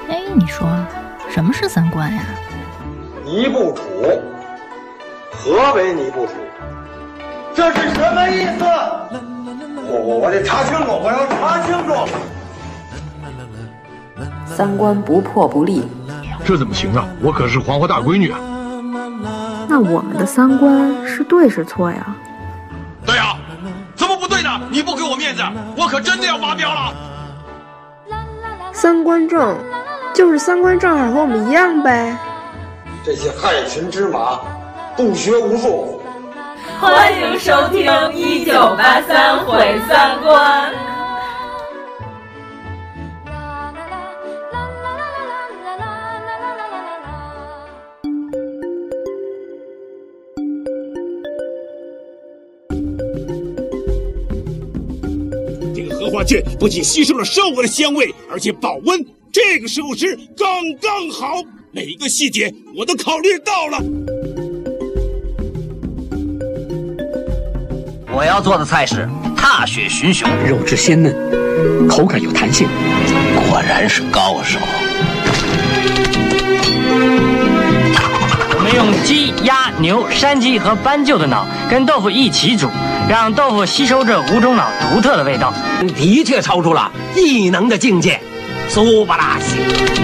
哎，你说什么是三观呀？ 尼不楚，何为尼不楚？这是什么意思？我得查清楚，我要查清楚。 三观不破不立， 这怎么行啊？我可是黄花大闺女啊！ 那我们的三观是对是错呀？ 对呀，怎么不对呢？你不给我面子，我可真的要发飙了。 三观正，就是三观正好和我们一样呗。 这些害群之马，不学无术。 欢迎收听1983毁三观。 这个荷花菌不仅吸收了生活的香味，而且保温，这个时候吃刚刚好，每一个细节我都考虑到了。 我要做的菜是踏雪寻熊， 肉质鲜嫩，口感有弹性， 果然是高手。我们用鸡、鸭、牛、山鸡和斑鸠的脑跟豆腐一起煮，让豆腐吸收这五种脑独特的味道， 的确超出了异能的境界，苏巴拉西。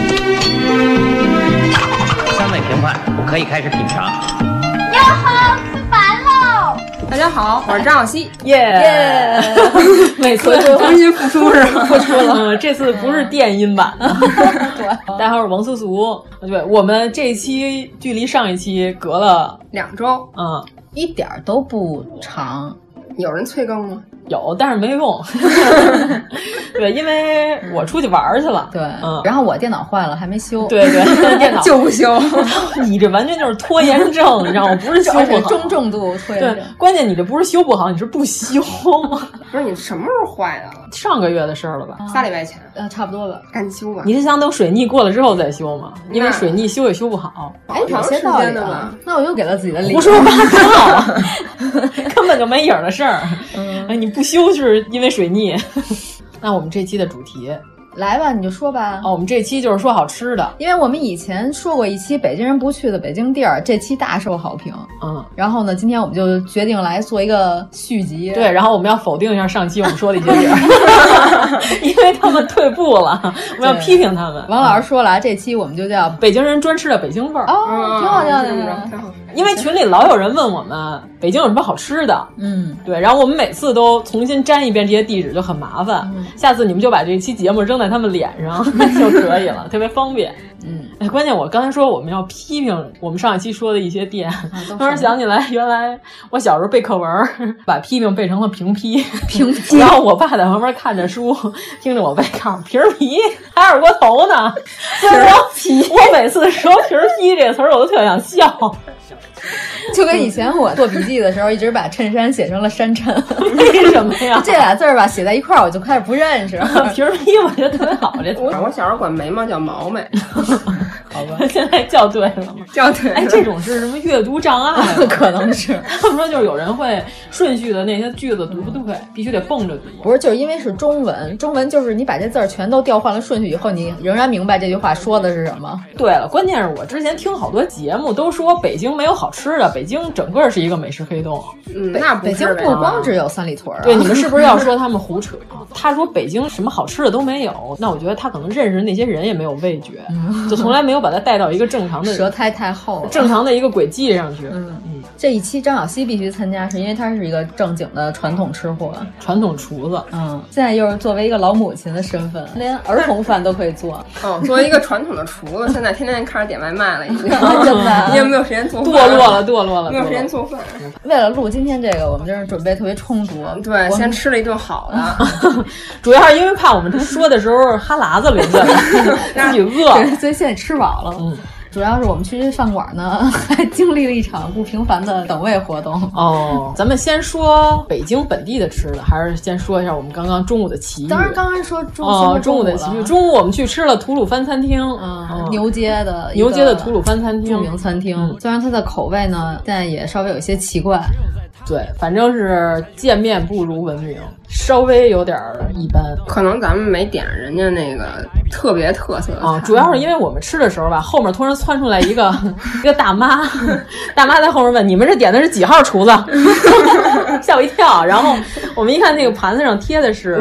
香味平缓，可以开始品尝。 哟呵，吃饭喽！ 大家好，我是张小希， 耶！每次重新复出是吧？ 复出了，这次不是电音版的。对，大家好，我是王苏苏。对，我们这一期距离上一期隔了 2周， 一点都不长。 有人催更吗？ 有，但是没用。对，因为我出去玩去了。 对，然后我电脑坏了还没修。 对对，电脑就不修。 你这完全就是拖延症，你知道吗？不是修不好， 中重度拖延症。 对，关键你这不是修不好，你是不修。 不是你什么时候坏的？ 上个月的事儿了吧 ？3礼拜前。 差不多吧。 赶紧修吧。 你是想等水逆过了之后再修吗？因为水逆修也修不好。 哎，有些道理啊。那我又给了自己的理由。 胡说八道，根本就没影的事儿。哎，你不修是因为水逆。那我们这期的主题来吧，你就说吧。 我们这期就是说好吃的， 因为我们以前说过一期北京人不去的北京地儿，这期大受好评。然后呢，今天我们就决定来做一个续集。 对，然后我们要否定一下上期我们说的一些地儿，因为他们退步了，我们要批评他们。 王老师说了，这期我们就叫北京人专吃的北京味儿。 挺好叫的， 挺好。 因为群里老有人问我们北京有什么好吃的，对，然后我们每次都重新粘一遍这些地址，就很麻烦。下次你们就把这期节目扔在他们脸上就可以了，特别方便。哎，关键我刚才说我们要批评我们上一期说的一些店，突然想起来，原来我小时候背课文，把批评背成了评批，然后我爸在旁边看着书，听着我背，告诉皮儿皮还二锅头呢。所以我每次说皮儿批这个词儿，我都特想笑。 就跟以前我做笔记的时候，一直把衬衫写成了山衬。 为什么呀？ 这俩字儿吧写在一块儿，我就开始不认识。 皮儿皮我觉得特别好，这我小时候管眉毛叫毛眉。 好吧，现在校对了吗？ 校对。 哎，这种是什么阅读障碍？ 可能是。 他们说就是有人会顺序的那些句子读不对，必须得蹦着读。 不是，就是因为是中文，中文就是你把这字儿全都调换了顺序以后，你仍然明白这句话说的是什么。 对了，关键是我之前听好多节目都说北京没有好吃的，北京整个是一个美食黑洞。 那北京不光只有三里屯啊。 对，你们是不是要说他们胡扯？他说北京什么好吃的都没有，那我觉得他可能认识那些人也没有味觉，就从来没有把他带到一个正常的舌苔太厚了， 正常的一个轨迹上去。 这一期张小希必须参加，是因为他是一个正经的传统吃货、 传统厨子。 现在又是作为一个老母亲的身份，连儿童饭都可以做。 作为一个传统的厨子，现在天天开始点外卖了，已经真的， 你有没有时间做饭？ 堕落了， 没有时间做饭。 为了录今天这个，我们真是准备特别充足。 对，先吃了一顿好的， 主要是因为怕我们说的时候哈喇子流下来，自己饿， 所以现在吃饱了。主要是我们去饭馆呢，还经历了一场不平凡的等位活动。 咱们先说北京本地的吃的，还是先说一下我们刚刚中午的奇遇？ 当然，刚刚说中午的奇遇。中午我们去吃了吐鲁番餐厅， 牛街的吐鲁番餐厅， 著名餐厅。虽然它的口味呢，但也稍微有些奇怪。 对，反正是见面不如闻名。 稍微有点一般， 可能咱们没点人家那个特别特色的啊，主要是因为我们吃的时候吧，后面突然窜出来一个大妈，大妈在后面问你们这点的是几号厨子，吓我一跳。然后我们一看那个盘子上贴的是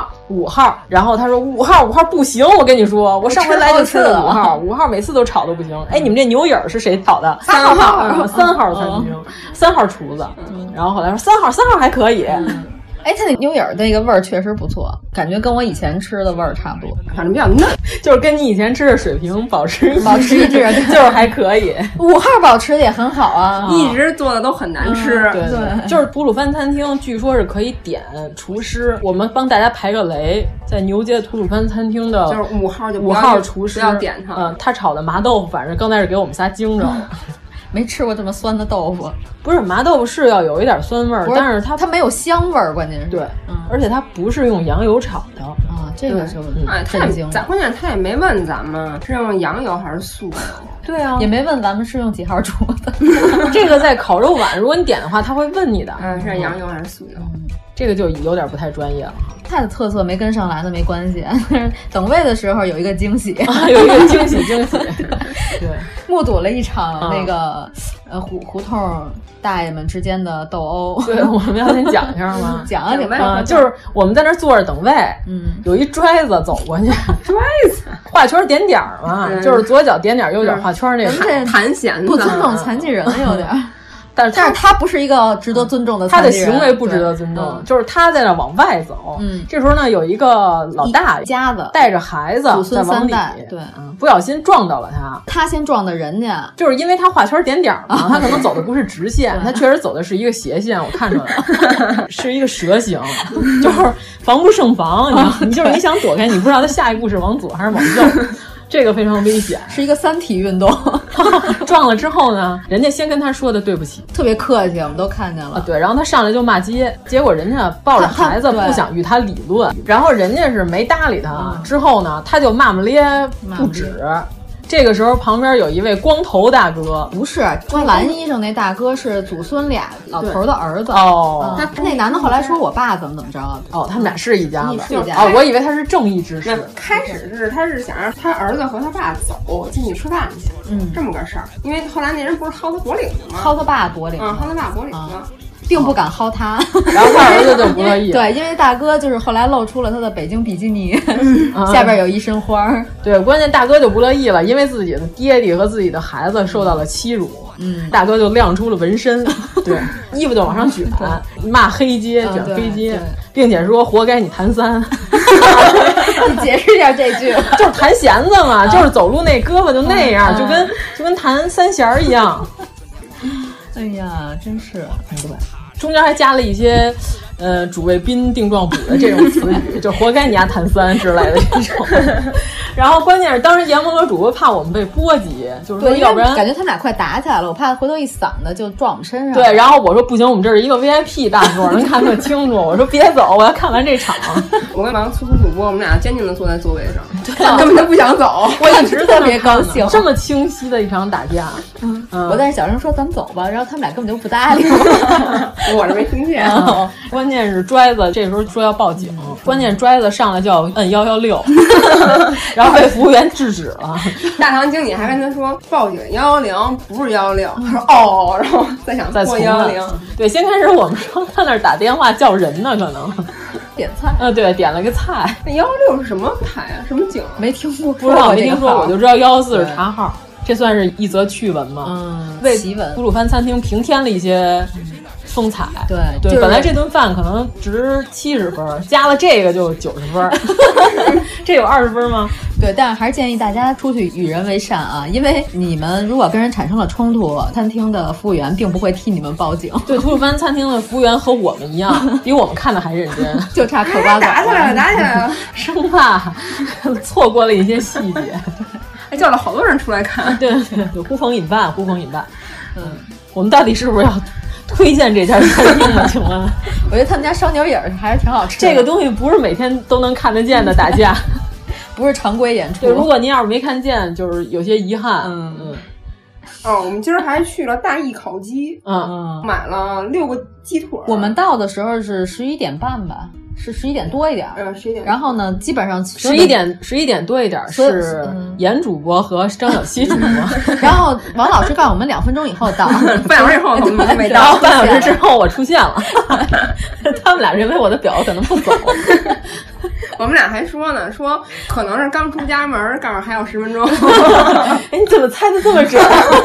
5号，然后他说5号不行，我跟你说，我上回来就吃了5号每次都炒的不行。哎，你们这牛眼是谁炒的？3号，3号餐厅，3号厨子。然后后来说3号还可以。 哎，它那牛眼那个味儿确实不错，感觉跟我以前吃的味儿差不多， 反正比较嫩， 就是跟你以前吃的水平保持一致，就是还可以。 5号保持的也很好啊， 一直做的都很难吃。 对，就是吐鲁番餐厅，据说是可以点厨师。我们帮大家排个雷，在牛街吐鲁番餐厅的就是5号就 5号厨师不要点他。 他炒的麻豆腐，反正刚才是给我们仨惊着了。 没吃过这么酸的豆腐， 不是麻豆腐是要有一点酸味儿，但是它没有香味儿，关键是对，而且它不是用羊油炒的啊，这个是震惊。关键他也没问咱们是用羊油还是素油， 对啊， 也没问咱们是用几号煮的。 这个在烤肉碗，如果你点的话，他会问你的， 是羊油还是素油。 这个就有点不太专业了， 它的特色没跟上来的没关系，等位的时候有一个惊喜， 有一个惊喜，对， 目睹了一场那个胡同大爷们之间的斗殴。 对，我们要先讲一下吗？ 讲啊， 就是我们在那坐着等位，有一拽子走过去， 拽子画圈点点嘛，就是左脚点点，右脚画圈那个弹弦子， 不尊重残疾人有点。但是他不是一个值得尊重的残疾人， 他的行为不值得尊重，就是他在那往外走。这时候呢，有一个老大爷家子带着孩子在往里， 对， 不小心撞到了他。 他先撞的人家， 就是因为他画圈点点嘛，他可能走的不是直线，他确实走的是一个斜线，我看出来了，是一个蛇形，就是防不胜防。你就是你想躲开，你不知道他下一步是往左还是往右。这个非常危险， 是一个三体运动。 撞了之后呢，人家先跟他说的对不起， 特别客气，我们都看见了。 对，然后他上来就骂街，结果人家抱着孩子不想与他理论，然后人家是没搭理他。之后呢，他就骂骂咧不止。这个时候旁边有一位光头大哥， 不是穿蓝衣裳那大哥，是祖孙俩老头的儿子。 哦， 那男的后来说我爸怎么着。 哦，他们俩是一家子。哦，我以为他是正义之士。 开始是他是想让他儿子和他爸走进去吃饭去，这么个事儿。因为后来那人不是薅他脖领子吗？ 薅他爸脖领子， 薅他爸脖领子。 并不敢薅他， 然后他儿子就不乐意。 对，因为大哥就是后来露出了他的北京比基尼，下边有一身花。 对，关键大哥就不乐意了，因为自己的爹地和自己的孩子受到了欺辱。大哥就亮出了纹身，对，衣服就往上卷，骂黑街，卷黑街，并且说活该你弹3。 你解释一下这句， 就是弹弦子嘛，就是走路那胳膊就那样，就跟弹3弦一样。 哎呀，真是， 对，中间还加了一些，主谓宾定状补的这种词语，就活该你丫弹3之类的这种。然后关键是当时阎摩罗主播怕我们被波及，就是说要不然感觉他们俩快打起来了，我怕回头一嗓子就撞我们身上。 对，然后我说不行，我们这是一个 VIP 大座，能看特清楚。我说别走，我要看完这场。 我跟王粗粗主播，我们俩坚定的坐在座位上，根本就不想走。 我一直特别高兴， 这么清晰的一场打架。 我在小声说咱们走吧，然后他们俩根本就不搭理我， 我这没听见。 关键是拽子这时候说要报警，关键拽子上来就要摁116，然后被服务员制止了。 大堂经理还跟他说报警110不是116，他说哦，然后再想拨110。 对，先开始我们说他那儿打电话叫人呢，可能点菜。 对，点了个菜。 那116是什么牌啊？什么警？ 没听过， 不知道没听说，我就知道114是查号。这算是一则趣闻吗？ 为奇闻， 吐鲁番餐厅平添了一些风采。 对， 就是本来这顿饭可能值70分，加了这个就90分。这有20分吗？ 对，但是还是建议大家出去与人为善啊，因为你们如果跟人产生了冲突，餐厅的服务员并不会替你们报警。 对，吐鲁番餐厅的服务员和我们一样，比我们看的还认真， 就差嗑瓜子。 打起来了， 生怕错过了一些细节。 还叫了好多人出来看， 对，有呼朋引伴。我们到底是不是要推荐这家餐厅呢？请问， 我觉得他们家烧牛眼还是挺好吃的。 这个东西不是每天都能看得见的打架， 不是常规演出。 就如果您要是没看见，就是有些遗憾。 我们今儿还去了大义烤鸡，买了6个鸡腿。 我们到的时候是11点半吧。 是11点多一点 ，11点。 然后呢，基本上 11点多一点是严主播和张小希主播， 然后王老师告诉我们2分钟以后到， 半小时以后我们没到， 半小时之后我出现了，他们俩认为我的表可能不走。 我们俩还说呢，说可能是刚出家门，告诉还有10分钟。 哎，你怎么猜的这么准？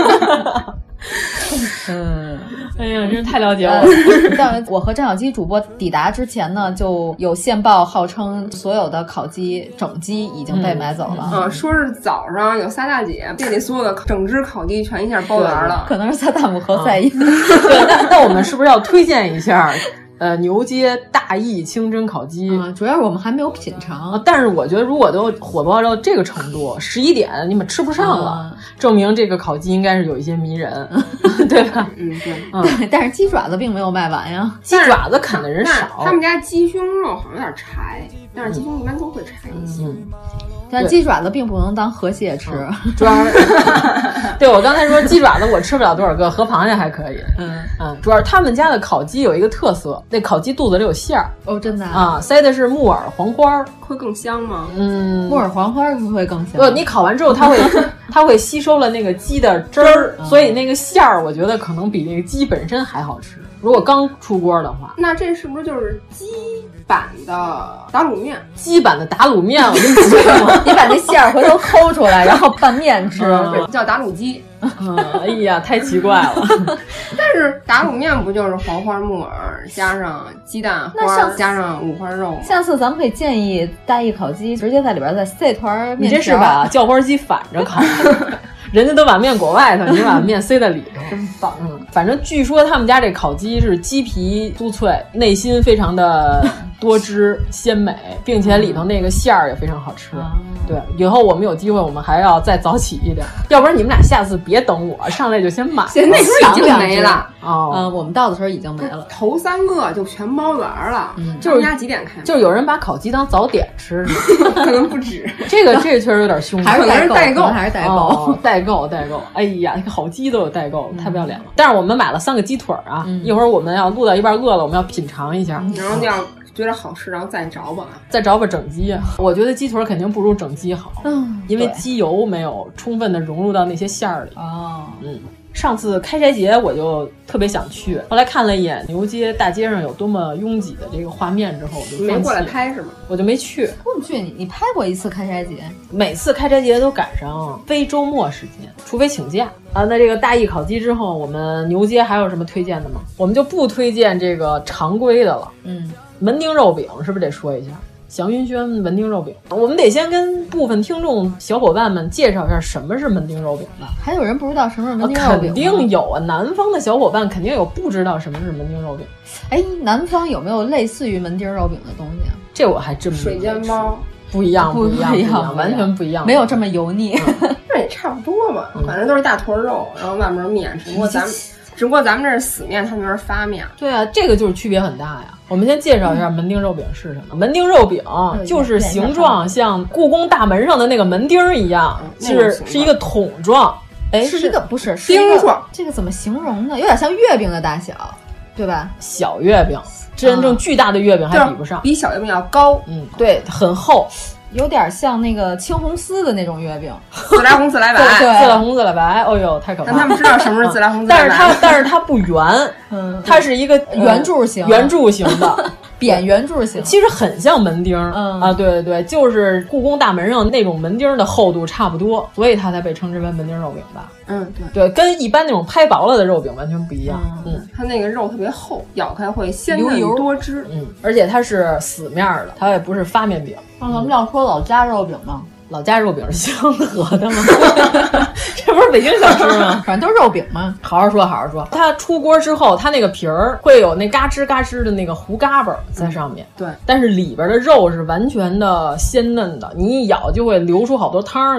哎呀，真是太了解我了。 但我和张小基主播抵达之前呢，就有线报号称所有的烤鸡整鸡已经被买走了。 说是早上有仨大姐店里所有的整只烤鸡全一下包圆了， 可能是萨达姆侯赛因。 对，那我们是不是要推荐一下？牛街大义清真烤鸡， 主要是我们还没有品尝。 但是我觉得，如果都火爆到这个程度，11点你们吃不上了，证明这个烤鸡应该是有一些迷人，对吧？ 对。但是鸡爪子并没有卖完呀， 鸡爪子啃的人少。 他们家鸡胸肉好像有点柴，但是鸡胸一般都会柴一些。 但鸡爪子并不能当河蟹吃， 主要是对我刚才说鸡爪子我吃不了多少个，河螃蟹还可以。主要是他们家的烤鸡有一个特色，那烤鸡肚子里有馅儿。 哦，真的啊，塞的是木耳黄花， 会更香吗？ 木耳黄花会更香。 不，你烤完之后它会吸收了那个鸡的汁儿，所以那个馅儿我觉得可能比那个鸡本身还好吃。如果刚出锅的话， 那这是不是就是鸡版的打卤面？ 鸡版的打卤面，我跟你说嘛， 你把那馅儿回头抠出来，然后拌面吃， 叫打卤鸡。 哎呀，太奇怪了。 但是打卤面不就是黄花木耳加上鸡蛋花加上五花肉吗？ 下次咱们可以建议大义烤鸡直接在里边再塞团面条。 你这是把叫花鸡反着烤。人家都把面裹外头，你把面塞在里头， 真棒。 反正据说他们家这烤鸡是鸡皮酥脆，内心非常的多汁鲜美，并且里头那个馅儿也非常好吃。对，以后我们有机会，我们还要再早起一点，要不然你们俩下次别等我，上来就先买。 现在那时候已经没了我们到的时候已经没了， 头3个就全包圆了。就是家几点开？ 就是有人把烤鸡当早点吃， 可能不止。 这个确实有点凶， 还是代购， 还是代购。 代购，哎呀，烤鸡都有代购，太不要脸了。但是我们买了3个鸡腿啊，一会儿我们要录到一半饿了，我们要品尝一下， 然后要觉得好吃，然后再找吧整鸡。我觉得鸡腿肯定不如整鸡好，因为鸡油没有充分的融入到那些馅儿里。上次开斋节我就特别想去，后来看了一眼牛街大街上有多么拥挤的这个画面之后，我就没过来拍是吗？ 我就没去。 不去，你拍过一次开斋节？ 每次开斋节都赶上非周末时间，除非请假啊。那这个大义烤鸡之后，我们牛街还有什么推荐的吗？我们就不推荐这个常规的了。门钉肉饼是不是得说一下？祥云轩门钉肉饼，我们得先跟部分听众小伙伴们介绍一下什么是门钉肉饼吧。 还有人不知道什么是门钉肉饼？ 肯定有啊，南方的小伙伴肯定有不知道什么是门钉肉饼。 哎，南方有没有类似于门钉肉饼的东西啊？ 这我还真水煎包不一样，完全不一样， 没有这么油腻。 那也差不多吧，反正都是大坨肉，然后外面面，只不过咱们这是死面，他们那是发面。 对啊，这个就是区别很大呀。我们先介绍一下门钉肉饼是什么。门钉肉饼就是形状像故宫大门上的那个门钉一样，是一个桶状。 哎，是一个不是钉状， 这个怎么形容呢？有点像月饼的大小，对吧？ 小月饼，真正巨大的月饼还比不上， 比小月饼要高。 对，很厚。 有点像那个青红丝的那种月饼， 自来红自来白， 自来红自来白，哦呦，太可怕了！ 但他们知道什么是自来红自来白， 但是它不圆，它是一个圆柱形的。 扁圆柱形， 其实很像门钉啊，对，就是故宫大门上那种门钉的厚度差不多，所以它才被称之为门钉肉饼吧。对，跟一般那种拍薄了的肉饼完全不一样。 它那个肉特别厚，咬开会鲜嫩多汁。 而且它是死面的，它也不是发面饼。 那咱们要说老家肉饼吗？ 老家肉饼是香河的吗？这不是北京小吃吗？ 反正都是肉饼嘛。 好好说。它出锅之后，它那个皮儿会有那嘎吱嘎吱的那个糊嘎巴在上面。 对， 但是里边的肉是完全的鲜嫩的，你一咬就会流出好多汤来。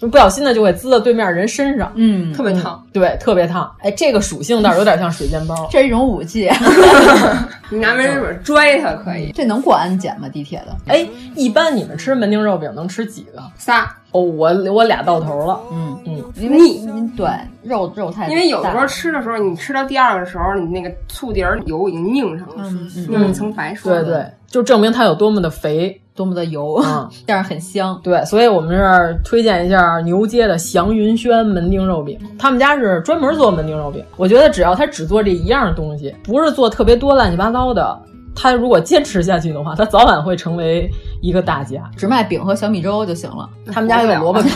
就不小心的就会滋到对面人身上， 特别烫， 对，特别烫。哎，这个属性倒是有点像水煎包， 这是一种武器。 你拿门纸拽它可以。 这能过安检吗？地铁的？ 哎，一般你们吃门钉肉饼能吃几个 ？3。 哦，我俩到头了。 因为对肉太， 因为有的时候吃的时候，你吃到第2个的时候，你那个醋底儿油已经拧上了，拧一层白霜。 对对，就证明它有多么的肥， 多么的油，但是很香。 对，所以我们这儿推荐一下牛街的祥云轩门钉肉饼，他们家是专门做门钉肉饼。我觉得只要他只做这一样东西，不是做特别多乱七八糟的。他如果坚持下去的话，他早晚会成为一个大家。 只卖饼和小米粥就行了。 他们家有萝卜皮。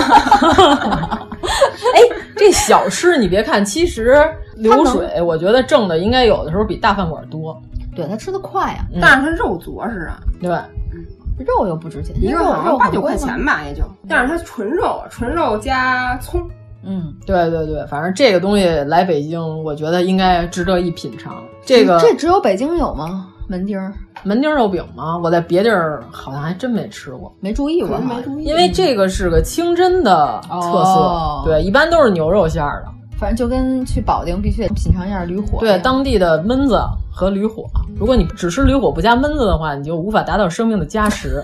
哎，这小吃你别看，其实流水，我觉得挣的应该有的时候比大饭馆多。 对，他吃的快呀， 但是他肉着实啊。 对， 肉又不值钱， 一个好像8-9块钱吧，也就。但是它纯肉加葱。 对对对，反正这个东西来北京，我觉得应该值得一品尝。这只有北京有吗？门钉肉饼吗？我在别地儿好像还真没吃过， 没注意过， 因为这个是个清真的特色，对，一般都是牛肉馅的。 反正就跟去保定必须得品尝一下驴火， 对，当地的焖子和驴火。如果你只吃驴火不加焖子的话，你就无法达到生命的加持。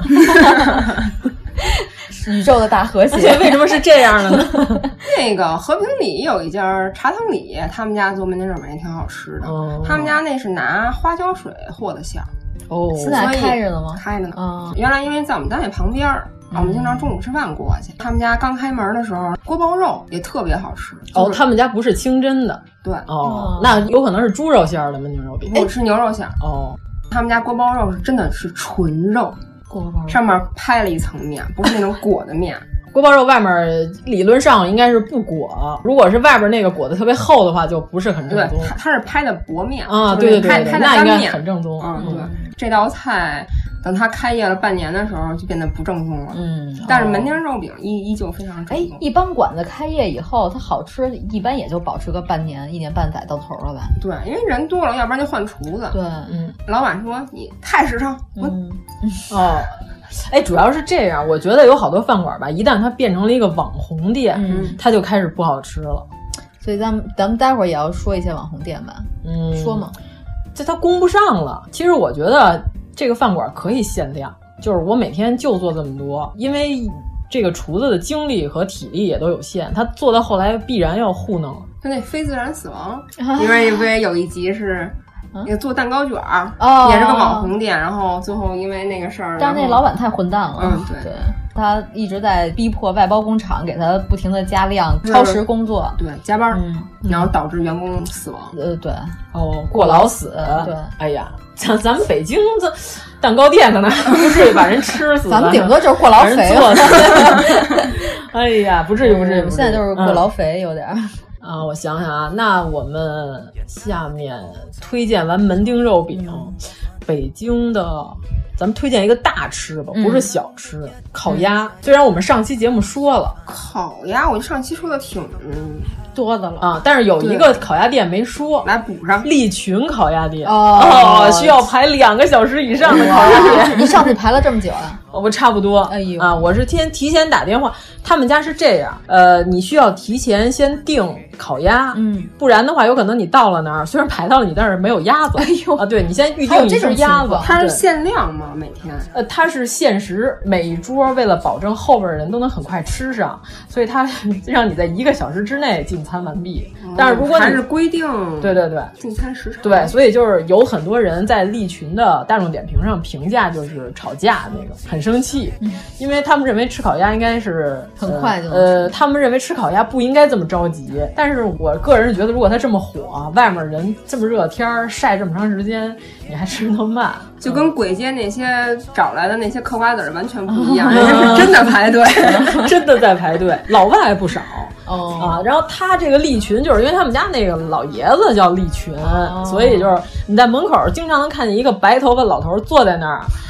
宇宙的大和谐， 为什么是这样的呢？ 那个和平里有一家茶汤里，他们家做门钉肉饼也挺好吃的。他们家那是拿花椒水和的馅儿。 哦， 现在开着呢吗？ 开着呢。原来因为在我们单位旁边，我们经常中午吃饭过去。他们家刚开门的时候，锅包肉也特别好吃。 哦，他们家不是清真的。 对。 哦，那有可能是猪肉馅儿的门钉肉饼。 我吃牛肉馅儿。 哦， 他们家锅包肉是真的是纯肉。上面拍了一层面，不是那种裹的面。 锅包肉外面理论上应该是不裹，如果是外边那个裹的特别厚的话，就不是很正宗。 对，它是拍的薄面啊，对对对， 拍的那应该面很正宗。 对，这道菜等它开业了半年的时候就变得不正宗了。但是门钉肉饼依旧非常正宗。 一般馆子开业以后，它好吃一般也就保持个半年、1年半载到头了吧？ 对，因为人多了，要不然就换厨子。 对， 老板说你太实诚。 哦。哎，主要是这样，我觉得有好多饭馆吧，一旦它变成了一个网红店，它就开始不好吃了。 所以咱们待会儿也要说一些网红店吧。说嘛， 这它供不上了。其实我觉得这个饭馆可以限量，就是我每天就做这么多，因为这个厨子的精力和体力也都有限，他做到后来必然要糊弄了。 就那非自然死亡里面不也有一集是？那个做蛋糕卷儿，也是个网红店，然后最后因为那个事儿， 但是那老板太混蛋了， 对， 他一直在逼迫外包工厂给他不停的加量、超时工作， 对，加班，然后导致员工死亡， 对， 过劳死， 对， 哎呀，咱们北京这蛋糕店可能不至于把人吃死， 咱们顶多就是过劳肥了，哎呀，不至于， 现在就是过劳肥有点。 我想想啊，那我们下面推荐完门钉肉饼，北京的咱们推荐一个大吃吧，不是小吃，烤鸭。虽然我们上期节目说了烤鸭，我上期说的挺多的了啊，但是有一个烤鸭店没说， 来补上。 利群烤鸭店哦， 需要排2个小时以上的烤鸭店。 你上次排了这么久啊？ 我差不多。 哎呦啊，我是提前打电话，他们家是这样，你需要提前先订烤鸭，不然的话有可能你到了那儿，虽然排到了你，但是没有鸭子。 哎呦啊，对你先预定一只鸭子， 它是限量吗？每天？ 它是限时，每一桌为了保证后边的人都能很快吃上，所以它让你在1个小时之内进餐完毕。但是如果你还是规定， 对进餐时长， 对，所以就是有很多人在利群的大众点评上评价就是吵架那个很生气，因为他们认为吃烤鸭应该是很快就他们认为吃烤鸭不应该这么着急，但是我个人觉得如果它这么火，外面人这么热天晒这么长时间，你还吃得慢， 就跟簋街那些找来的那些嗑瓜子完全不一样，人家是真的排队， 真的在排队，老外不少。然后他这个利群就是因为他们家那个老爷子叫利群，所以就是你在门口经常能看见一个白头发老头坐在那儿，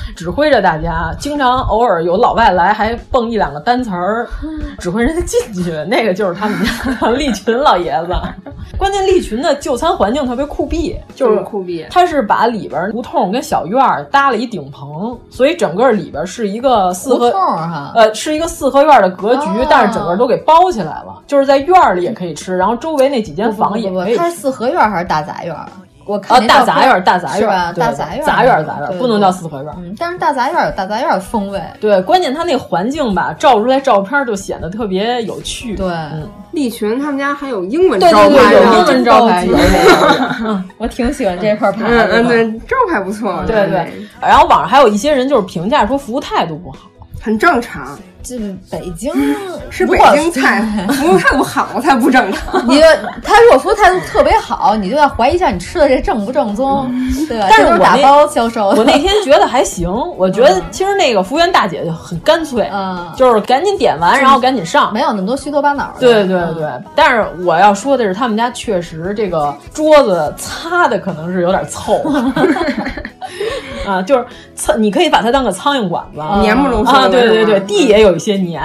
指挥着大家，经常偶尔有老外来还蹦1-2个单词儿，指挥人家进去，那个就是他们家利群老爷子。关键利群的就餐环境特别酷毙，就是酷毙， 他是把里边胡同跟小院搭了一顶棚，所以整个里边是一个四合是一个4合院的格局，但是整个都给包起来了，就是在院里也可以吃，然后周围那几间房也可以吃。 它是4合院还是大杂院？我看大杂院是吧？大杂院， 杂院不能叫4合院。 但是大杂院有大杂院的风味。 对，关键它那环境吧，照出来照片就显得特别有趣。 对， 利群他们家还有英文招牌， 对，有英文招牌。 我挺喜欢这块牌的。对，招牌不错。 对。然后网上还有一些人就是评价说服务态度不好， 很正常。 这北京是北京菜，服务态度好才不正常。 他如果服务态度特别好，你就要怀疑一下你吃的这正不正宗，对吧？ 但是我打包销售， 我那天觉得还行。我觉得其实那个服务员大姐就很干脆，就是赶紧点完，然后赶紧上， 没有那么多虚头巴脑的。 对。但是我要说的是，他们家确实这个桌子擦的可能是有点凑。就是你可以把它当个苍蝇馆子， 黏不隆啊！对，地也有一些黏。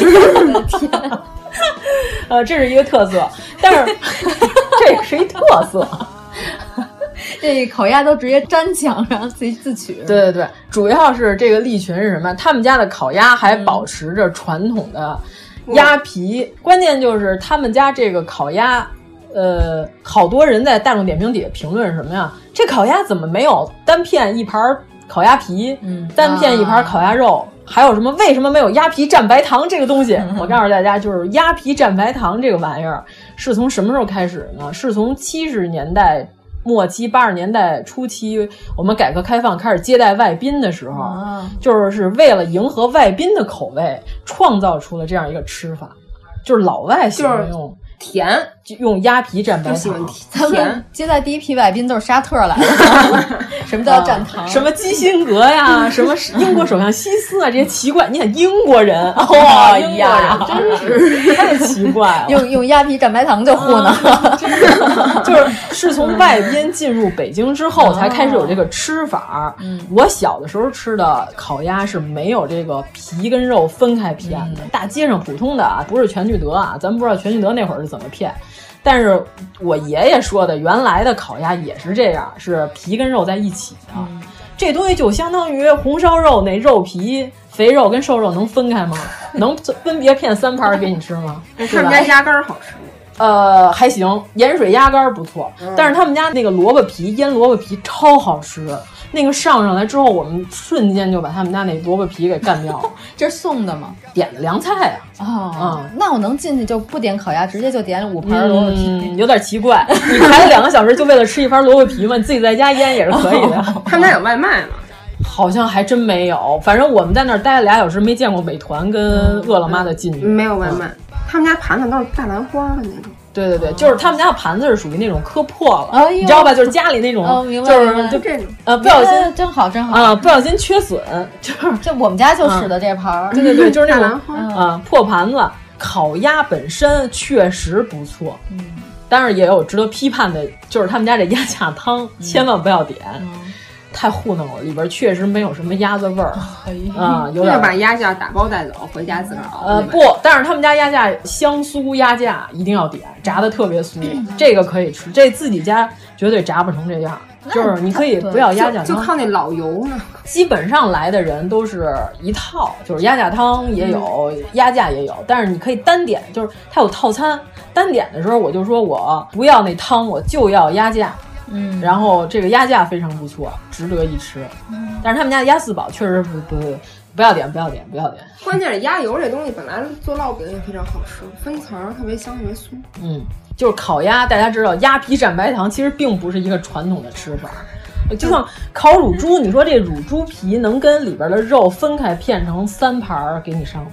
这是一个特色，但是这也是一特色。 这烤鸭都直接粘墙上自取。 对，主要是这个利群是什么？他们家的烤鸭还保持着传统的鸭皮，关键就是他们家这个烤鸭。好多人在大众点评底下评论什么呀？这烤鸭怎么没有单片一盘烤鸭皮，单片一盘烤鸭肉？还有什么？为什么没有鸭皮蘸白糖这个东西？我告诉大家，就是鸭皮蘸白糖这个玩意儿是从什么时候开始呢？是从70年代末期、80年代初期，我们改革开放开始接待外宾的时候，就是为了迎合外宾的口味，创造出了这样一个吃法，就是老外喜欢用。 甜， 用鸭皮蘸白糖。 甜，接待第一批外宾都是沙特来的，什么都要蘸糖， 什么基辛格呀，什么英国首相希斯啊，这些奇怪。你看英国人，英国人真是太奇怪了， 用鸭皮蘸白糖就糊弄， 就是从外边进入北京之后才开始有这个吃法。我小的时候吃的烤鸭是没有这个皮跟肉分开片的，大街上普通的啊，不是全聚德啊，咱们不知道全聚德那会儿是怎么片，但是我爷爷说的原来的烤鸭也是这样，是皮跟肉在一起的。这东西就相当于红烧肉那肉皮，肥肉跟瘦肉能分开吗？能分别片3盘给你吃吗？ 他们家鸭肝好吃还行，盐水鸭肝不错，但是他们家那个萝卜皮腌萝卜皮超好吃。那个上来之后，我们瞬间就把他们家那萝卜皮给干掉了。 这是送的吗？ 点的凉菜那我能进去就不点烤鸭，直接就点5盘萝卜皮， 有点奇怪。你排了2个小时就为了吃1盘萝卜皮吗？你自己在家腌也是可以的。 他们家有外卖吗？ 好像还真没有，反正我们在那儿待了2小时，没见过美团跟饿了么的进去。 没有外卖，他们家盘子都是大兰花的那种。 对，就是他们家的盘子是属于那种磕破了，你知道吧？就是家里那种，就是就这种， 不小心真好啊，不小心缺损， 就我们家就使的这盘。 对，就是那种破盘子。烤鸭本身确实不错，当然也有值得批判的，就是他们家这鸭架汤千万不要点。太糊弄了，里边确实没有什么鸭子味儿有点把鸭架打包带走，回家自个儿熬。 不，但是他们家鸭架香酥鸭架一定要点，炸的特别酥，这个可以吃，这自己家绝对炸不成这样。就是你可以不要鸭架汤， 就靠那老油呢。 基本上来的人都是一套，就是鸭架汤也有，鸭架也有，但是你可以单点，就是它有套餐。单点的时候我就说我不要那汤，我就要鸭架。然后这个鸭架非常不错，值得一吃。但是他们家的鸭四宝确实不要点。 关键是鸭油这东西本来做烙饼也非常好吃，分层特别香，特别酥。 就是烤鸭，大家知道鸭皮蘸白糖其实并不是一个传统的吃法。就像烤乳猪，你说这乳猪皮能跟里边的肉分开片成3盘给你上吗？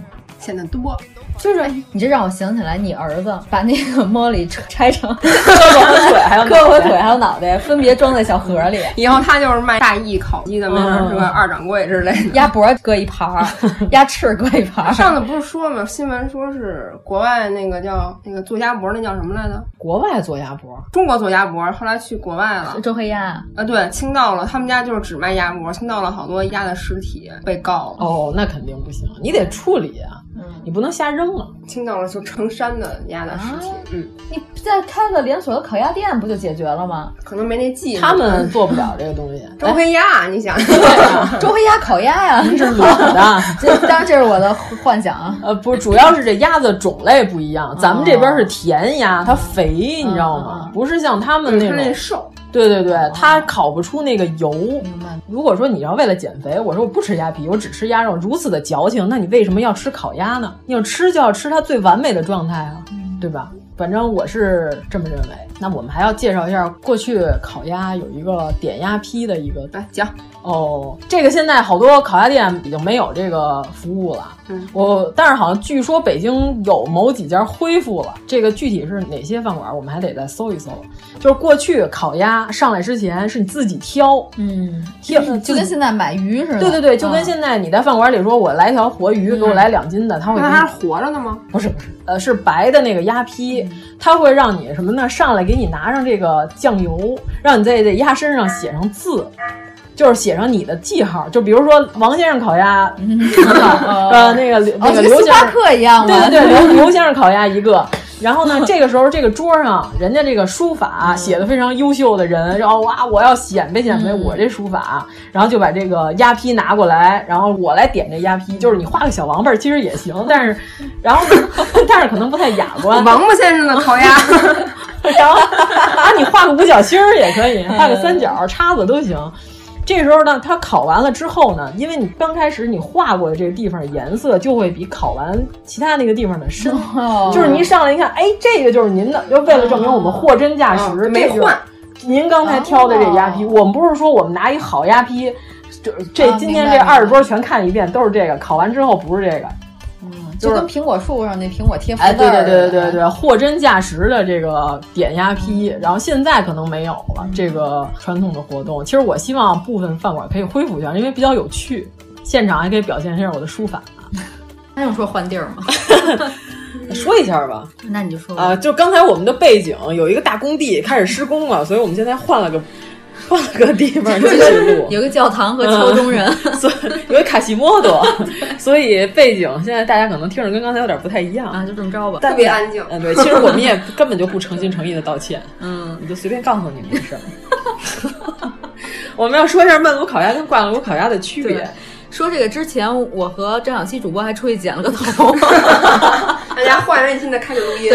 显得多。 就是你这让我想起来，你儿子把那个茉莉拆成胳膊和腿还有脑袋分别装在小盒里， 以后他就是卖大义烤鸡的，没准是个二掌柜之类的。 鸭脖搁一盘，鸭翅搁一盘。 上次不是说吗？新闻说是国外那个叫那个做鸭脖，那叫什么来着？ 国外做鸭脖， 中国做鸭脖，后来去国外了。 周黑鸭对，青岛了，他们家就是只卖鸭脖，青岛了好多鸭的尸体被告了。 哦，那肯定不行，你得处理啊。你不能瞎扔了， 青岛了就成山的鸭的尸体。 你再开个连锁的烤鸭店不就解决了吗？ 可能没那技术， 他们做不了这个东西。 周黑鸭，你想？ 周黑鸭烤鸭呀， 这是裸的。 当然这是我的幻想啊。 不是，主要是这鸭子种类不一样，咱们这边是甜鸭，它肥，你知道吗？不是像他们那种瘦。 对对对，它烤不出那个油。如果说你要为了减肥，我说我不吃鸭皮，我只吃鸭肉，如此的矫情，那你为什么要吃烤鸭呢？你要吃就要吃它最完美的状态啊，对吧？反正我是这么认为。那我们还要介绍一下，过去烤鸭有一个点鸭坯的一个， 来讲哦。这个现在好多烤鸭店已经没有这个服务了。但是好像据说北京有某几家恢复了。这个具体是哪些饭馆，我们还得再搜一搜。就是过去烤鸭上来之前是你自己挑， 就跟现在买鱼似的。 对对对，就跟现在你在饭馆里说我来一条活鱼，给我来2斤的，他会给你。 它是活着的吗？ 不是，是白的那个鸭坯，它会让你什么呢？上来给你拿上这个酱油，让你在这鸭身上写上字。就是写上你的记号，就比如说王先生烤鸭，那个刘先生课一样， 对对对，刘先生烤鸭一个。然后呢，这个时候这个桌上人家这个书法写的非常优秀的人，然后哇，我要显摆我这书法，然后就把这个鸭坯拿过来，然后我来点这鸭坯，就是你画个小王八其实也行，但是可能不太雅观。 王八先生的烤鸭。 然后你画个五角星也可以，画个三角叉子都行。这时候呢，它烤完了之后呢，因为你刚开始你画过的这个地方颜色就会比烤完其他那个地方的深，就是你一上来一看，哎，这个就是您的，就为了证明我们货真价实， 没换。 您刚才挑的这鸭坯，我们不是说我们拿一好鸭坯，今天这20桌全看一遍都是这个，烤完之后不是这个。 就跟苹果树上那苹果贴福袋对对对对对，货真价实的这个点鸭坯，然后现在可能没有了这个传统的活动。其实我希望部分饭馆可以恢复一下，因为比较有趣，现场还可以表现一下我的书法。 还用说换地儿吗？ 说一下吧。 那你就说吧。 就刚才我们的背景有一个大工地开始施工了，所以我们现在换了个地方继续录， 有个教堂和敲钟人， 有一卡西莫多，所以背景现在大家可能听着跟刚才有点不太一样啊，就这么着吧， 特别安静。 对，其实我们也根本就不诚心诚意的道歉，你就随便告诉你们这事儿。我们要说一下焖炉烤鸭跟挂炉烤鸭的区别。 说这个之前，我和张小七主播还出去剪了个头， 大家焕然一新的开始录音，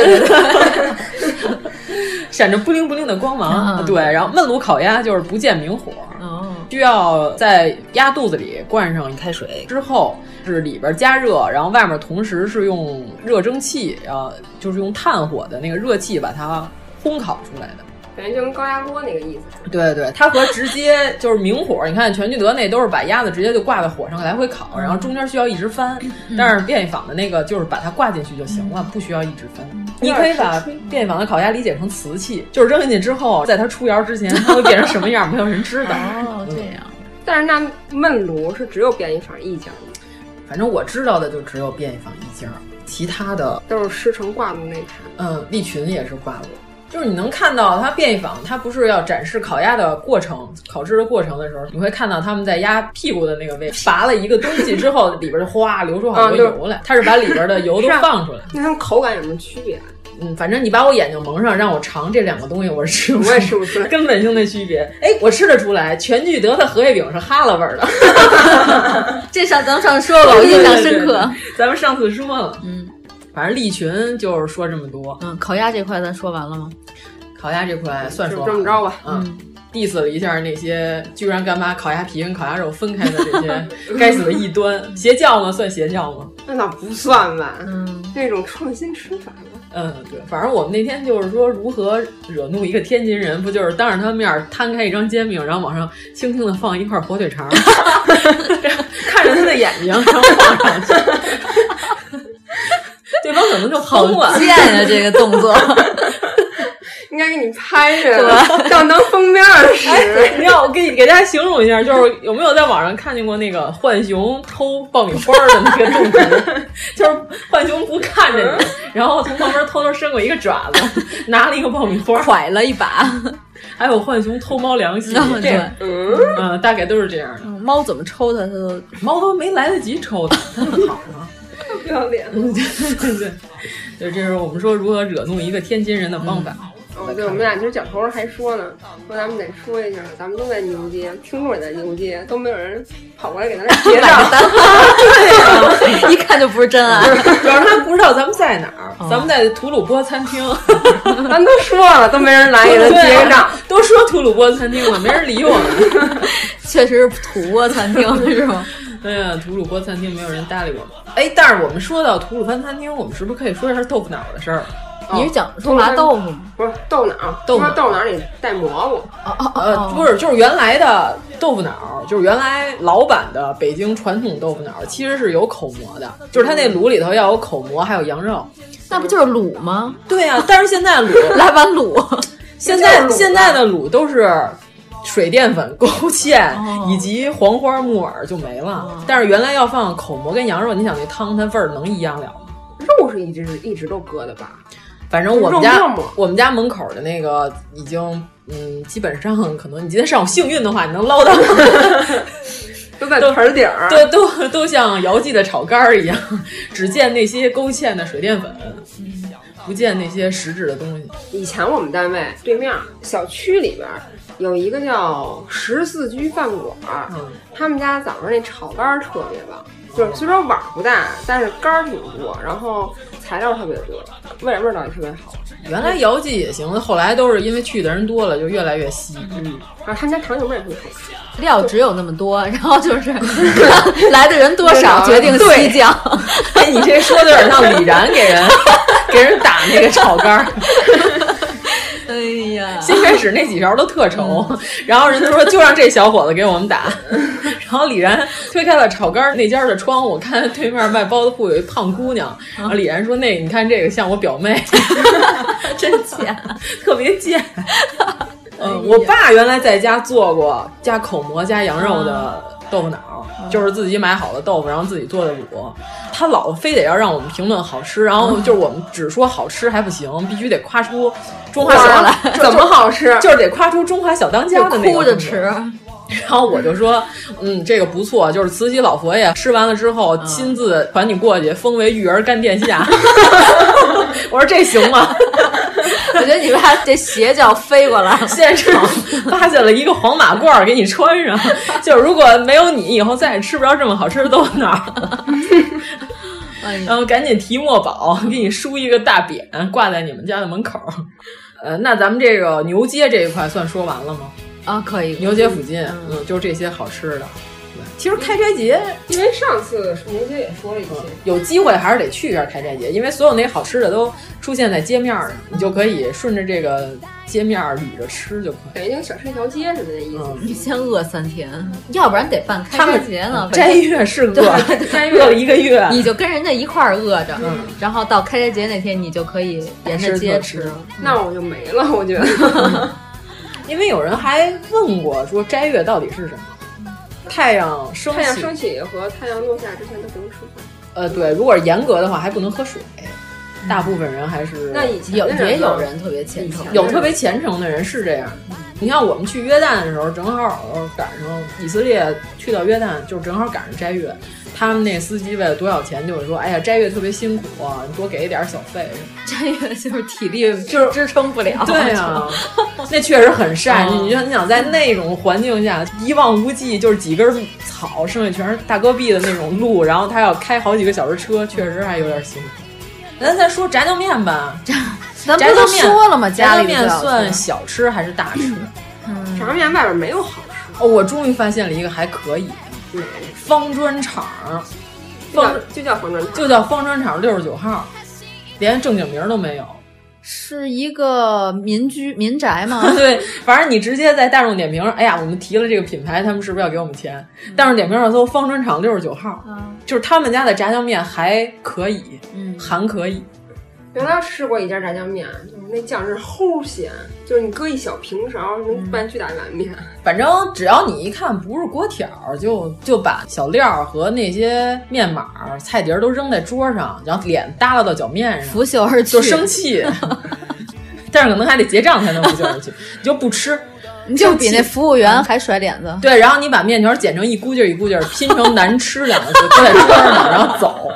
闪着布灵布灵的光芒。对，然后焖炉烤鸭就是不见明火，需要在鸭肚子里灌上开水之后，是里边加热，然后外面同时是用热蒸汽，就是用炭火的那个热气把它烘烤出来的。 感觉就跟高压锅那个意思。 对对，它和直接就是明火，你看全聚德那都是把鸭子直接就挂在火上来回烤，然后中间需要一直翻，但是便宜坊的那个就是把它挂进去就行了，不需要一直翻。你可以把便宜坊的烤鸭理解成瓷器，就是扔进去之后，在它出窑之前，它会变成什么样，没有人知道。 哦，这样。 但是那焖炉是只有便宜坊一家吗？ 反正我知道的就只有便宜坊一家，其他的都是师承挂炉那派。 利群也是挂炉。就是你能看到它便宜坊，它不是要展示烤鸭的过程、烤制的过程的时候，你会看到他们在鸭屁股的那个位置拔了一个东西之后，里边就哗流出好多油来。它是把里边的油都放出来。 那它们口感有什么区别？ 反正你把我眼睛蒙上，让我尝这两个东西，我是吃不出， 我也吃不出来根本性的区别。哎，我吃得出来，全聚德的荷叶饼是哈喇味儿的。 这咱们上次说了，我印象深刻。 咱们上次说了，反正利群就是说这么多。 烤鸭这块咱说完了吗？ 烤鸭这块算说完了，这么着吧。 diss 了一下那些居然敢把烤鸭皮跟烤鸭肉分开的这些该死的异端，邪教吗？算邪教吗？ 那倒不算吧，这种创新吃法吧。 对，反正我们那天就是说如何惹怒一个天津人，不就是当着他面摊开一张煎饼，然后往上轻轻的放一块火腿肠，看着他的眼睛，然后放上去。 可能就疯了。 好贱呀，这个动作。 应该给你拍着，当封面使。 你让我给大家形容一下，就是有没有在网上看见过那个浣熊偷爆米花的那个动作？就是浣熊不看着你，然后从旁边偷偷伸过一个爪子，拿了一个爆米花， 蒯了一把。 还有浣熊偷猫粮戏，这大概都是这样的。 猫怎么抽它， 猫都没来得及抽它，它跑呢。 不要脸。 对，这是我们说如何惹怒一个天津人的方法。 对，我们俩就是脚头上还说呢，说咱们得说一下，咱们都在牛街，听众也在牛街，都没有人跑过来给咱结账。 对呀，一看就不是真爱。 主要是他不知道咱们在哪儿，咱们在吐鲁波餐厅。 咱都说了，都没人来给咱结个账。 都说吐鲁波餐厅了，没人理我们。 确实是吐蕃餐厅是吗？ 哎呀，吐鲁波餐厅没有人搭理我们。哎，但是我们说到吐鲁番餐厅，我们是不是可以说一下豆腐脑的事儿？ 你是讲说麻豆腐吗？ 不是豆脑，豆脑里带蘑菇。 不是，就是原来的豆腐脑，就是原来老版的北京传统豆腐脑，其实是有口蘑的，就是它那卤里头要有口蘑，还有羊肉。 那不就是卤吗？ 对呀，但是现在卤来碗卤， 现在的卤都是水淀粉、勾芡以及黄花木耳就没了。但是原来要放口蘑跟羊肉，你想那汤它味儿能一样了吗？ 肉是一直都搁的吧？ 反正我们家门口的那个已经基本上可能你今天上午幸运的话，你能捞到。 都在盆底儿， 对，都像姚记的炒肝一样，只见那些勾芡的水淀粉，不见那些实质的东西。 以前我们单位对面小区里边有一个叫14居饭馆，他们家早上那炒肝特别棒，就是虽说碗不大，但是肝挺多，然后材料特别多，味儿倒也特别好。 原来姚记也行，后来都是因为去的人多了，就越来越稀。 然后他们家糖油面也特别好吃， 料只有那么多，然后就是来的人多少决定稀酱。 哎，你这说的有点像李然给人打那个炒肝。 哎呀， 先开始那几条都特稠，然后人家说就让这小伙子给我们打，然后李然推开了炒肝那家的窗户，我看对面卖包子铺有一胖姑娘，然后李然说那你看这个像我表妹， 真贱， 特别贱。我爸原来在家做过加口蘑加羊肉的豆腐脑，就是自己买好了豆腐，然后自己做的卤。他老非得要让我们评论好吃，然后就是我们只说好吃还不行，必须得夸出中华小来怎么好吃， 就是得夸出中华小当家的那个。 哭着吃。 然后我就说，这个不错，就是慈禧老佛爷吃完了之后，亲自传你过去，封为育儿干殿下。我说这行吗？ 我觉得你爸这鞋就要飞过来， 现场发现了一个黄马褂给你穿上，就是如果没有你，以后再也吃不着这么好吃的豆腐脑。然后赶紧提墨宝，给你梳一个大匾，挂在你们家的门口。那咱们这个牛街这一块算说完了吗？ 啊，可以。 牛街附近，就是这些好吃的。其实开斋节， 因为上次牛街也说了一些， 有机会还是得去一下开斋节，因为所有那好吃的都出现在街面上，你就可以顺着这个街面捋着吃就可以。 北京小吃一条街似的那意思。 你先饿3天，要不然得办开斋节呢。 斋月是饿，饿了1个月， 你就跟人家一块儿饿着，然后到开斋节那天你就可以沿着街吃。 那我就没了，我觉得。 因为有人还问过说斋月到底是什么？太阳升起和太阳落下之前都不能吃饭。 对，如果是严格的话，还不能喝水。大部分人还是那以前也有人特别虔诚， 有特别虔诚的人是这样。你看我们去约旦的时候，正好赶上以色列去到约旦，就正好赶上斋月。他们那司机为了多少钱，就会说：“哎呀，斋月特别辛苦啊，你多给一点小费。” 斋月就是体力就是支撑不了。 对啊，那确实很晒。你想在那种环境下一望无际，就是几根草，剩下全是大戈壁的那种路，然后他要开好几个小时车，确实还有点辛苦。咱再说炸酱面吧， 咱不都说了吗？ 炸酱面算小吃还是大吃？ 炸酱面外边没有好吃。 我终于发现了一个还可以。方砖厂， 就叫方砖厂， 就叫方砖厂69号，连正经名都没有。 是一个民宅吗？ 对，反正你直接在大众点评上，哎呀，我们提了这个品牌，他们是不是要给我们钱？大众点评上搜方砖厂69号，就是他们家的炸酱面还可以，还可以。 原来吃过一家炸酱面，就是那酱是齁咸，就是你搁一小平勺能拌巨大一碗面。 反正只要你一看不是锅条，就把小料和那些面码、菜碟都扔在桌上，然后脸耷拉到脚面上， 拂袖而去， 就生气。但是可能还得结账才能拂袖而去，你就不吃。 你就比那服务员还甩脸子。 对，然后你把面条剪成一股劲一股劲拼成难吃两个字，搁在桌上，然后走。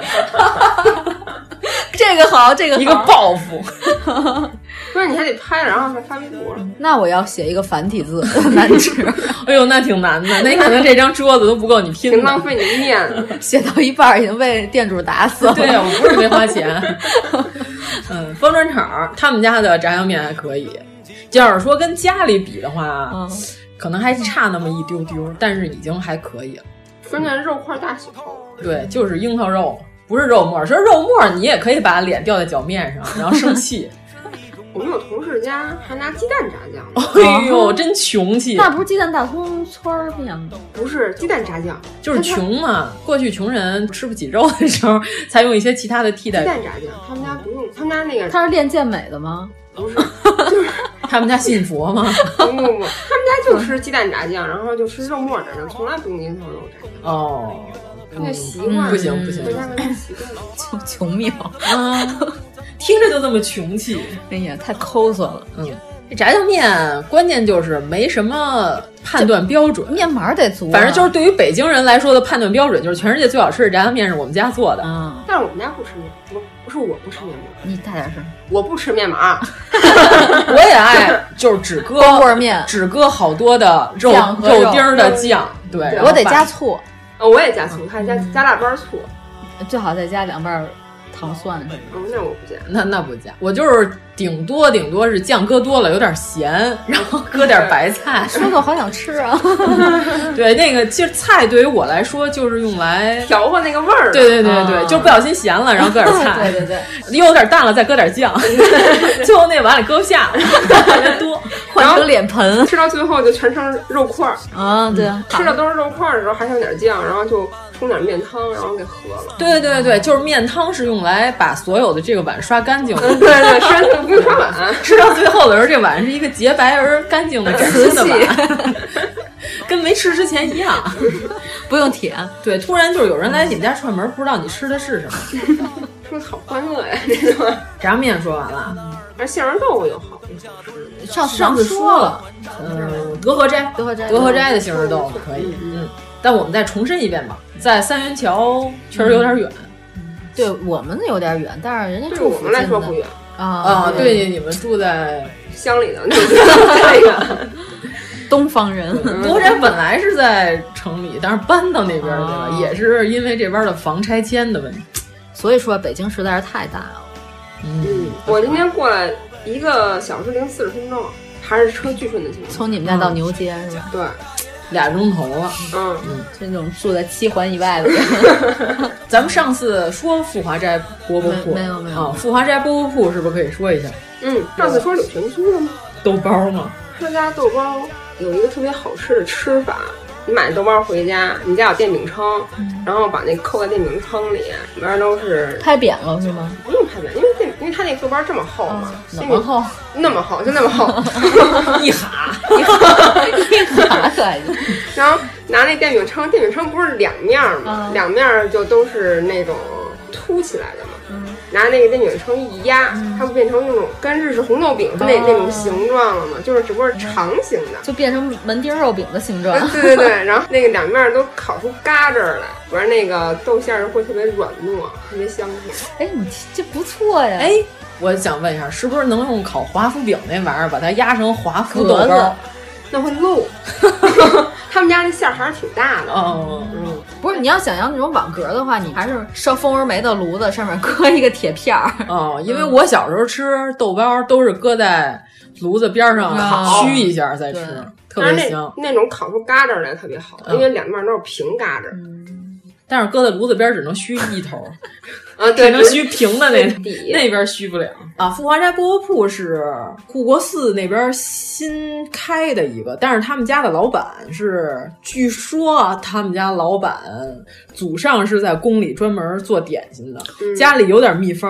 这个好，这个好， 一个报复。 不是，你还得拍，然后再发微博。 那我要写一个繁体字，难吃。 哎呦，那挺难的，那可能这张桌子都不够你拼的， 挺浪费你面子。 写到一半已经被店主打死了。 对呀，我不是没花钱。方砖厂他们家的炸酱面还可以。要是说跟家里比的话，可能还差那么一丢丢，但是已经还可以了。 分在肉块大小。 对，就是樱桃肉，不是肉末。说肉末你也可以把脸掉在脚面上，然后生气。 我们有同事家还拿鸡蛋炸酱。 哎呦，真穷气！ 那不是鸡蛋大葱圈面吗？ 不是鸡蛋炸酱， 就是穷嘛。过去穷人吃不起肉的时候，才用一些其他的替代。 鸡蛋炸酱，他们家不用，他们家那个他是练健美的吗？ 不是，就是他们家信佛吗？ 不，他们家就吃鸡蛋炸酱，然后就吃肉末炸酱，从来不用樱桃肉炸酱。 哦， 那习惯不行， 大家习惯穷命啊，听着就这么穷气。 哎呀，太抠搜了。 这炸酱面关键就是没什么判断标准， 面码得足。 反正就是对于北京人来说的判断标准就是全世界最好吃的炸酱面是我们家做的。 但是我们家不吃面，不是我不吃面码。 你大点声。 我不吃面码。 我也爱，就是只搁光棍面， 只搁好多的肉丁的酱。对， 我得加醋。 我也加醋，还加大瓣醋， 最好再加2瓣糖蒜什么的。 那我不加， 那不加。我就是顶多是酱搁多了有点咸，然后搁点白菜。 说的我好想吃啊！ 对，那个其实菜对于我来说就是用来调和那个味儿。 对，就不小心咸了，然后搁点菜。 对， 又有点淡了，再搁点酱。最后那碗里搁不下，特别多， 换成脸盆。 吃到最后就全成肉块啊！对， 吃的都是肉块的时候还剩点酱，然后就冲点面汤，然后给喝了。 对，就是面汤是用来把所有的这个碗刷干净的。 对，刷不用刷碗。 吃到最后的时候，这碗是一个洁白而干净的崭新的碗，跟没吃之前一样， 不用舔。 对，突然就是有人来你们家串门，不知道你吃的是什么， 说的好欢乐呀！这个炸酱面说完了， 而杏仁豆腐有好吃。上次说了， 德和斋的杏仁豆腐可以。但我们再重申一遍吧，在三元桥确实有点远。 对我们有点远，但是人家住我们来说不远啊。 对，你们住在乡里的，太远。 东方人， 德和斋本来是在城里，但是搬到那边去了，也是因为这边的房拆迁的问题。 所以说，北京实在是太大了。 我今天过来1个小时零40分钟，还是车巨顺的情况。 从你们家到牛街是吧？ 对 ，2钟头了。 这种住在7环以外的人。 咱们上次说富华斋饽饽铺， 没有啊，富华斋饽饽铺是不是可以说一下？ 上次说柳城区了吗？ 豆包吗？ 他家豆包有一个特别好吃的吃法。你买豆包回家，你家有电饼铛，然后把那扣在电饼铛里，里边都是拍扁了是吗？ 不用拍扁，因为它那个豆包这么厚嘛， 怎么厚？ 那么厚，就那么厚， 一哈可以。 然后拿那电饼铛，电饼铛不是两面吗？2面就都是那种凸起来的嘛。拿那个电饼铛一压，它不变成那种跟日式红豆饼那种形状了吗？就是只不过是长形的， 就变成门钉肉饼的形状。 对，然后那个2面都烤出嘎吱来，完那个豆馅会特别软糯，特别香甜。 哎，你这不错呀！ 哎，我想问一下，是不是能用烤华夫饼那玩意儿把它压成华夫豆包？ 那会漏。他们家那馅儿还是挺大的。 不是，你要想要那种网格的话，你还是烧蜂窝煤的炉子上面搁一个铁片儿。 因为我小时候吃豆包都是搁在炉子边上熏一下再吃，特别香。 那种烤出嘎吱来特别好，因为2面都是平嘎吱。 但是搁在炉子边只能虚一头， 对， 只能虚平的那边虚不了啊。富华斋饽饽铺是护国寺那边新开的一个，但是他们家的老板据说他们家老板祖上是在宫里专门做点心的，家里有点秘方，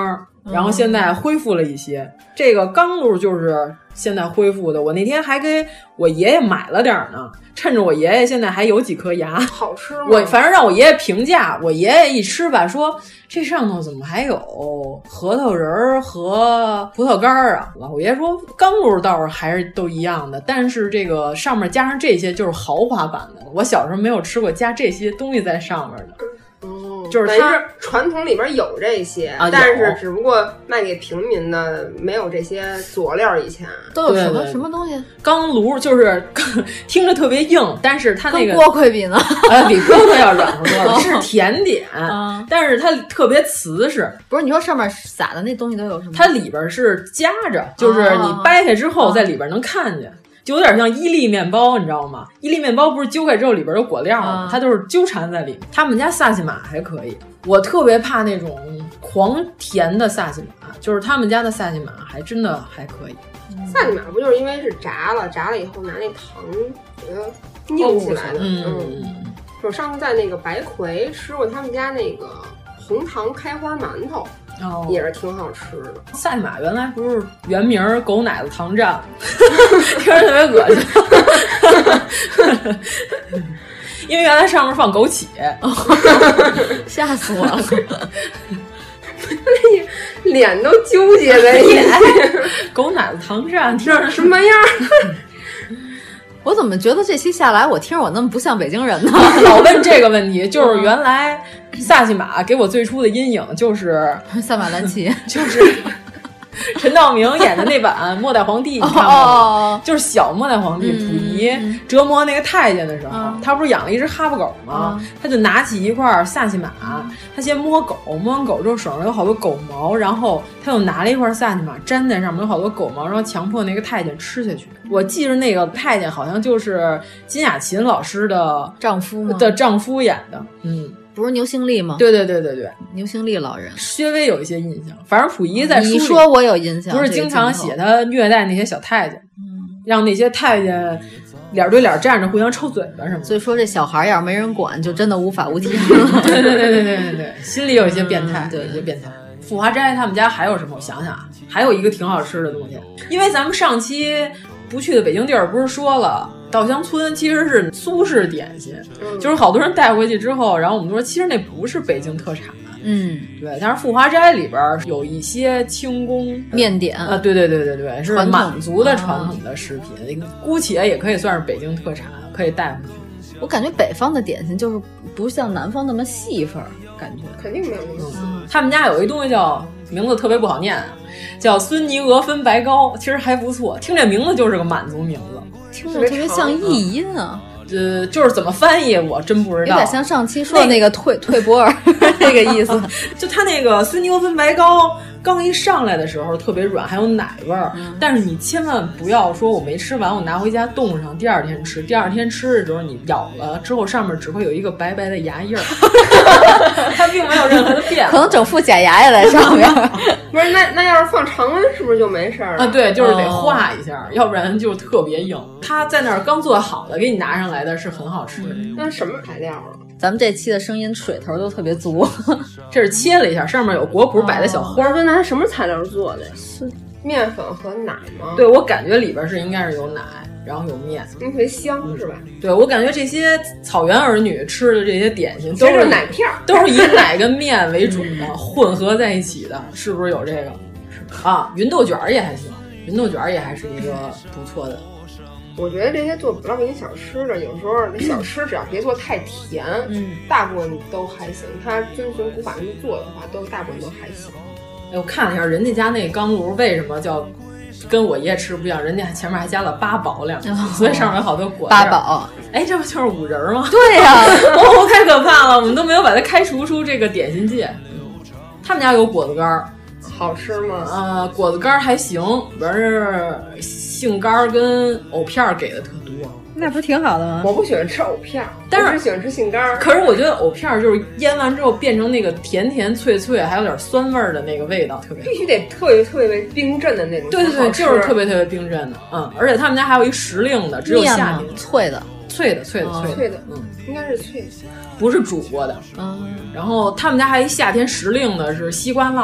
然后现在恢复了一些。这个钢鹭就是现在恢复的，我那天还给我爷爷买了点呢，趁着我爷爷现在还有几颗牙。 好吃吗？ 我反正让我爷爷评价，我爷爷一吃吧，说这上头怎么还有核桃仁和葡萄干啊？我爷爷说钢鹭倒是还是都一样的，但是这个上面加上这些就是豪华版的。我小时候没有吃过加这些东西在上面的。就是它传统里边有这些，但是只不过卖给平民的没有这些佐料。以前都有什么东西？ 钢鹭就是听着特别硬，但是它那个跟锅盔比呢， 比锅盔要软和多了，是甜点，但是它特别瓷实。 不是你说上面撒的那东西都有什么？ 它里边是夹着，就是你掰开之后在里边能看见。就有点像伊利面包，你知道吗？伊利面包不是揪开之后里边有果料吗？它就是纠缠在里面。他们家萨琪玛还可以，我特别怕那种狂甜的萨琪玛，就是他们家的萨琪玛还真的还可以。 萨琪玛不就是因为是炸了以后拿那糖给它拧起来的？我上次在那个白葵吃过他们家那个红糖开花馒头。也是挺好吃的。 萨琪玛原来不是原名狗奶子糖蘸，听着特别恶心。因为原来上面放枸杞， 吓死我了。 脸都纠结在脸。 狗奶子糖蘸，听着什么样？ 我怎么觉得这期下来，我听着我那么不像北京人呢？ 老问这个问题，就是原来萨琪玛给我最初的阴影就是萨马兰奇， 就是陈道明演的那版末代皇帝，你看过吗？就是小末代皇帝溥仪折磨那个太监的时候，他不是养了一只哈巴狗吗？他就拿起一块萨琪玛，他先摸狗，摸完狗之后手上有好多狗毛，然后他又拿了一块萨琪玛粘在上面，有好多狗毛，然后强迫那个太监吃下去。我记着那个太监好像就是金雅琴老师的丈夫吗？ 的丈夫演的， 不是牛兴利吗？ 对， 牛兴利老人， 稍微有一些印象。反正溥仪在书里， 你说我有印象， 不是经常写他虐待那些小太监，让那些太监脸对脸站着互相抽嘴巴什么的。 所以说这小孩要是没人管，就真的无法无天。 对，心里有一些变态，有一些变态。富华斋他们家还有什么？我想想啊，还有一个挺好吃的东西，因为咱们上期不去的北京地儿不是说了。稻香村其实是苏式点心，就是好多人带回去之后，然后我们说其实那不是北京特产，对，但是富华斋里边有一些清宫面点啊，对，是满族的传统的食品，姑且也可以算是北京特产，可以带回去。 我感觉北方的点心就是不像南方那么细份，感觉肯定没有那么细。 他们家有一东西叫名字特别不好念，叫孙尼俄芬白糕，其实还不错，听这名字就是个满族名字。 听着特别像译音啊， 就是怎么翻译我真不知道， 有点像上期说的那个退博尔那个意思。 就他那个孙尼欧芬白糕刚一上来的时候特别软，还有奶味儿，但是你千万不要说我没吃完，我拿回家冻上，第二天吃。第二天吃的时候，你咬了之后上面只会有一个白白的牙印儿，它并没有任何的变化， 可能整副假牙也在上面。 不是，那要是放常温是不是就没事儿了？ 啊，对，就是得化一下，要不然就特别硬。它在那儿刚做好的，给你拿上来的是很好吃的。 那什么材料啊？ 咱们这期的声音水头都特别足。 这是切了一下，上面有果脯摆的小花。 那它什么材料做的？是面粉和奶吗？ 对，我感觉里边是应该是有奶，然后有面， 特别香，是吧？ 对，我感觉这些草原儿女吃的这些点心都是奶片， 都是以奶跟面为主的，混合在一起的，是不是有这个？啊，芸豆卷也还行，芸豆卷也还是一个不错的。 我觉得这些做老北京小吃的，有时候那小吃只要别做太甜，大部分都还行。它遵循古法那么做的话，大部分都还行。 哎，我看了一下人家家那钢炉为什么叫跟我爷吃不一样，人家前面还加了八宝两个字，所以上面有好多果。 八宝， 哎，这不就是五仁吗？ 对呀、 哦，太可怕了，我们都没有把它开除出这个点心界。他们家有果子干儿。 好吃吗？ 果子干还行，完是杏干跟藕片给的特多， 那不是挺好的吗？ 我不喜欢吃藕片，但是喜欢吃杏干。 可是我觉得藕片就是腌完之后变成那个甜甜脆脆，还有点酸味的那个味道，特别必须得特别冰镇的那种。 对，就是特别冰镇的。而且他们家还有一时令的，只有夏天脆的， 应该是脆的， 不是煮过的。然后他们家还一夏天时令的是西瓜烙。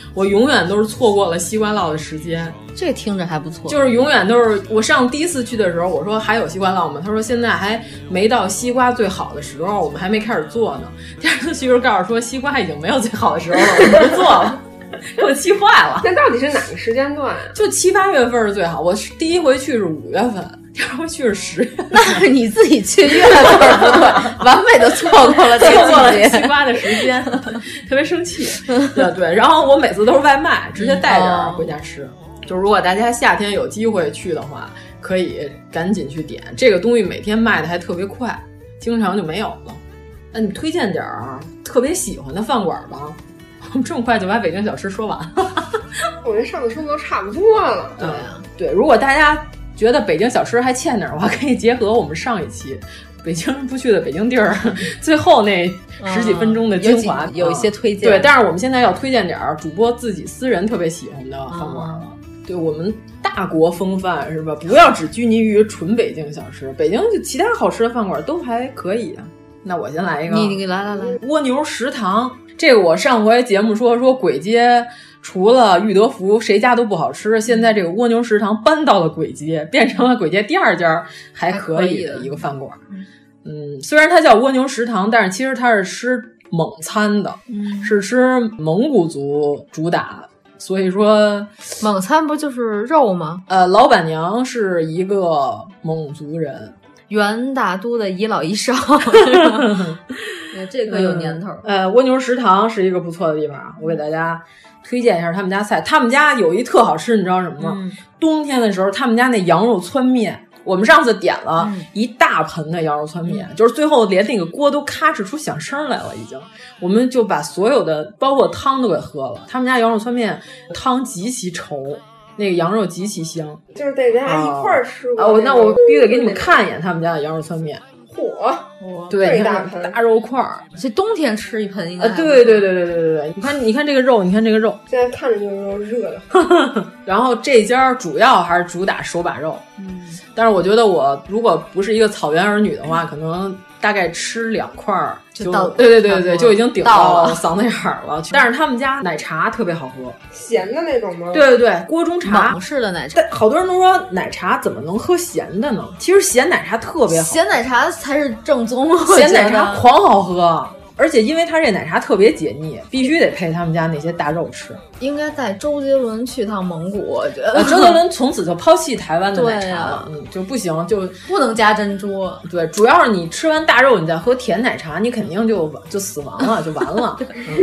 我永远都是错过了西瓜烙的时间。 这听着还不错， 就是永远都是我上第一次去的时候，我说还有西瓜烙吗？他说现在还没到西瓜最好的时候，我们还没开始做呢。第二次去时候告诉说西瓜已经没有最好的时候了，我们不做了。给我气坏了。 那到底是哪个时间段？ 就7、8月份是最好。我第一回去是5月份，第二回去是10月份。 那是你自己去月份不对，完美的错过了这个错过了西瓜的时间，特别生气。对，然后我每次都是外卖，直接带点回家吃。就如果大家夏天有机会去的话，可以赶紧去点这个东西，每天卖的还特别快，经常就没有了。那你推荐点特别喜欢的饭馆吧。我们这么快就把北京小吃说完了， 我觉得上次说的都差不多了。 对啊，对，如果大家觉得北京小吃还欠点的话，可以结合我们上一期北京人不去的北京地儿最后那10几分钟的精华， 有一些推荐。 对，但是我们现在要推荐点主播自己私人特别喜欢的饭馆了。对，我们大国风范是吧？不要只拘泥于纯北京小吃，北京就其他好吃的饭馆都还可以啊。那我先来一个， 你来， 蜗牛食堂。这个我上回节目说簋街除了裕德福谁家都不好吃，现在这个蜗牛食堂搬到了簋街，变成了簋街第2家还可以的一个饭馆。虽然它叫蜗牛食堂，但是其实它是吃蒙餐的，是吃蒙古族主打。所以说蒙餐不就是肉吗？ 老板娘是一个蒙族人， 元大都的遗老遗少。这个有年头。 蜗牛食堂是一个不错的地方啊，我给大家推荐一下他们家菜。他们家有一特好吃，你知道什么吗？冬天的时候，他们家那羊肉汆面，我们上次点了一大盆的羊肉汆面，就是最后连那个锅都咔哧出响声来了，已经。我们就把所有的包括汤都给喝了。他们家羊肉汆面汤极其稠，那个羊肉极其香， 就是大家一块儿吃过。 那我必须得给你们看一眼他们家的羊肉汆面。对， 一大盆大肉块儿， 这冬天吃一盆应该。 对，你看这个肉， 现在看着就是热的。 然后这家主要还是主打手把肉，但是我觉得我如果不是一个草原儿女的话，可能大概吃2块就到，对，就已经顶到嗓子眼儿了。但是他们家奶茶特别好喝， 咸的那种吗？ 对，锅中茶， 蒙式的奶茶。 好多人都说奶茶怎么能喝咸的呢？其实咸奶茶特别好， 咸奶茶才是正宗， 咸奶茶狂好喝。而且因为他这奶茶特别解腻，必须得配他们家那些大肉吃。 应该带周杰伦去趟蒙古，我觉得。 周杰伦从此就抛弃台湾的奶茶了，就不行，就不能加珍珠。 对，主要是你吃完大肉，你再喝甜奶茶，你肯定就死亡了，就完了。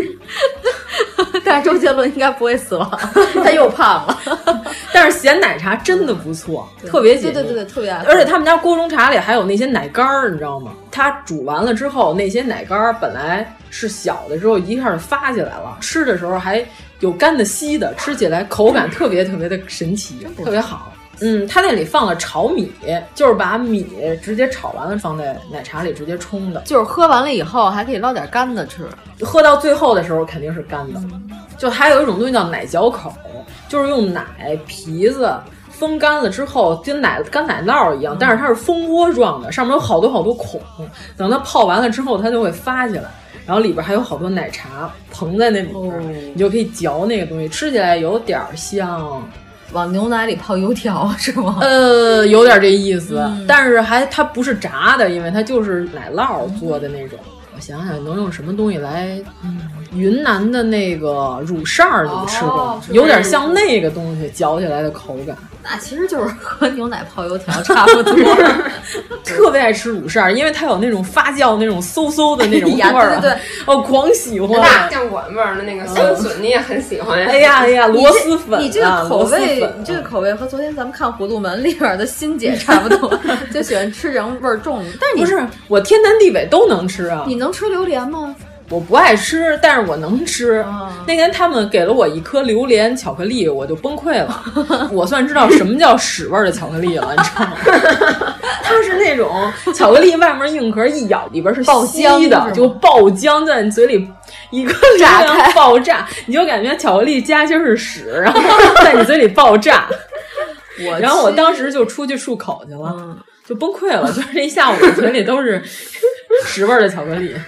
但是周杰伦应该不会死亡，他又胖了。 但是咸奶茶真的不错，特别解腻， 对，特别爱喝。 而且他们家锅中茶里还有那些奶干儿，你知道吗？它煮完了之后，那些奶干儿本来是小的，之后一下就发起来了，吃的时候还有干的稀的，吃起来口感特别的神奇，特别好。它那里放了炒米，就是把米直接炒完了放在奶茶里直接冲的， 就是喝完了以后还可以捞点干的吃， 喝到最后的时候肯定是干的。就还有一种东西叫奶嚼口，就是用奶皮子风干了之后跟干奶酪一样，但是它是蜂窝状的，上面有好多孔，等它泡完了之后它就会发起来，然后里边还有好多奶茶膨在那里边，你就可以嚼那个东西，吃起来有点像往牛奶里泡油条是吗？ 有点这意思，但是它不是炸的，因为它就是奶酪做的那种。我想想能用什么东西来，云南的那个乳扇儿你们吃过吗？有点像那个东西嚼起来的口感。 那其实就是和牛奶泡油条差不多。 特别爱吃乳扇儿，因为它有那种发酵那种馊的那种味儿， 对， 狂喜欢。 那像我味儿的那个酸笋你也很喜欢。 哎呀，螺蛳粉， 你这个口味和昨天咱们看《葫芦门》里边的欣姐差不多，就喜欢吃这种味儿重的。但是不是我天南地北都能吃啊。 你能吃榴莲吗？ 我不爱吃，但是我能吃。那天他们给了我一颗榴莲巧克力，我就崩溃了。我算知道什么叫屎味的巧克力了，你知道吗？它是那种巧克力外面硬壳，一咬里边是稀的，就爆浆在你嘴里一个炸开爆炸，你就感觉巧克力夹心是屎，然后在你嘴里爆炸。然后我当时就出去漱口去了，就崩溃了，就是这一下午嘴里都是屎味的巧克力。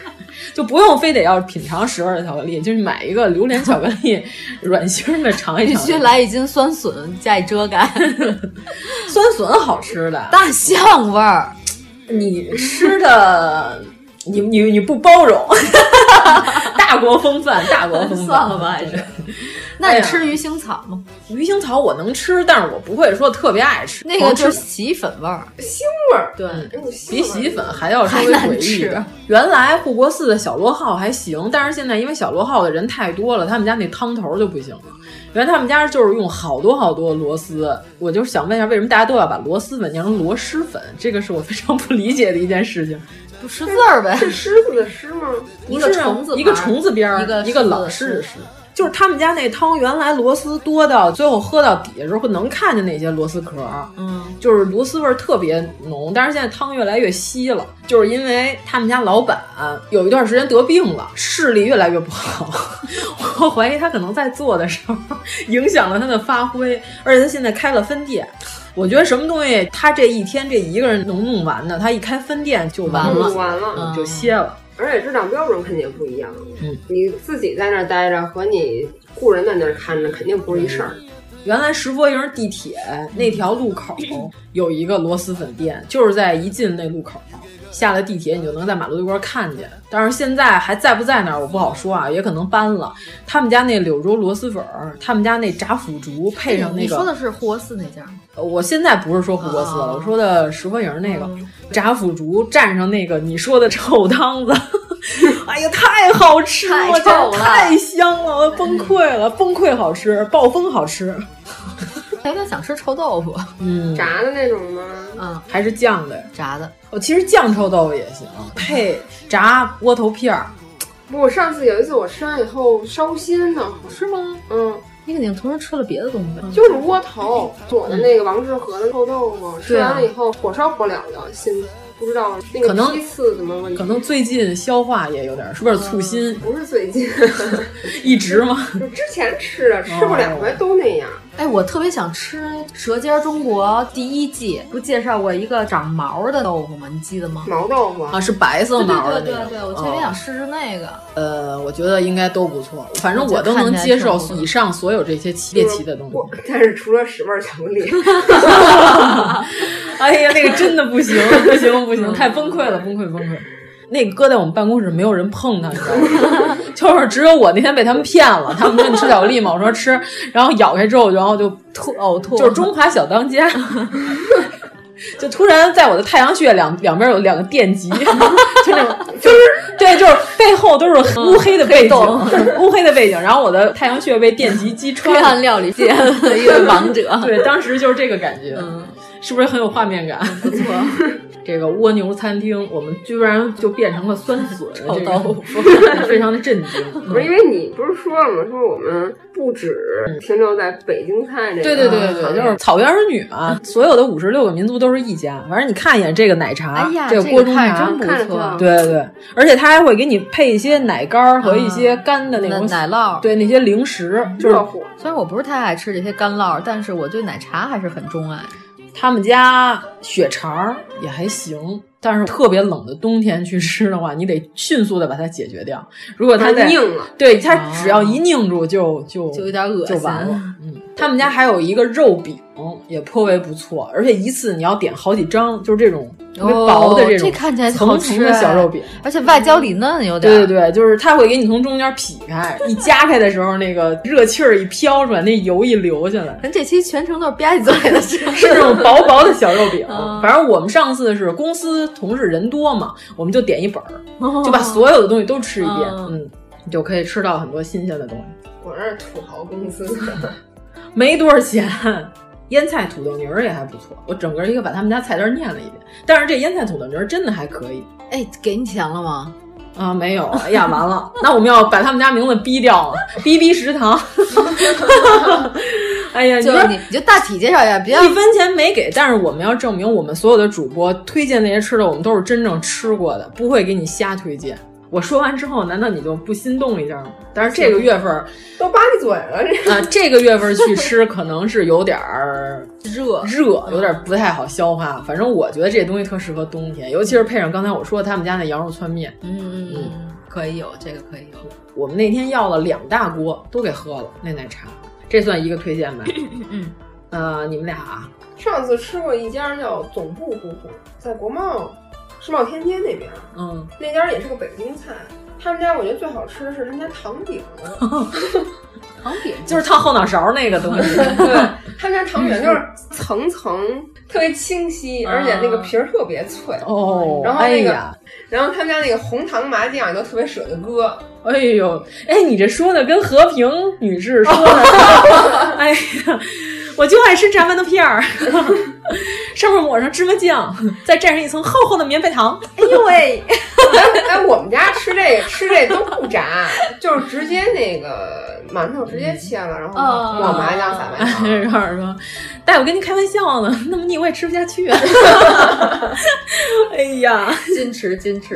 就不用非得要品尝10味的巧克力，就是买一个榴莲巧克力软心的尝一尝。 必须来1斤酸笋加一遮盖， 酸笋好吃的， 大象味儿。 你吃的，你不包容，大国风范，大国风范。 算了吧，还是。那你吃鱼腥草吗？ 鱼腥草我能吃，但是我不会说特别爱吃。 那个就是洗衣粉味儿， 腥味儿。 对，比洗衣粉还要稍微诡异的。原来护国寺的小螺号还行，但是现在因为小螺号的人太多了，他们家那汤头就不行了。原来他们家就是用好多螺丝，我就想问一下，为什么大家都要把螺蛳粉念成螺蛳粉？这个是我非常不理解的一件事情。 不识字儿呗？ 是狮子的狮吗？ 一个虫子， 一个虫字边，一个老师的师。就是他们家那汤原来螺丝多到最后喝到底的时候会能看见那些螺丝壳，就是螺丝味特别浓。但是现在汤越来越稀了，就是因为他们家老板有一段时间得病了，视力越来越不好，我怀疑他可能在做的时候影响了他的发挥，而且他现在开了分店。我觉得什么东西他这一天这一个人能弄完的，他一开分店就完了，就歇了。 而且质量标准肯定不一样，你自己在那儿待着和你雇人在那儿看着肯定不是一事儿。 原来石佛营地铁那条路口有一个螺蛳粉店，就是在一进那路口，下了地铁你就能在马路对过看见。但是现在还在不在那儿我不好说啊，也可能搬了。他们家那柳州螺蛳粉，他们家那炸腐竹配上那个， 你说的是护国寺那家吗？ 我现在不是说护国寺了，我说的石佛营那个炸腐竹蘸上那个你说的臭汤子。哎呀，太好吃了，太香了，我崩溃了，崩溃好吃，暴风好吃。 有点想吃臭豆腐， 炸的那种吗？ 还是酱的？ 炸的。 其实酱臭豆腐也行，配炸窝头片儿。 不，我上次有一次我吃完以后烧心呢， 是吗？你肯定同时吃了别的东西， 就是窝头做的那个王致和的臭豆腐，吃完了以后火烧火燎的，心不知道那个批次怎么问题？ 可能最近消化也有点，是不是醋心？ 不是最近， 一直吗？ 就之前吃的，吃过2回都那样。 哎，我特别想吃《舌尖中国》第1季，不介绍过一个长毛的豆腐吗？你记得吗？ 毛豆腐啊，是白色毛的那个。 对，我特别想试试那个。 我觉得应该都不错，反正我都能接受以上所有这些猎奇的东西。 但是除了10味巧克力， 哎呀，那个真的不行，不行，太崩溃了，崩溃。那个搁在我们办公室没有人碰它，你知道吗？就是只有我那天被他们骗了。他们说你吃巧克力吗？我说吃，然后咬开之后，然后就呕吐，就是中华小当家。就突然在我的太阳穴两边有2个电极，就是背后都是乌黑的背景，乌黑的背景，然后我的太阳穴被电极击穿。 黑暗料理界的一位王者， 对，当时就是这个感觉，是不是很有画面感？ 不错。 这个蜗牛餐厅，我们居然就变成了酸笋臭豆腐， 非常的震惊。 不是因为你不是说了吗？说我们不止停留在北京菜这个， 对，就是草原儿女嘛，所有的56个民族都是一家。反正你看一眼这个奶茶， 哎呀， 这个锅中茶真不错。 对，而且他还会给你配一些奶干和一些干的那种奶酪， 对那些零食。就是虽然我不是太爱吃这些干酪，但是我对奶茶还是很钟爱。 他们家血肠也还行，但是特别冷的冬天去吃的话，你得迅速的把它解决掉。如果它拧了， 对，它只要一拧住就有点恶心， 就完了。他们家还有一个肉饼也颇为不错，而且一次你要点好几张，就是这种特别薄的这种， 这看起来层层的小肉饼， 而且外焦里嫩有点。 对，就是它会给你从中间劈开，一夹开的时候，那个热气儿一飘出来，那油一流下来。 咱这期全程都是吧唧嘴的， 是那种薄薄的小肉饼。反正我们上次是公司同事人多嘛，我们就点一本儿，就把所有的东西都吃一遍，你就可以吃到很多新鲜的东西。 我这是土豪公司。 没多少钱，腌菜土豆泥儿也还不错。我整个一个把他们家菜单念了一遍，但是这腌菜土豆泥儿真的还可以。 哎，给你钱了吗？ 啊，没有。哎呀，完了，那我们要把他们家名字逼掉了，逼食堂。哎呀， 你就大体介绍一下，别 1分钱没给，但是我们要证明我们所有的主播推荐那些吃的，我们都是真正吃过的，不会给你瞎推荐。我说完之后，难道你就不心动一下吗？但是这个月份都吧唧嘴了， 这个月份去吃可能是有点热， 有点不太好消化。反正我觉得这东西特适合冬天，尤其是配上刚才我说他们家那羊肉汆面。 可以有这个可以有。 我们那天要了2大锅，都给喝了那奶茶，这算一个推荐吧。你们俩上次吃过一家叫总部姑姑，在国贸世贸天阶那边，那家也是个北京菜。他们家我觉得最好吃的是他们家糖饼， 糖饼就是烫后脑勺那个东西。 对，他们家糖饼就是层层特别清晰，而且那个皮儿特别脆。 哦， 然后那个，然后他们家那个红糖麻酱都特别舍得搁。 哎呦，哎，你这说的跟和平女士说的，哎呀。我就爱吃炸馒头片儿，上面抹上芝麻酱，再蘸上一层厚厚的棉被糖。哎呦喂！ 哎，我们家吃这都不炸，就是直接那个馒头直接切了，然后抹麻酱撒白糖。 然后说：“大夫跟您开玩笑呢，那么腻我也吃不下去啊。”哎呀， 矜持。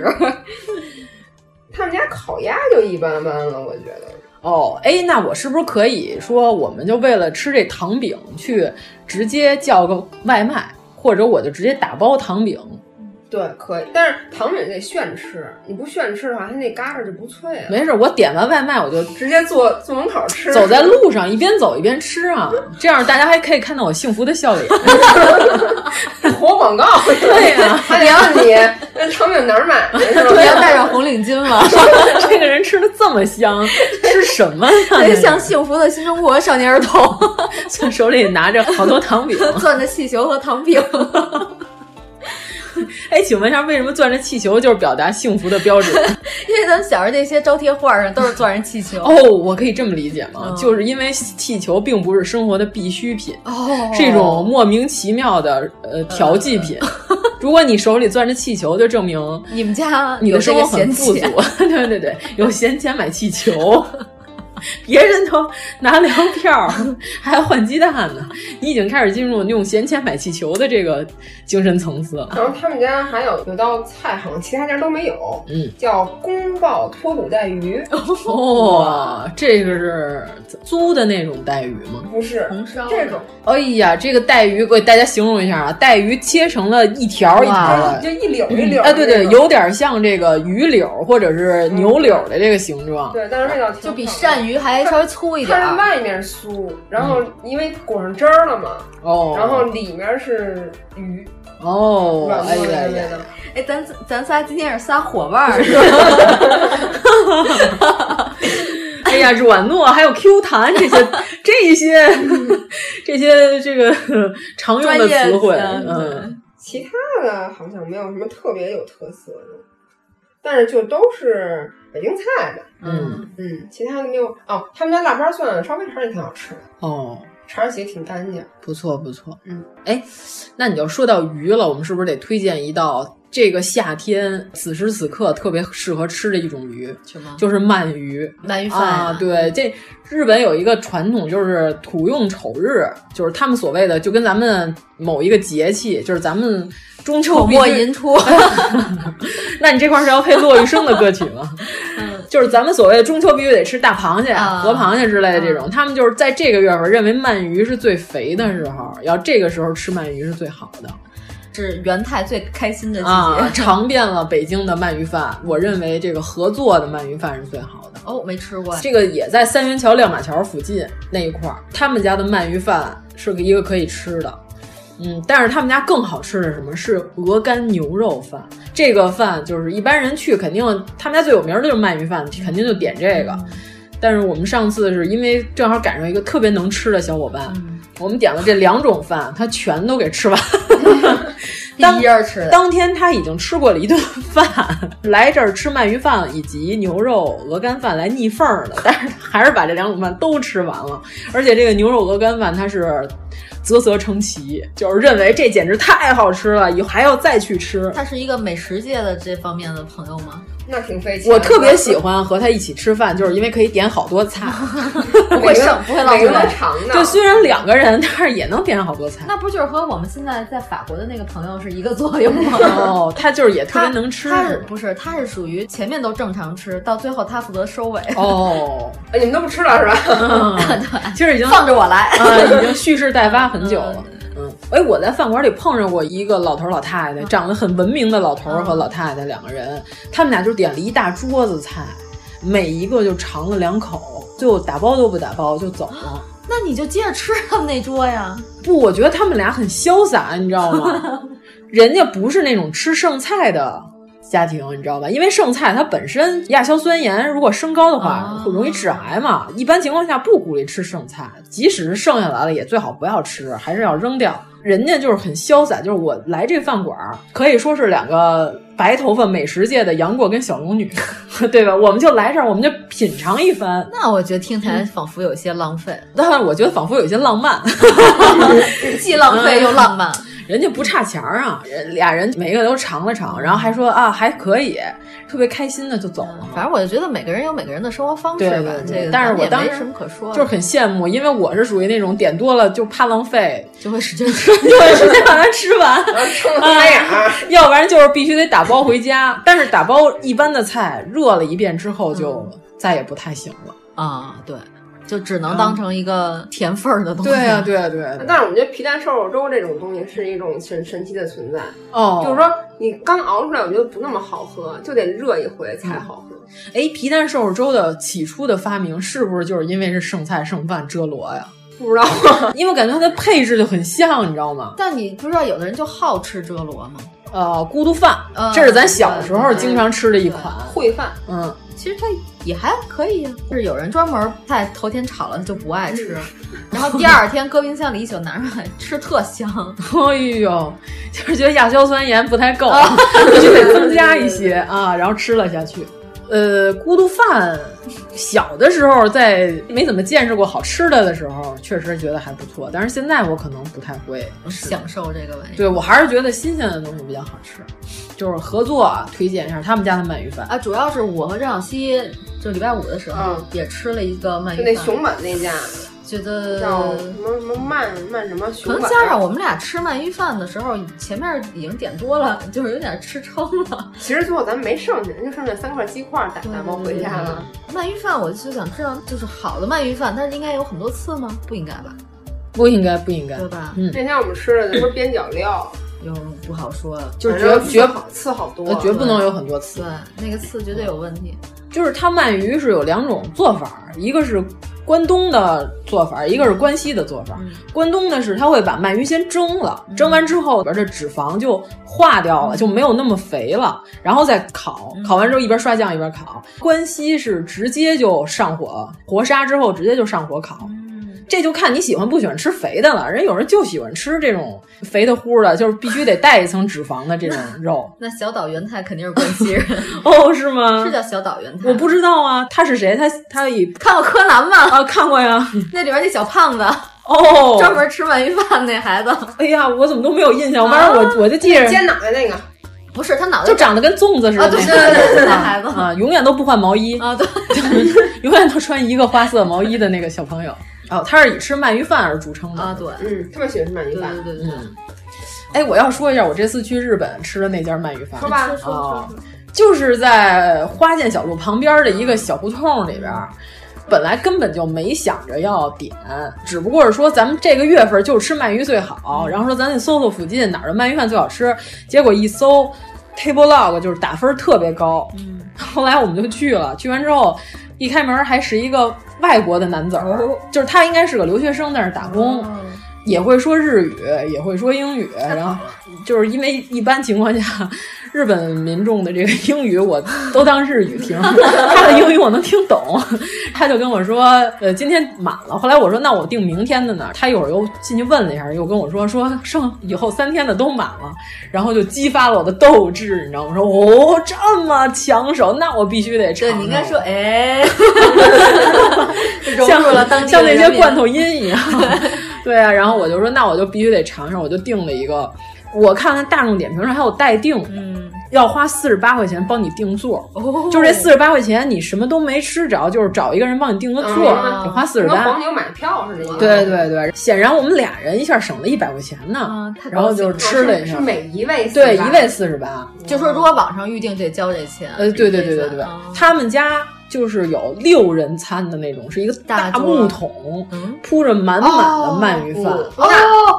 他们家烤鸭就一般般了，我觉得。 哦，哎，那我是不是可以说，我们就为了吃这糖饼去直接叫个外卖，或者我就直接打包糖饼？ 对，可以，但是糖饼得现吃，你不现吃的话，它那嘎嘎就不脆了。 没事，我点完外卖我就直接坐门口吃， 走在路上一边走一边吃啊，这样大家还可以看到我幸福的笑脸。 活广告， 对呀， 还得问你那糖饼哪儿买的？ 对，要戴上红领巾吗？ 这个人吃的这么香，吃什么呀？ 特别像幸福的新中国少年儿童， 手里拿着好多糖饼， 攥着气球和糖饼。 哎，请问一下，为什么攥着气球就是表达幸福的标志？ 因为咱们小时候那些招贴画上都是攥着气球。 哦，我可以这么理解吗？就是因为气球并不是生活的必需品，是一种莫名其妙的调剂品。如果你手里攥着气球，就证明你们家你的生活很富足。对，有闲钱买气球。别人都拿粮票，还要换鸡蛋呢，你已经开始进入用闲钱买气球的这个精神层次了。 然后他们家还有道菜，好像其他家都没有，叫宫爆脱骨带鱼。 哇，这个是租的那种带鱼吗？ 不是， 红烧这种。 哎呀，这个带鱼给大家形容一下啊，带鱼切成了一条一条的， 就一绺一绺。 哎，对，有点像这个鱼柳或者是牛柳的这个形状。 对，但是味道就比鳝鱼还稍微粗一点。 它是外面酥，然后因为裹上汁儿了嘛，然后里面是鱼。 哦，哎呀， 哎，咱仨今天是仨伙伴儿，是吧？哎呀，软糯还有 Q 弹这些这个常用的词汇， 其他的好像没有什么特别有特色的，但是就都是北京菜的，其他的没有。哦，他们家腊八蒜烧肥肠也挺好吃的， 哦， 肠洗挺干净， 不错。哎，那你就说到鱼了，我们是不是得推荐一道这个夏天此时此刻特别适合吃的一种鱼？ 什么？ 就是鳗鱼。 鳗鱼饭啊，对，这日本有一个传统，就是土用丑日，就是他们所谓的就跟咱们某一个节气，就是咱们中秋末寅初。 那你这块是要配骆玉笙的歌曲吗？就是咱们所谓的中秋必须得吃大螃蟹、河螃蟹之类的这种，他们就是在这个月份认为鳗鱼是最肥的时候，要这个时候吃鳗鱼是最好的。 是元太最开心的季节， 尝遍了北京的鳗鱼饭，我认为这个合作的鳗鱼饭是最好的。 哦，没吃过。 这个也在三元桥、亮马桥附近那一块儿，他们家的鳗鱼饭是一个可以吃的。但是他们家更好吃的是什么？是鹅肝牛肉饭。这个饭就是一般人去肯定，他们家最有名的就是鳗鱼饭，肯定就点这个。但是我们上次是因为正好赶上一个特别能吃的小伙伴，我们点了这2种饭，他全都给吃完。 第一人吃的， 当天他已经吃过了一顿饭，来这儿吃鳗鱼饭以及牛肉鹅肝饭来逆缝的，但是还是把这2种饭都吃完了。而且这个牛肉鹅肝饭他是啧称奇，就是认为这简直太好吃了，以后还要再去吃。 他是一个美食界的这方面的朋友吗？ 那挺费钱。 我特别喜欢和他一起吃饭，就是因为可以点好多菜， 不会剩，不会浪费。 就虽然2个人，但是也能点好多菜。 那不就是和我们现在在法国的那个朋友是一个作用吗？ 哦，他就是也特别能吃。 他是属于前面都正常吃，到最后他负责收尾。 哦， 你们都不吃了是吧？ 对， 其实已经放着我来已经蓄势待发很久了。 哎，我在饭馆里碰上过一个老头老太太，长得很文明的老头和老太太2个人，他们俩就点了一大桌子菜，每一个就尝了2口，最后打包都不打包就走了。 那你就接着吃他们那桌呀？ 不，我觉得他们俩很潇洒，你知道吗？人家不是那种吃剩菜的家庭，你知道吧？因为剩菜它本身亚硝酸盐如果升高的话，会容易致癌嘛。一般情况下不鼓励吃剩菜，即使是剩下来了，也最好不要吃，还是要扔掉。人家就是很潇洒，就是我来这个饭馆，可以说是2个白头发美食界的杨过跟小龙女，对吧？我们就来这儿，我们就品尝一番。 那我觉得听起来仿佛有些浪费， 但我觉得仿佛有些浪漫， 既浪费又浪漫。 人家不差钱啊，2人每个都尝了尝，然后还说啊还可以，特别开心的就走了。 反正我就觉得每个人有每个人的生活方式吧， 对这个但是我当时没什么可说的， 就是很羡慕，因为我是属于那种点多了就怕浪费， 就会使劲吃， 就会使劲把它吃完， 吃了开眼， 要不然就是必须得打包回家。但是打包一般的菜热了一遍之后就再也不太行了啊，对。就只能当成一个甜份儿的东西。 对啊，对啊，对啊。 但是我觉得皮蛋瘦肉粥这种东西是一种神奇的存在。 哦， 就是说你刚熬出来，我觉得不那么好喝，就得热一回才好喝。 哎，皮蛋瘦肉粥的起初的发明是不是就是因为是剩菜剩饭遮罗呀？ 不知道， 因为我感觉它的配置就很像，你知道吗？ 但你不知道有的人就好吃遮罗吗？ 咕嘟饭，这是咱小时候经常吃的一款烩饭。 嗯。 其实它也还可以呀，就是有人专门菜头天炒了就不爱吃，然后第2天搁冰箱里一宿拿出来吃特香。 哎呦，就是觉得亚硝酸盐不太够，就得增加一些啊，然后吃了下去。咕嘟饭小的时候在没怎么见识过好吃的时候，确实觉得还不错，但是现在我可能不太会享受这个玩意。 对，我还是觉得新鲜的东西比较好吃。就是合作推荐一下他们家的鳗鱼饭啊，主要是我和郑小希就礼拜5的时候也吃了一个鳗鱼饭， 就那熊本那家， 觉得叫什么慢什么熊本。 可能加上我们俩吃鳗鱼饭的时候，前面已经点多了，就是有点吃撑了。 其实最后咱们没剩下，就剩下3块鸡块打包回家了。 鳗鱼饭我就想知道，就是好的鳗鱼饭，它应该有很多刺吗？不应该吧？ 不应该，不应该， 对吧？ 那天我们吃的就是边角料。 又不好说， 就是绝好刺好多， 绝不能有很多刺。 对，那个刺绝对有问题。 就是它鳗鱼是有2种做法，一个是关东的做法，一个是关西的做法。关东的是它会把鳗鱼先蒸了，蒸完之后里边的脂肪就化掉了，就没有那么肥了，然后再烤，烤完之后一边刷酱一边烤。关西是直接就上火，活杀之后直接就上火烤。这就看你喜欢不喜欢吃肥的了，人有人就喜欢吃这种肥的乎的，就是必须得带一层脂肪的这种肉。 那小岛元太肯定是关西人哦，是吗？ 是叫小岛元太？ 我不知道啊，他是谁？他也看过柯南吗？ 啊，看过呀。 那里边那小胖子哦， 专门吃鳗鱼饭那孩子。 哎呀，我怎么都没有印象？反正我就记着尖脑袋那个。 不是他脑袋就长得跟粽子似的， 对，那孩子啊，永远都不换毛衣啊，对， 永远都穿一个花色毛衣的那个小朋友。哦，他是以吃鳗鱼饭而著称的啊，对， 特别喜欢吃鳗鱼饭， 对。 哎，我要说一下我这次去日本吃的那家鳗鱼饭， 说吧， 说，就是在花见小路旁边的一个小胡同里边。本来根本就没想着要点，只不过是说咱们这个月份就吃鳗鱼最好，然后说咱得搜搜附近哪儿的鳗鱼饭最好吃。结果一搜 Tablelog 就是打分特别高，后来我们就去了，去完之后一开门还是一个外国的男子儿，就是他应该是个留学生在那儿打工。也会说日语，也会说英语，然后就是因为一般情况下，日本民众的这个英语我都当日语听，他的英语我能听懂。他就跟我说，今天满了。后来我说，那我订明天的呢？他一会儿又进去问了一下，又跟我说剩以后3天的都满了，然后就激发了我的斗志，你知道吗？说哦，这么抢手，那我必须得尝。 对，你应该说，哎，融入了当地像那些罐头音一样。对啊，然后我就说，那我就必须得尝尝，我就订了一个。我看看大众点评上还有代订，要花48块钱帮你订座，就是这48块钱你什么都没吃着，就是找一个人帮你订个座，得花48。 跟黄牛买票是这样。 对对对，显然我们俩人一下省了100块钱呢，然后就吃了一下。 是每一位48， 对，一位48。 就说如果网上预定得交这钱。 对，他们家。就是有6人餐的那种，是一个大木桶，铺着满满的鳗鱼饭。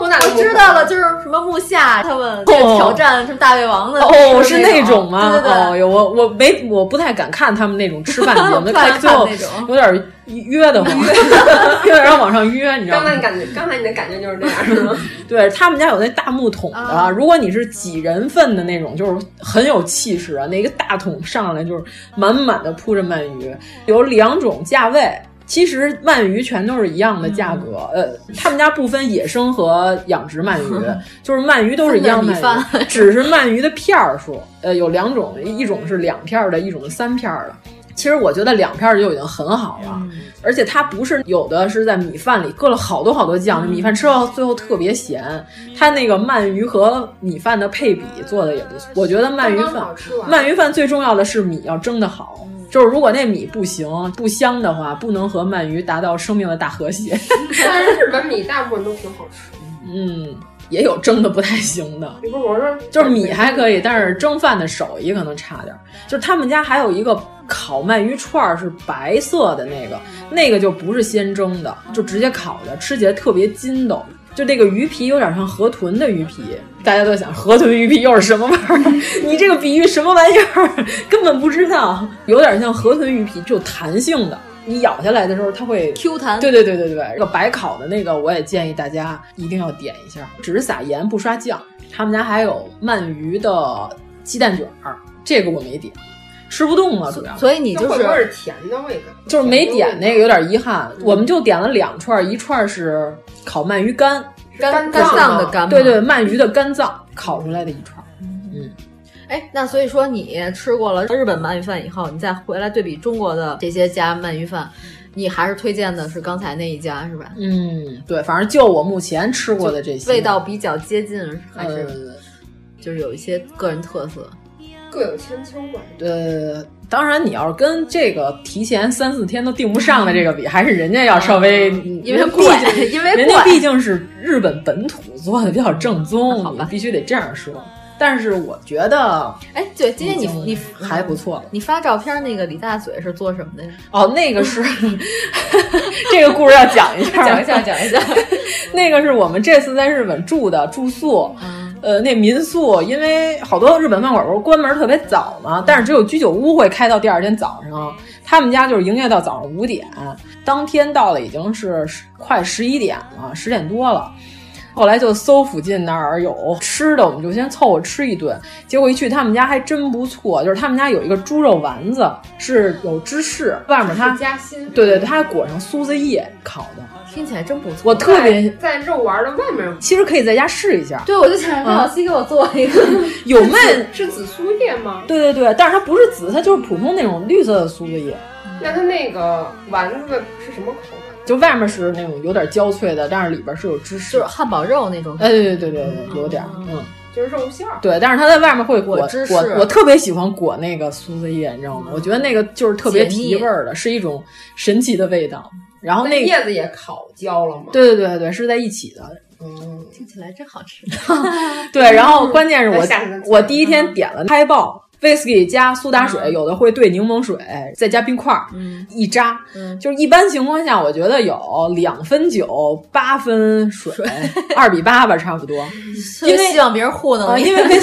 我知道了，就是什么木下他们挑战什么大胃王的是那种吗？ 对对对，我不太敢看他们那种吃饭节目，看最后有点约的慌，有点让往上约，你知道吗？ 刚才你的感觉就是这样，是吗？ 对他们家有那大木桶的，如果你是几人份的那种，就是很有气势啊，那个大桶上来就是满满的铺着鳗鱼，有2种价位。其实鳗鱼全都是一样的价格，他们家不分野生和养殖鳗鱼，就是鳗鱼都是一样的鳗鱼，只是鳗鱼的片数，有2种，一种是2片的，一种是3片的。其实我觉得2片就已经很好了，而且它不是有的是在米饭里搁了好多酱，米饭吃到最后特别咸。它那个鳗鱼和米饭的配比做的也不错，我觉得鳗鱼饭最重要的是米要蒸得好。就是如果那米不行不香的话，不能和鳗鱼达到生命的大和谐。 但是日本米大部分都挺好吃。 也有蒸的不太行的。 不是我说， 就是米还可以，但是蒸饭的手艺可能差点。就是他们家还有一个烤鳗鱼串是白色的那个就不是先蒸的，就直接烤的，吃起来特别筋道。就那个鱼皮有点像河豚的鱼皮，大家都想河豚鱼皮又是什么味儿？你这个比喻什么玩意儿？根本不知道，有点像河豚鱼皮，就弹性的。你咬下来的时候，它会 Q 弹。 对，这个白烤的那个，我也建议大家一定要点一下，只是撒盐不刷酱。他们家还有鳗鱼的鸡蛋卷儿，这个我没点。吃不动了，主要。 所以你就是会是甜的味道， 就是没点那个有点遗憾。我们就点了2串，一串是烤鳗鱼干脏的干， 对，鳗鱼的肝脏烤出来的一串。 那所以说你吃过了日本鳗鱼饭以后，你再回来对比中国的这些家鳗鱼饭，你还是推荐的是刚才那一家是吧？ 对，反正就我目前吃过的这些， 味道比较接近，还是就是有一些个人特色。 各有千秋吧。 当然你要是跟这个提前3-4天都订不上的这个比，还是人家要稍微， 因为贵， 人家毕竟是日本本土做的比较正宗，你必须得这样说。但是我觉得， 对，今天你还不错。 你发照片那个李大嘴是做什么的呀？ 那个是这个故事要讲一下， 讲一下。 那个是我们这次在日本住的住宿。那民宿，因为好多日本饭馆不是关门特别早嘛，但是只有居酒屋会开到第2天早上。他们家就是营业到早上5点，当天到了已经是快11点了，10点多了。后来就搜附近那儿有吃的，我们就先凑合吃一顿。结果一去他们家还真不错，就是他们家有一个猪肉丸子，是有芝士，外面它夹心， 对，它还裹上苏子叶烤的。 听起来真不错， 我特别在肉丸的外面， 其实可以在家试一下。 对，我就想让老西给我做一个， 有卖是紫苏叶吗？ 对，但是它不是紫，它就是普通那种绿色的苏子叶。 那它那个丸子是什么口感？ 就外面是那种有点焦脆的，但是里边是有芝士， 就是汉堡肉那种。 对，有点， 就是肉馅儿。 对，但是它在外面会裹芝士。 我特别喜欢裹那个苏子叶，你知道吗？我觉得那个就是特别提味儿的，是一种神奇的味道。然后那叶子也烤焦了吗？ 对，是在一起的。 听起来真好吃。 对，然后关键是我第一天点了嗨爆。威士忌加苏打水，有的会兑柠檬水，再加冰块，一扎，就是一般情况下，我觉得有2分酒8分水，2比8吧，差不多。 因为希望别人糊弄你， 因为威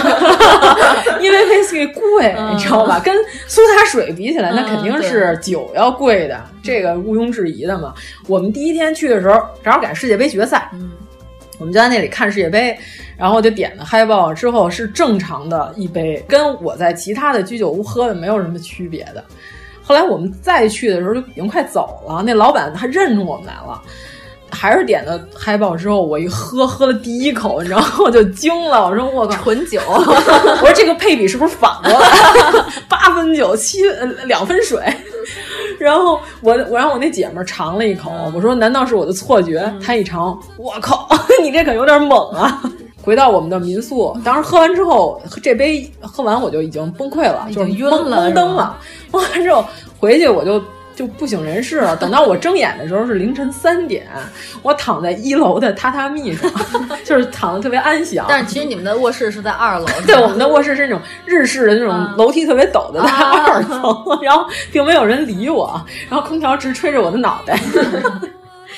士忌贵，你知道吧？跟苏打水比起来，那肯定是酒要贵的，这个毋庸置疑的嘛。我们第一天去的时候，正好赶世界杯决赛。我们就在那里看世界杯，然后就点了嗨爆，之后是正常的一杯，跟我在其他的居酒屋喝的没有什么区别的。后来我们再去的时候就已经快走了，那老板他认出我们来了，还是点的嗨爆。之后我一喝了第一口，然后我就惊了，我说我靠， 纯酒！ 我说这个配比是不是反过来？8分酒2分水。然后我让我那姐们儿尝了一口，我说难道是我的错觉？她一尝，我靠，你这可有点猛啊！回到我们的民宿，当时喝完之后，这杯喝完我就已经崩溃了，就是晕了， 懵登了。喝完之后回去我就不省人事了。等到我睁眼的时候是凌晨3点，我躺在1楼的榻榻米上，就是躺得特别安详。 但是其实你们的卧室是在2楼， 对，我们的卧室是那种日式的那种楼梯特别陡的，在2层，然后并没有人理我，然后空调直吹着我的脑袋。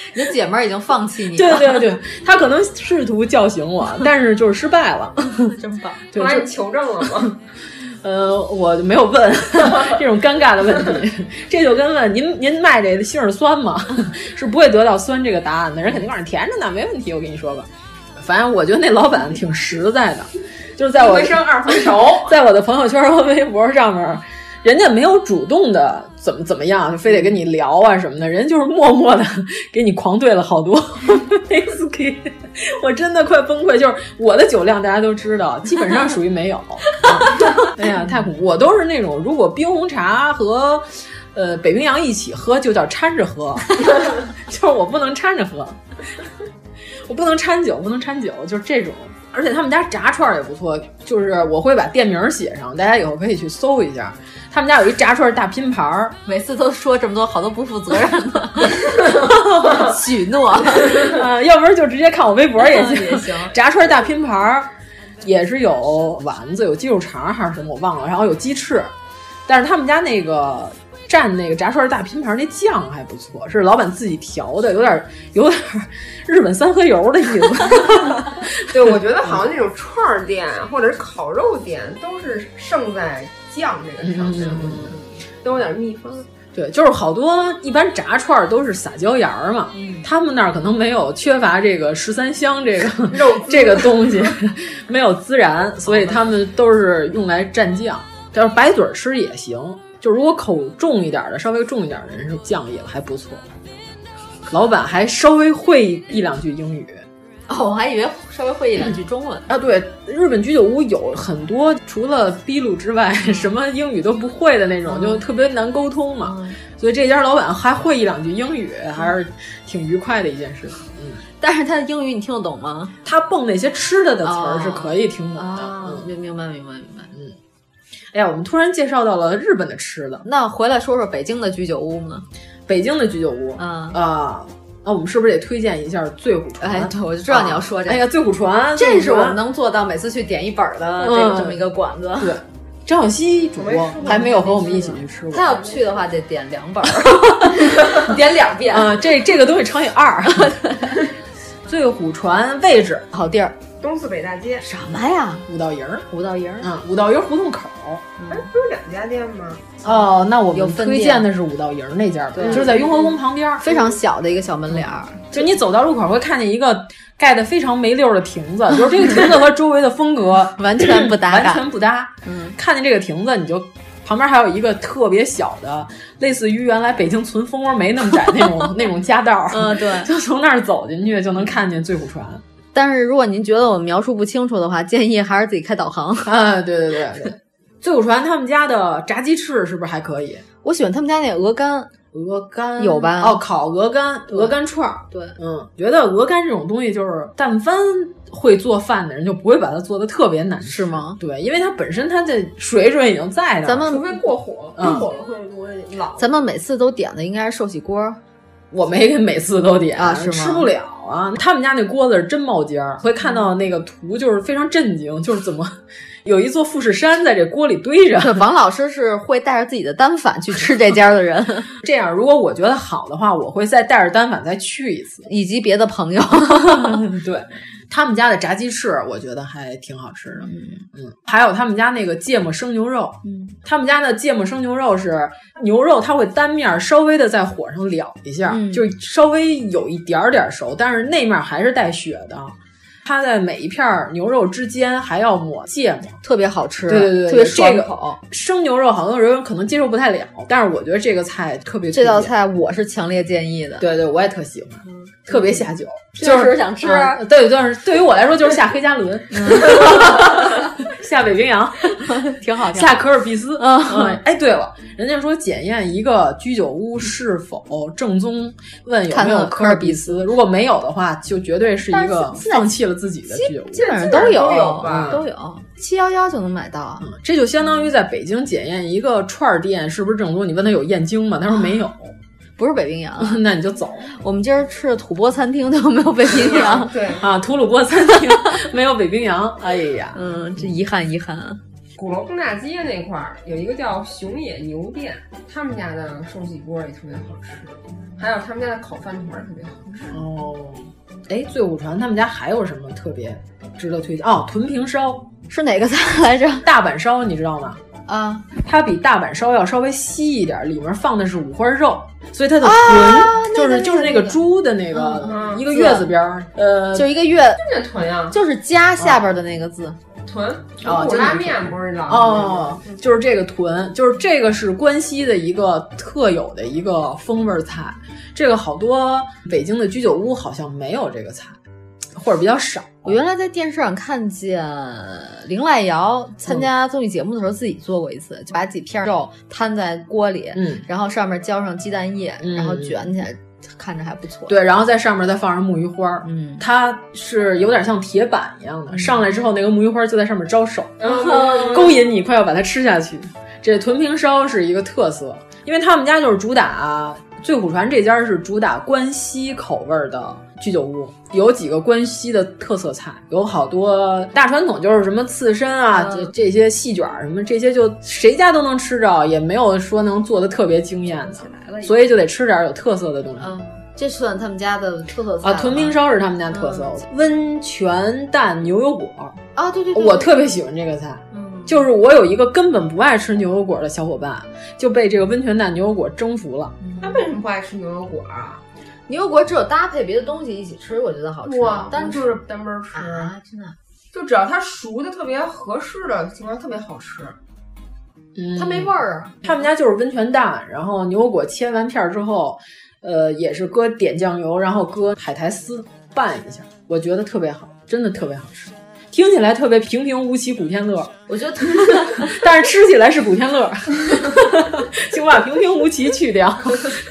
你的姐们儿已经放弃你了。对，他可能试图叫醒我，但是就是失败了。 真棒！ 后来你求证了吗？ 我没有问这种尴尬的问题，这就跟问您卖这杏仁酸吗？是不会得到酸这个答案的，人肯定告诉你甜着呢，没问题。我跟你说吧，反正我觉得那老板挺实在的，就是在我一回生二回熟， 在我的朋友圈和微博上面，人家没有主动的怎么样，就非得跟你聊啊什么的，人就是默默的给你狂兑了好多whisky，我真的快崩溃。就是我的酒量大家都知道，基本上属于没有。哎呀，太恐怖！我都是那种如果冰红茶和北冰洋一起喝，就叫掺着喝，就是我不能掺着喝，我不能掺酒，就是这种。而且他们家炸串也不错，就是我会把店名写上，大家以后可以去搜一下。他们家有一炸串大拼盘， 每次都说这么多，好多不负责任的许诺。 要不然就直接看我微博也行。炸串大拼盘也是有丸子，有鸡肉肠还是什么我忘了，然后有鸡翅，但是他们家那个蘸那个炸串大拼盘那酱还不错，是老板自己调的，有点日本三合油的意思。 对，我觉得好像那种串店或者是烤肉店都是胜在酱这个上面，都有点秘方。 对，就是好多一般炸串都是撒椒盐嘛，他们那儿可能没有缺乏这个13香这个肉这个东西，没有孜然，所以他们都是用来蘸酱。要是白嘴吃也行，就如果口重一点的，稍微重一点的人是酱也还不错。老板还稍微会一两句英语。 我还以为稍微会一两句中文啊。对，日本居酒屋有很多除了秘鲁之外，什么英语都不会的那种，就特别难沟通嘛。所以这家老板还会一两句英语，还是挺愉快的一件事。 但是他的英语你听得懂吗？ 他蹦那些吃的词儿是可以听懂的。 明白。 哎呀，我们突然介绍到了日本的吃的， 那回来说说北京的居酒屋呢？ 北京的居酒屋我们是不是得推荐一下醉虎船？ 哎，对，我就知道你要说这个。 哎呀，醉虎船， 这是我们能做到每次去点一本的这么一个馆子。 对，张小希主播还没有和我们一起去吃过。 他要去的话得点2本，点2遍啊。这个东西乘以2。醉虎船位置好地儿， 东四北大街。 什么呀？ 五道营。 五道营胡同口。 不是2家店吗？ 哦，那我们推荐的是五道营那家，就是在雍和宫旁边， 非常小的一个小门脸儿。 就你走到路口会看见一个盖得非常没溜的亭子，就是这个亭子和周围的风格完全不搭， 完全不搭。看见这个亭子，你就旁边还有一个特别小的，类似于原来北京存蜂窝煤那么窄那种夹道。 对， 就从那儿走进去就能看见醉虎船。 但是如果您觉得我描述不清楚的话，建议还是自己开导航。 对。醉虎船他们家的炸鸡翅是不是还可以？ 我喜欢他们家那鹅肝有吧？ 烤鹅肝串。 对， 觉得鹅肝这种东西就是但凡会做饭的人就不会把它做的特别难吃， 是吗？ 对，因为它本身它的水准已经在那， 咱们除非过火，过火了会老。 咱们每次都点的应该是寿喜锅。 我没每次都点啊，是吗？ 吃不了啊！他们家那锅子是真冒尖儿，会看到那个图就是非常震惊，就是怎么有一座富士山在这锅里堆着。 王老师是会带着自己的单反去吃这家的人。 这样，如果我觉得好的话，我会再带着单反再去一次， 以及别的朋友。 对。他们家的炸鸡翅我觉得还挺好吃的，还有他们家那个芥末生牛肉，他们家的芥末生牛肉是牛肉，它会单面稍微的在火上燎一下，就稍微有一点点熟，但是那面还是带血的。它在每一片牛肉之间还要抹芥末， 特别好吃。 对， 特别爽口。 生牛肉好多人可能接受不太了，但是我觉得这个菜特别推荐。 这道菜我是强烈建议的。 对，我也特喜欢，特别下酒， 就是想吃。 对，对于我来说就是下黑加仑，下北冰洋， 挺好。 下可尔必斯。哎，对了，人家说检验一个居酒屋是否正宗，问有没有可尔必斯，如果没有的话，就绝对是一个放弃了自己的居酒屋。 基本上都有吧， 都有，711就能买到。 这就相当于在北京检验一个串店是不是正宗，你问他有燕京吗？他说没有。 不是北冰洋， 那你就走。 我们今儿吃的土波餐厅都没有北冰洋。 对啊，吐鲁波餐厅没有北冰洋。哎呀， 这遗憾。 鼓楼东大街那块儿有一个叫熊野牛店，他们家的寿喜锅也特别好吃，还有他们家的烤饭团特别好吃。 哦，哎，醉虎传他们家还有什么特别值得推荐？哦，屯平烧是哪个菜来着？ 大阪烧你知道吗？ 啊， 它比大阪烧要稍微稀一点，里面放的是五花肉，所以它的臀、就是那个猪的那个、一个月字边儿， 就是一个月， 就那臀呀， 就是加下边的那个字。 臀哦，拉面不是老哦，就是这个臀，就是这个是关西的一个特有的一个风味菜，这个好多北京的居酒屋好像没有这个菜。或者比较少。 我原来在电视上看见林濑遥参加综艺节目的时候自己做过一次，就把几片肉摊在锅里，然后上面浇上鸡蛋液，然后卷起来，看着还不错。 对，然后在上面再放上木鱼花，它是有点像铁板一样的，上来之后那个木鱼花就在上面招手，勾引你快要把它吃下去。这屯平烧是一个特色，因为他们家就是主打醉虎传这家是主打关西口味的居酒屋，有几个关西的特色菜，有好多大传统，就是什么刺身啊，这些细卷什么这些，就谁家都能吃着，也没有说能做的特别惊艳的，所以就得吃点有特色的东西。 这算他们家的特色菜啊，屯平烧是他们家特色，温泉蛋牛油果啊，对， 我特别喜欢这个菜。就是我有一个根本不爱吃牛油果的小伙伴，就被这个温泉蛋牛油果征服了。 他为什么不爱吃牛油果啊？ 牛油果只有搭配别的东西一起吃，我觉得好吃。 哇，但就是单门吃啊，真的。 就只要它熟的特别合适的情况，特别好吃。 它没味儿啊。 他们家就是温泉蛋，然后牛油果切完片之后，也是搁点酱油，然后搁海苔丝拌一下，我觉得特别好，真的特别好吃。听起来特别平平无奇古天乐， 我觉得， 但是吃起来是古天乐，请把平平无奇去掉。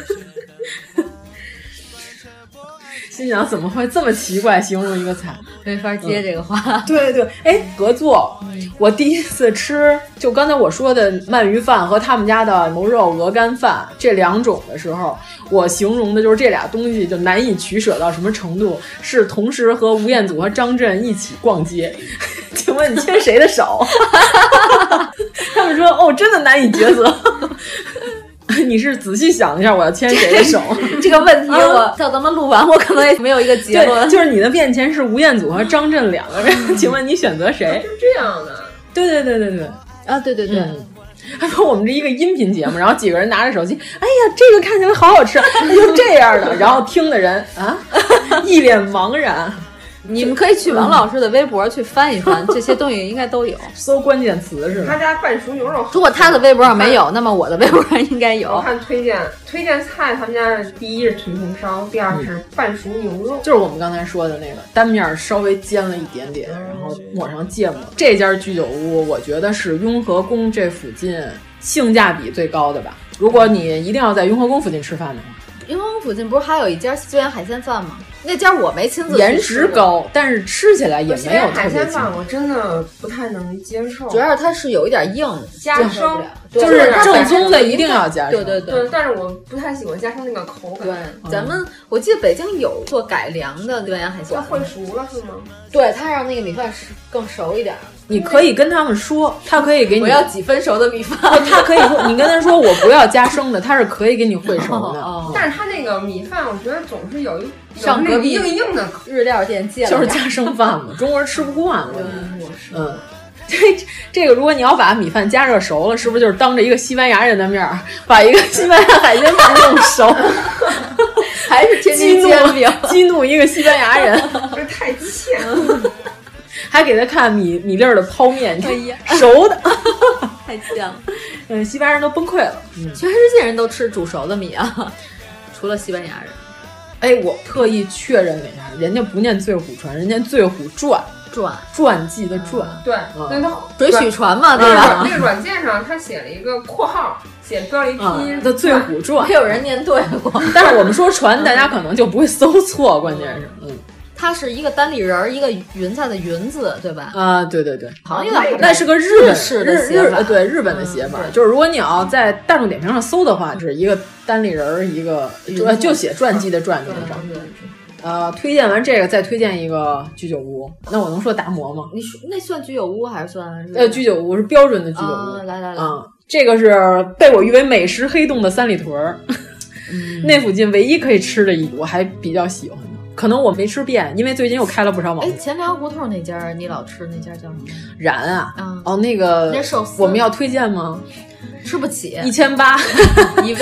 心想怎么会这么奇怪形容一个菜， 没法接这个话。 对对，哎，合作，我第一次吃就刚才我说的鳗鱼饭和他们家的牛肉鹅肝饭这两种的时候，我形容的就是这俩东西就难以取舍到什么程度，是同时和吴彦祖和张震一起逛街。请问你牵谁的手？他们说哦，真的难以抉择。你是仔细想一下我要牵谁的手这个问题我到咱们录完我可能也没有一个结论。 就是你的面前是吴彦祖和张震两个人，请问你选择谁？ 是这样的。 对啊，对他说我们是一个音频节目，然后几个人拿着手机，哎呀这个看起来好好吃，就这样的，然后听的人啊一脸茫然。 你们可以去王老师的微博去翻一翻，这些东西应该都有。 搜关键词是吧？ 他家半熟牛肉， 如果他的微博上没有，那么我的微博上应该有。 我看推荐菜，他们家第一是屯平烧，第二是半熟牛肉， 就是我们刚才说的那个单面稍微煎了一点点，然后抹上芥末。这家居酒屋我觉得是雍和宫这附近性价比最高的吧。如果你一定要在雍和宫附近吃饭的话， 雍和宫附近不是还有一家西园海鲜饭吗？那家我没亲自去吃， 颜值高，但是吃起来也没有特别。 海鲜饭我真的不太能接受， 主要是它是有一点硬， 加生， 就是正宗的一定要加生。 对， 但是我不太喜欢加生那个口感。 对，咱们我记得北京有做改良的西园海鲜， 会熟了是吗？ 对，它让那个米饭更熟一点。 你可以跟他们说，他可以给你我要几分熟的米饭， 他可以说你跟他说我不要加生的，他是可以给你烩熟的。 但是他那个米饭，我觉得总是有上隔壁硬的日料店借， 就是加生饭嘛，中国人吃不惯嘛。这个如果你要把米饭加热熟了，是不是就是当着一个西班牙人的面把一个西班牙海鲜饭弄熟？ 还是天津煎饼激怒一个西班牙人？ 这太欠了。 还给他看米粒儿的泡面，熟的， 太贱了。 西班牙人都崩溃了。 全世界人都吃煮熟的米啊，除了西班牙人。 哎，我特意确认了一下，人家不念醉虎传，人家醉虎传，传记的传。 对，那他水浒传嘛，对吧？ 那个软件上他写了一个括号，写标了一拼音的醉虎传， 没有人念对过。 但是我们说传，大家可能就不会搜错，关键是它是一个单立人，一个云彩的云字，对吧？ 啊，对， 好像有点那是个日式的写法， 对日本的写法。就是如果你要在大众点评上搜的话，是一个单立人，一个就写传记的传这个推荐完这个，再推荐一个居酒屋。那我能说达摩吗？ 你说那算居酒屋还是算？ 居酒屋是标准的居酒屋。 来， 这个是被我誉为美食黑洞的三里屯那附近唯一可以吃的我还比较喜欢的。可能我没吃遍，因为最近又开了不少网。 前寮胡同那家你老吃那家叫什么？ 燃啊！那个那寿司， 我们要推荐吗？ 吃不起 ，1800 一位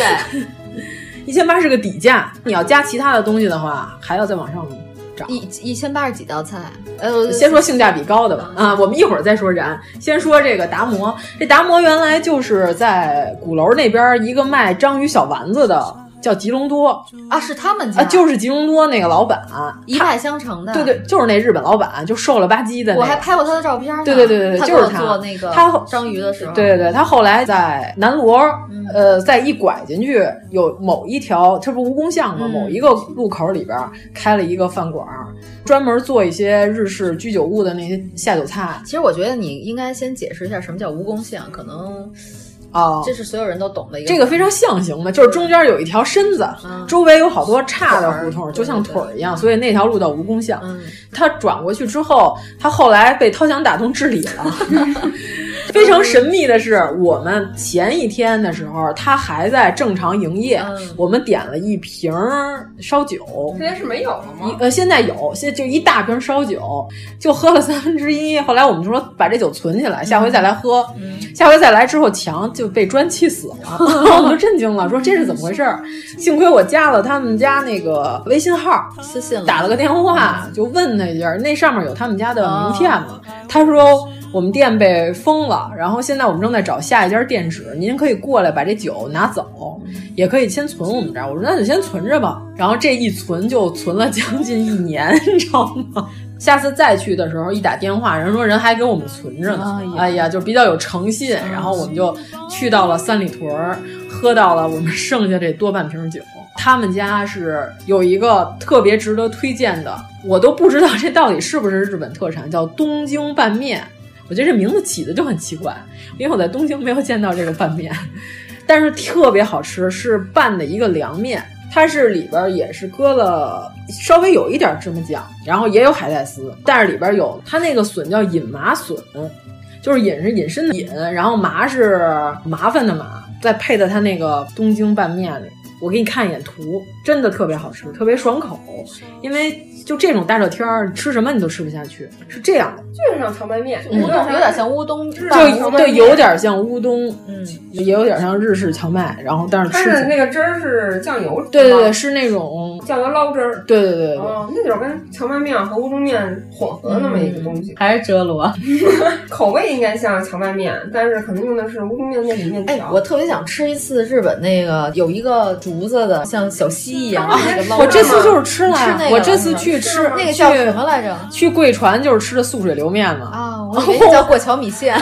，1800是个底价。你要加其他的东西的话，还要再往上涨。 1800是几道菜？ 先说性价比高的吧。我们一会儿再说燃。先说这个达摩。这达摩原来就是在鼓楼那边一个卖章鱼小丸子的。叫吉隆多啊，是他们家就是吉隆多那个老板， 一脉相承的。 对，就是那日本老板，就瘦了吧唧的。 我还拍过他的照片呢。 对，就是他做那个章鱼的时候。 对，他后来在南锣，在一拐进去有某一条，这不蜈蚣巷吗？某一个路口里边开了一个饭馆，专门做一些日式居酒屋的那些下酒菜。 其实我觉得你应该先解释一下什么叫蜈蚣巷，可能。这是所有人都懂的一个。 这个非常象形的，就是中间有一条身子，周围有好多岔的胡同，就像腿一样，所以那条路叫蜈蚣巷。他转过去之后，他后来被掏墙打洞治理了。非常神秘的是，我们前一天的时候，他还在正常营业。我们点了一瓶烧酒， 现在是没有了吗？ 现在有，现在就一大瓶烧酒，就喝了1/3。后来我们就说把这酒存起来，下回再来喝。下回再来之后，墙就被砖砌死了。我们就震惊了，说这是怎么回事？幸亏我加了他们家那个微信号， 私信了， 打了个电话，就问他一下，那上面有他们家的名片吗？他说我们店被封了，然后现在我们正在找下一家店址，您可以过来把这酒拿走，也可以先存我们这儿。我说那就先存着吧。然后这一存就存了将近1年，你知道吗？下次再去的时候一打电话，人说人还给我们存着呢。哎呀，就比较有诚信。然后我们就去到了三里屯，喝到了我们剩下这多半瓶酒。他们家是有一个特别值得推荐的，我都不知道这到底是不是日本特产，叫东京拌面。我觉得这名字起的就很奇怪，因为我在东京没有见到这个拌面，但是特别好吃，是拌的一个凉面。它是里边也是搁了稍微有一点芝麻酱，然后也有海带丝，但是里边有它那个笋叫隐麻笋，就是隐是隐身的隐，然后麻是麻烦的麻，再配在它那个东京拌面里。我给你看一眼图，真的特别好吃，特别爽口。因为就这种大热天儿，吃什么你都吃不下去，是这样的。 就是像荞麦面， 有点像乌冬， 对，有点像乌冬，也有点像日式荞麦，然后但是吃它的那个汁儿是酱油， 对，是那种酱油捞汁儿， 对。 哦，那就是跟荞麦面和乌冬面混合的那么一个东西， 还是遮罗， 口味应该像荞麦面，但是可能用的是乌冬面那种面条。 我特别想吃一次日本那个有一个竹子的，像小溪一样那个捞。 我这次就是吃了， 那个， 我这次去吃那个叫什么来着？ 去贵船就是吃的素水流面嘛。 啊，我以为叫过桥米线。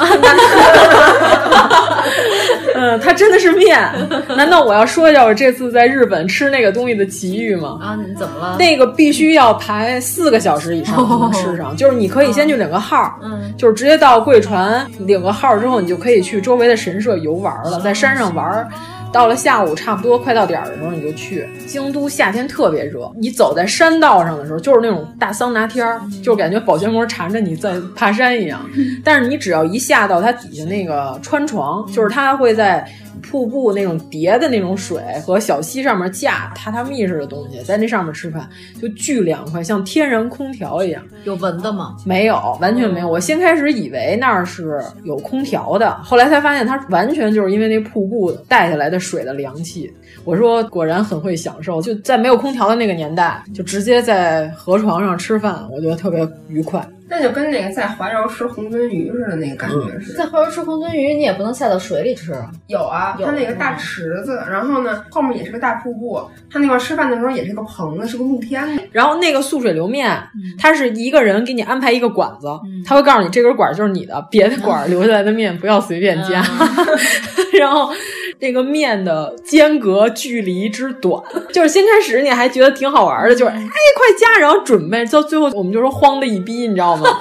它真的是面。难道我要说一下我这次在日本吃那个东西的奇遇吗？ 啊，你怎么了？ 那个必须要排4个小时以上才能吃上，就是你可以先去领个号，就是直接到贵船领个号之后，你就可以去周围的神社游玩了，在山上玩。到了下午差不多快到点的时候你就去。京都夏天特别热，你走在山道上的时候就是那种大桑拿天儿，就是感觉保鲜膜缠着你在爬山一样。但是你只要一下到它底下那个川床，就是它会在瀑布那种叠的那种水和小溪上面架榻榻米似的东西，在那上面吃饭就巨凉快，像天然空调一样。 有蚊子吗？ 没有，完全没有。我先开始以为那儿是有空调的，后来才发现它完全就是因为那瀑布带下来的水的凉气。我说果然很会享受，就在没有空调的那个年代，就直接在河床上吃饭，我觉得特别愉快。 那就跟那个在怀柔吃红鳟鱼似的那个感觉是。 在怀柔吃红鳟鱼，你也不能下到水里吃。 有啊，它那个大池子，然后呢后面也是个大瀑布，它那块吃饭的时候也是个棚子，是个露天的。 然后那个素水流面，它是一个人给你安排一个管子，他会告诉你这根管就是你的，别的管留下来的面不要随便加。然后这个面的间隔距离之短，就是先开始你还觉得挺好玩的，就是快加，然后准备到最后我们就说慌的一逼，你知道吗？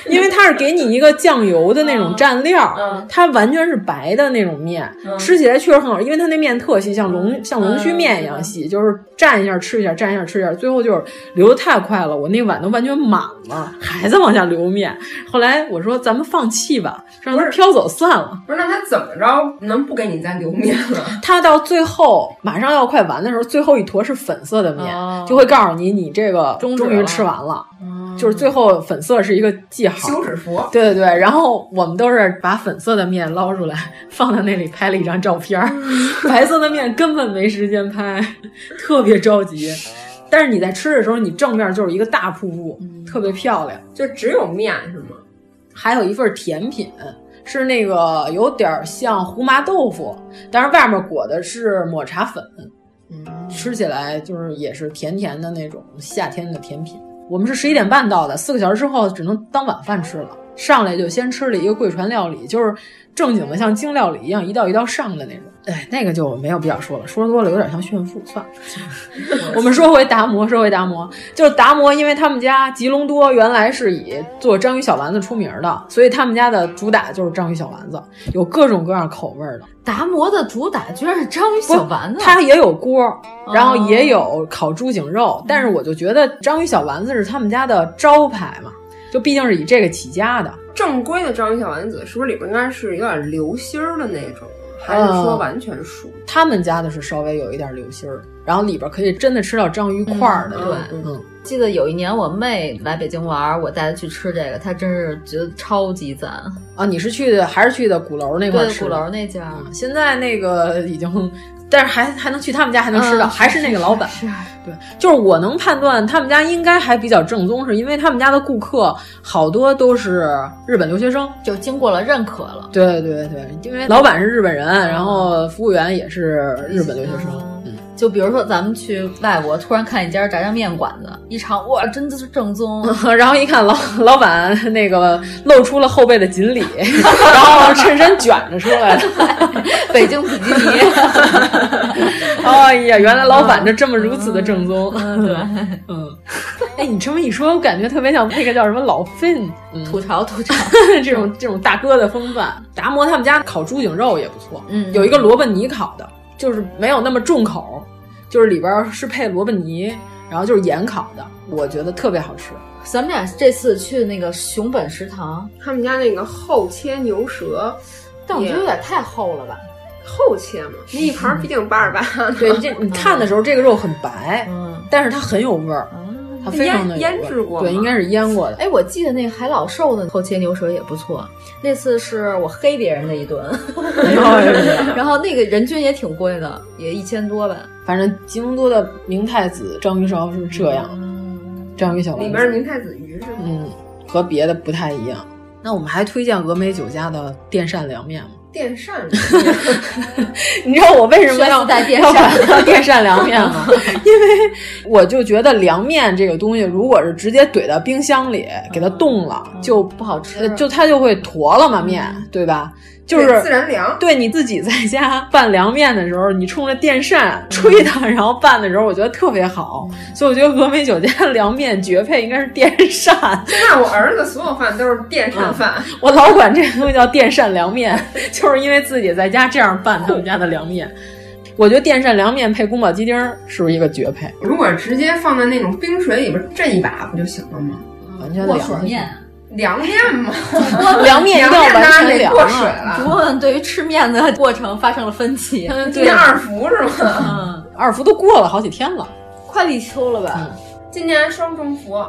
因为它是给你一个酱油的那种蘸料，它完全是白的那种面，吃起来确实很好，因为它那面特细，像龙须面一样细，就是蘸一下吃一下，蘸一下吃一下，最后就是流的太快了，我那碗都完全满了，还在往下流面。后来我说咱们放弃吧，让它飘走算了。 不是，那他怎么着能不给你再流面了？ 他到最后马上要快完的时候，最后一坨是粉色的面，就会告诉你这个终于吃完了。就是最后粉色是一个记号， 休止符。 对对对，然后我们都是把粉色的面捞出来，放在那里拍了一张照片，白色的面根本没时间拍，特别着急。但是你在吃的时候，你正面就是一个大瀑布，特别漂亮。 就只有面是吗？ 还有一份甜品，是那个有点像胡麻豆腐，但是外面裹的是抹茶粉，吃起来就是也是甜甜的那种夏天的甜品。我们是11点半到的，4个小时之后只能当晚饭吃了。上来就先吃了一个贵船料理，就是正经的像京料理一样一道一道上的那种。哎，那个就没有必要说了，说多了有点像炫富，算了。我们说回达摩，就是达摩，因为他们家吉隆多原来是以做章鱼小丸子出名的，所以他们家的主打就是章鱼小丸子，有各种各样口味的。 达摩的主打居然是章鱼小丸子， 它也有锅，然后也有烤猪颈肉，但是我就觉得章鱼小丸子是他们家的招牌嘛。就毕竟是以这个起家的。 正规的章鱼小丸子是不是里边应该是有点流心儿的那种，还是说完全熟？ 他们家的是稍微有一点流心儿，然后里边可以真的吃到章鱼块的。 对，记得有一年我妹来北京玩，我带她去吃这个，她真是觉得超级赞啊！你是去的还是去的鼓楼那块吃？ 对，鼓楼那家。 现在那个已经。但是还能去他们家还能吃到，还是那个老板。 是， 对，就是我能判断他们家应该还比较正宗，是因为他们家的顾客好多都是日本留学生， 就经过了认可了。 对对对，因为老板是日本人，然后服务员也是日本留学生。 就比如说咱们去外国，突然看一家炸酱面馆子，一尝哇，真的是正宗。 然后一看老板那个露出了后背的锦鲤，然后衬衫卷着出来的， 北京比基尼。 哎呀，原来老板就这么如此的正宗。 对， 哎，你这么一说，我感觉特别像那个叫什么老芬， 吐槽这种大哥的风范。达摩他们家烤猪颈肉也不错，有一个萝卜泥烤的，就是没有那么重口。就是里边是配萝卜泥，然后就是盐烤的，我觉得特别好吃。 咱们俩这次去那个熊本食堂， 他们家那个厚切牛舌， 但我觉得有点太厚了吧？ 厚切嘛，那一盘毕竟88。 对，你看的时候这个肉很白，但是它很有味儿。它非常的腌制过， 对，应该是腌过的。 哎，我记得那个海老寿的厚切牛舌也不错，那次是我黑别人的一顿，然后那个人均也挺贵的，也1000多吧。 反正吉隆多的明太子章鱼烧是这样，章鱼小丸子里面明太子鱼是吗？ 和别的不太一样。那我们还推荐峨眉酒家的电扇凉面吗？ 电扇你知道我为什么要电扇凉面吗？因为我就觉得凉面这个东西如果是直接怼到冰箱里给它冻了就不好吃， 就它就会坨了嘛面，对吧？就是自然凉。 对，你自己在家拌凉面的时候，你冲着电扇吹它，然后拌的时候，我觉得特别好。所以我觉得峨眉酒家凉面绝配应该是电扇。 现在我儿子所有饭都是电扇饭， 我老管这个东西叫电扇凉面，就是因为自己在家这样拌他们家的凉面。我觉得电扇凉面配宫保鸡丁是不是一个绝配？ 如果直接放在那种冰水里边震一把不就行了吗？ 完全过水面。 凉面嘛， 凉面一定要完全凉过水了。 主播们对于吃面的过程发生了分歧。 今年2伏是吗 ？2伏都过了好几天了， 快立秋了吧？ 今年双中伏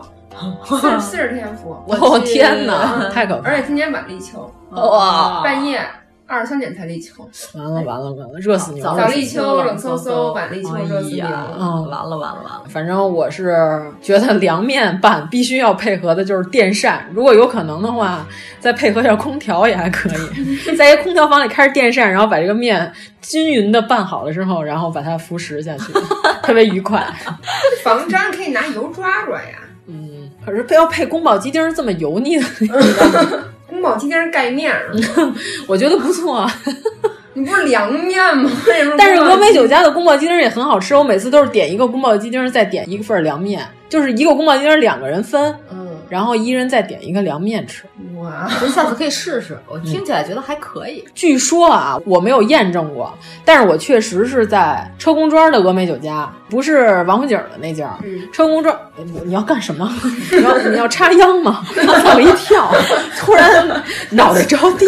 ，40天伏。 哦天哪，太可怕！ 而且今年晚立秋， 哇， 半夜23点才立秋。 完了，热死牛了！ 早立秋冷飕飕，晚立秋热死牛。 完了。 反正我是觉得凉面拌必须要配合的就是电扇，如果有可能的话，再配合一下空调也还可以。在一空调房里开着电扇，然后把这个面均匀的拌好了之后，然后把它服食下去，特别愉快。 防粘可以拿油抓抓呀。 可是要配宫保鸡丁这么油腻的。 宫保鸡丁盖面， 我觉得不错。 你不是凉面吗？ 但是峨眉酒家的宫保鸡丁也很好吃，我每次都是点一个宫保鸡丁，再点一份凉面，就是一个宫保鸡丁2个人分。 然后一人再点一个凉面吃。 哇，下次可以试试，我听起来觉得还可以。 据说啊，我没有验证过，但是我确实是在车公庄的峨眉酒家，不是王府井的那家。车公庄，你要干什么？你要插秧吗？吓我一跳，突然脑袋着地。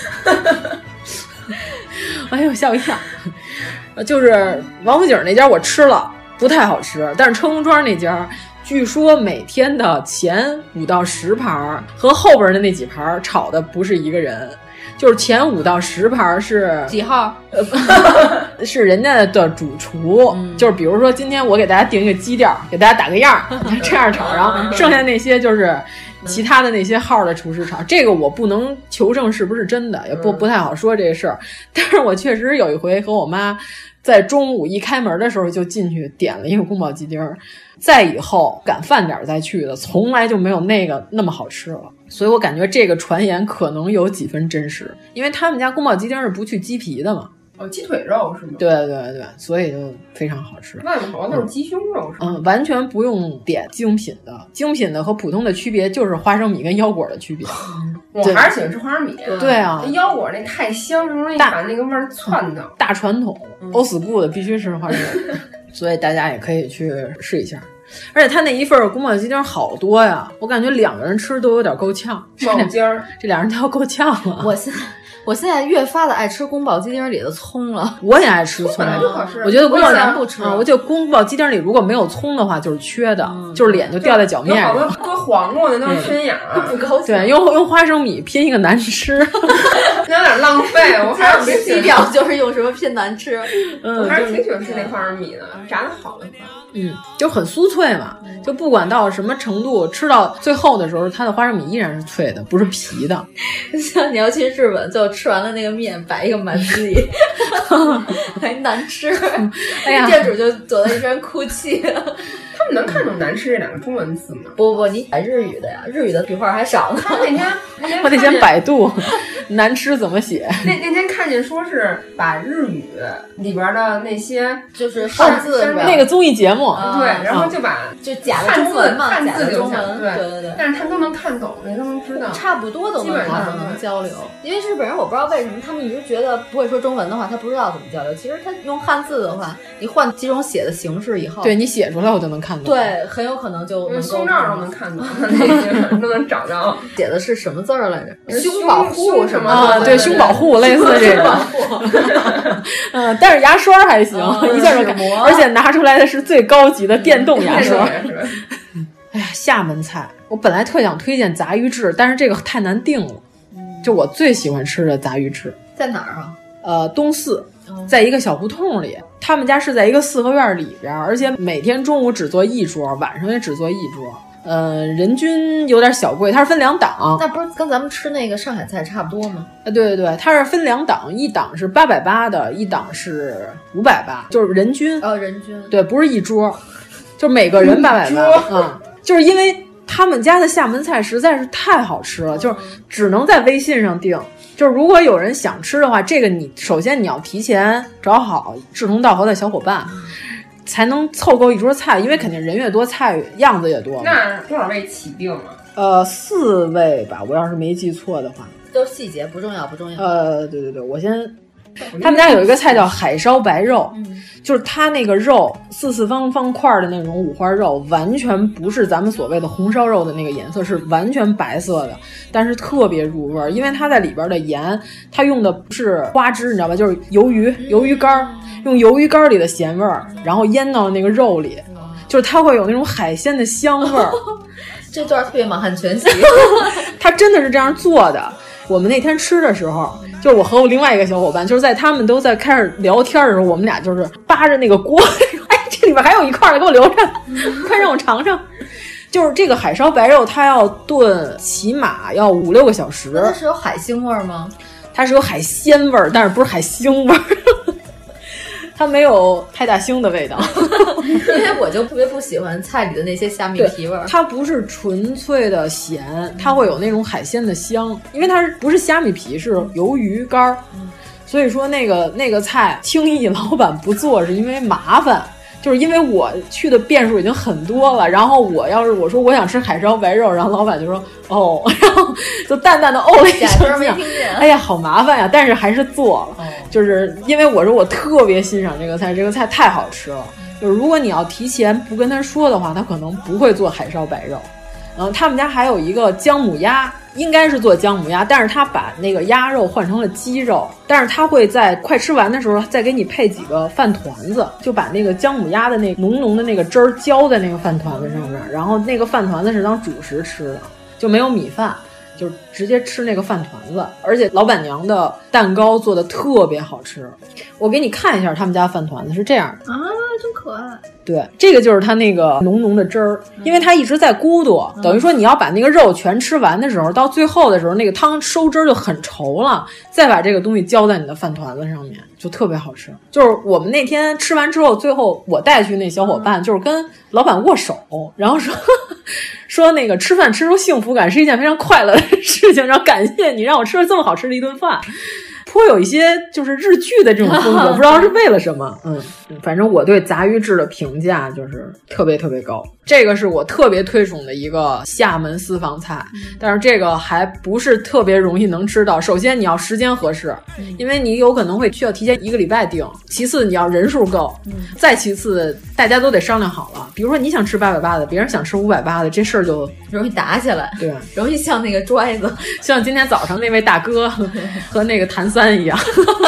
哎呦，吓我一跳！就是王府井那家我吃了，不太好吃，但是车公庄那家。据说每天的前5到10盘和后边的那几盘炒的不是一个人，就是前5到10盘是几号？ 是人家的主厨，就是比如说今天我给大家定一个基调，给大家打个样，这样炒，然后剩下那些就是其他的那些号的厨师炒。这个我不能求证是不是真的，也不太好说这个事儿。但是我确实有一回和我妈在中午一开门的时候就进去点了一个宫保鸡丁，再以后赶饭点再去的，从来就没有那个那么好吃了。所以我感觉这个传言可能有几分真实，因为他们家宫保鸡丁是不去鸡皮的嘛。 鸡腿肉是吗？ 对对对，所以就非常好吃。 外面好像都是鸡胸肉是吗？ 完全不用点精品的，精品的和普通的区别就是花生米跟腰果的区别。 我还是喜欢吃花生米。 对啊， 腰果那太香，容易把那个味儿窜到。 大传统，old school 的必须吃花生米，所以大家也可以去试一下。而且他那一份宫保鸡丁好多呀，我感觉2个人吃都有点够呛， 冒尖儿， 这2人都要够呛了。 我现在越发的爱吃宫保鸡丁里的葱了。 我也爱吃葱，我觉得宫保不吃。 我觉得宫保鸡丁里如果没有葱的话，就是缺的，就是脸就掉在脚面上。 好多搁黄瓜的都是缺氧， 不高兴。 对，用花生米拼一个难吃， 有点浪费。我还是别基调就是用什么拼难吃。 我还是挺喜欢吃那花生米的，炸的好的话。 就很酥脆嘛，就不管到什么程度，吃到最后的时候，它的花生米依然是脆的，不是皮的。 像你要去日本，就吃完了那个面，摆一个满字里，还难吃， 哎呀， 店主就躲在一边哭泣。 他们能看懂难吃这2个中文字吗？ 不，你摆日语的呀，日语的笔画还少呢。 他那天我得先百度难吃怎么写。 那天看见说是把日语里边的那些就是汉字那个综艺节目， 对，然后就把就假的中文嘛， 汉字中文， 对。但是他们都能看懂，也都能知道， 差不多都能交流。因为日本人我不知道为什么他们一直觉得不会说中文的话，他不知道怎么交流。其实他用汉字的话，你换几种写的形式以后， 对你写出来我就能看懂。 对，很有可能就能胸罩都能看懂，那些都能找着。 写的是什么字来着？胸保护什么啊？对，胸保护类似这种。但是牙刷还行，一下就看，而且拿出来的是最高级的电动牙刷。哎呀，厦门菜，我本来特想推荐杂鱼翅，但是这个太难定了。就我最喜欢吃的杂鱼翅在哪儿啊？ 东四，在一个小胡同里。他们家是在一个4合院里边，而且每天中午只做一桌，晚上也只做一桌。人均有点小贵，它是分2档。 那不是跟咱们吃那个上海菜差不多吗？ 对对对，它是分2档，一档是880的，一档是580，就是人均。 人均。对， 不是一桌，就是每个人880。就是因为他们家的厦门菜实在是太好吃了，就是只能在微信上订。就是如果有人想吃的话，这个你首先你要提前找好志同道合的小伙伴，才能凑够一桌菜，因为肯定人越多，菜样子也多。 那多少位起订啊 ？4位吧，我要是没记错的话。 都细节不重要，不重要。 对对对，我先。他们家有一个菜叫海烧白肉，就是它那个肉四方方块的那种五花肉，完全不是咱们所谓的红烧肉的那个颜色，是完全白色的，但是特别入味，因为它在里边的盐，它用的不是花枝，你知道吧？就是鱿鱼干，用鱿鱼干里的咸味儿，然后腌到那个肉里，就是它会有那种海鲜的香味儿。 这段特别满汉全席， 它真的是这样做的。我们那天吃的时候，就是我和我另外一个小伙伴，就是在他们都在开始聊天的时候，我们俩就是扒着那个锅，哎，这里边还有一块的，给我留着，快让我尝尝。就是这个海烧白肉，它要炖起码要5-6个小时。 那是有海腥味吗？ 它是有海鲜味儿，但是不是海腥味儿。它没有派大星的味道， 因为我就特别不喜欢菜里的那些虾米皮味儿。 它不是纯粹的咸，它会有那种海鲜的香，因为它不是虾米皮，是鱿鱼干儿。所以说那个菜轻易老板不做，是因为麻烦。 就是因为我去的变数已经很多了，然后我说我想吃海烧白肉，然后老板就说哦，然后就淡淡的哦了一声，哎呀好麻烦呀，但是还是做了，就是因为我说我特别欣赏这个菜太好吃了，就是如果你要提前不跟他说的话，他可能不会做海烧白肉。他们家还有一个姜母鸭，应该是做姜母鸭，但是他把那个鸭肉换成了鸡肉，但是他会在快吃完的时候再给你配几个饭团子，就把那个姜母鸭的那浓浓的那个汁儿浇在那个饭团子上面，然后那个饭团子是当主食吃的，就没有米饭，就直接吃那个饭团子。而且老板娘的蛋糕做的特别好吃，我给你看一下他们家饭团子是这样的啊，真可爱。 对，这个就是它那个浓浓的汁儿，因为它一直在咕嘟，等于说你要把那个肉全吃完的时候，到最后的时候那个汤收汁就很稠了，再把这个东西浇在你的饭团子上面，就特别好吃。就是我们那天吃完之后，最后我带去那小伙伴就是跟老板握手，然后说那个吃饭吃出幸福感是一件非常快乐的事情，然后感谢你让我吃了这么好吃的一顿饭。颇有一些就是日剧的这种风格，不知道是为了什么。反正我对杂鱼制的评价就是特别特别高。这个是我特别推崇的一个厦门私房菜，但是这个还不是特别容易能吃到。首先你要时间合适，因为你有可能会需要提前1个礼拜订。其次你要人数够，再其次大家都得商量好了。比如说你想吃880的，别人想吃580的，这事儿就容易打起来。 对， 容易像那个拽子， 像今天早上那位大哥和那个谭三一样，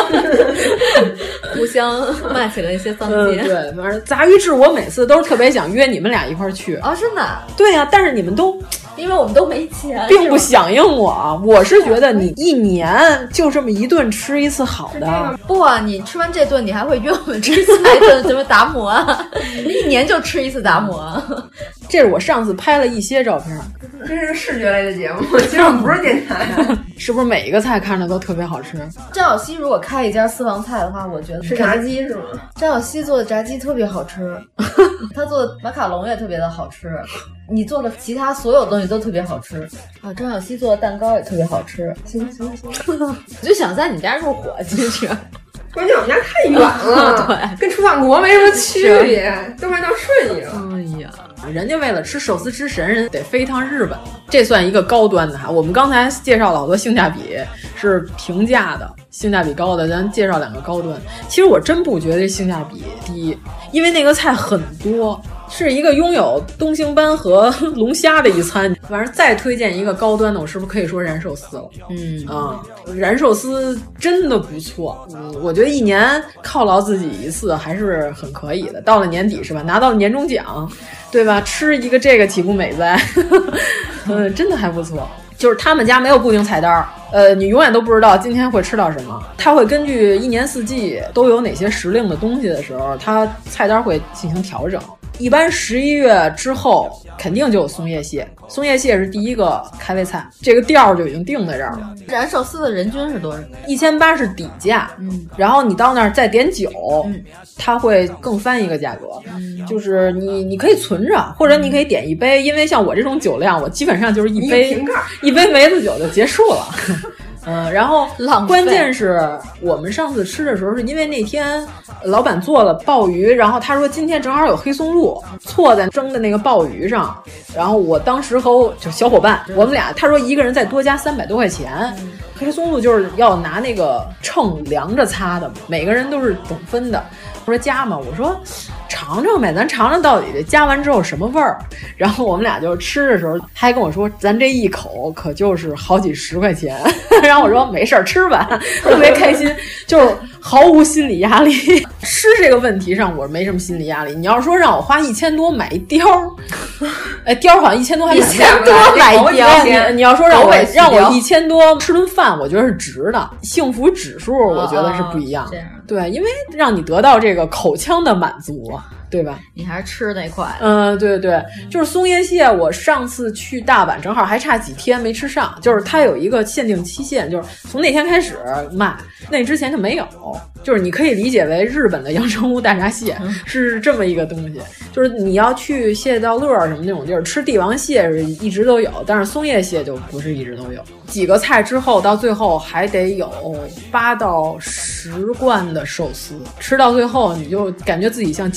互相骂起了一些脏街。 对，反正杂鱼制我每次都是特别想约你们俩一块儿去啊，真的。 对呀，但是你们都因为我们都没钱， 并不响应我。我是觉得你一年就这么一顿吃一次好的， 不啊，你吃完这顿你还会约我们吃下一顿什么达摩啊？一年就吃一次达摩。 这是我上次拍了一些照片。 这是个视觉类的节目，其实我们不是电台。 是不是每一个菜看着都特别好吃？ 张小希如果开一家私房菜的话，我觉得是炸鸡是吗？ 张小希做的炸鸡特别好吃，他做的马卡龙也特别的好吃，你做的其他所有东西都特别好吃啊！张小希做的蛋糕也特别好吃。行，我就想在你家入伙进去。 关键我们家太远了，对，跟楚ฝั่国没什么区别，都快到顺义了。 哎呀，人家为了吃寿司之神，人得飞一趟日本，这算一个高端的哈。我们刚才介绍了好多性价比是平价的，性价比高的，咱介绍2个高端。其实我真不觉得性价比低，因为那个菜很多。是一个拥有东星斑和龙虾的一餐。反正再推荐一个高端的，我是不是可以说燃寿司了？燃寿司真的不错。我觉得一年犒劳自己一次还是很可以的。到了年底是吧？拿到了年终奖，对吧？吃一个这个岂不美哉？真的还不错。就是他们家没有固定菜单，你永远都不知道今天会吃到什么。他会根据一年四季都有哪些时令的东西的时候，他菜单会进行调整。一般11月之后肯定就有松叶蟹，松叶蟹是第一个开胃菜，这个调就已经定在这儿了。 燃寿司的人均是多少 ？1800是底价，然后你到那儿再点酒，它会更翻一个价格，就是你可以存着，或者你可以点一杯，因为像我这种酒量，我基本上就是一杯梅子酒就结束了。然后关键是我们上次吃的时候，是因为那天老板做了鲍鱼，然后他说今天正好有黑松露错在蒸的那个鲍鱼上，然后我当时和就小伙伴我们俩，他说一个人再多加300多块钱。黑松露就是要拿那个秤量着擦的，每个人都是等分的。我说加吗？我说尝尝呗，咱尝尝到底这加完之后什么味儿。然后我们俩就吃的时候，他还跟我说，咱这一口可就是好几十块钱。然后我说没事儿，吃吧，特别开心，就是毫无心理压力。吃这个问题上我没什么心理压力。你要说让我花1000多买一貂，哎，貂好像1000多还 1000多买一貂。 你要说让我1000多吃顿饭，我觉得是值的。幸福指数我觉得是不一样的。对，因为让你得到这个口腔的满足，对吧？ 你还是吃那块。 对对，就是松叶蟹，我上次去大阪正好还差几天没吃上，就是它有一个限定期限，就是从那天开始卖，那之前就没有。就是你可以理解为日本的阳澄湖大闸蟹是这么一个东西，就是你要去蟹道乐什么那种地儿吃帝王蟹是一直都有，但是松叶蟹就不是一直都有。几个菜之后到最后还得有8到10罐的寿司，吃到最后你就感觉自己像金花鼠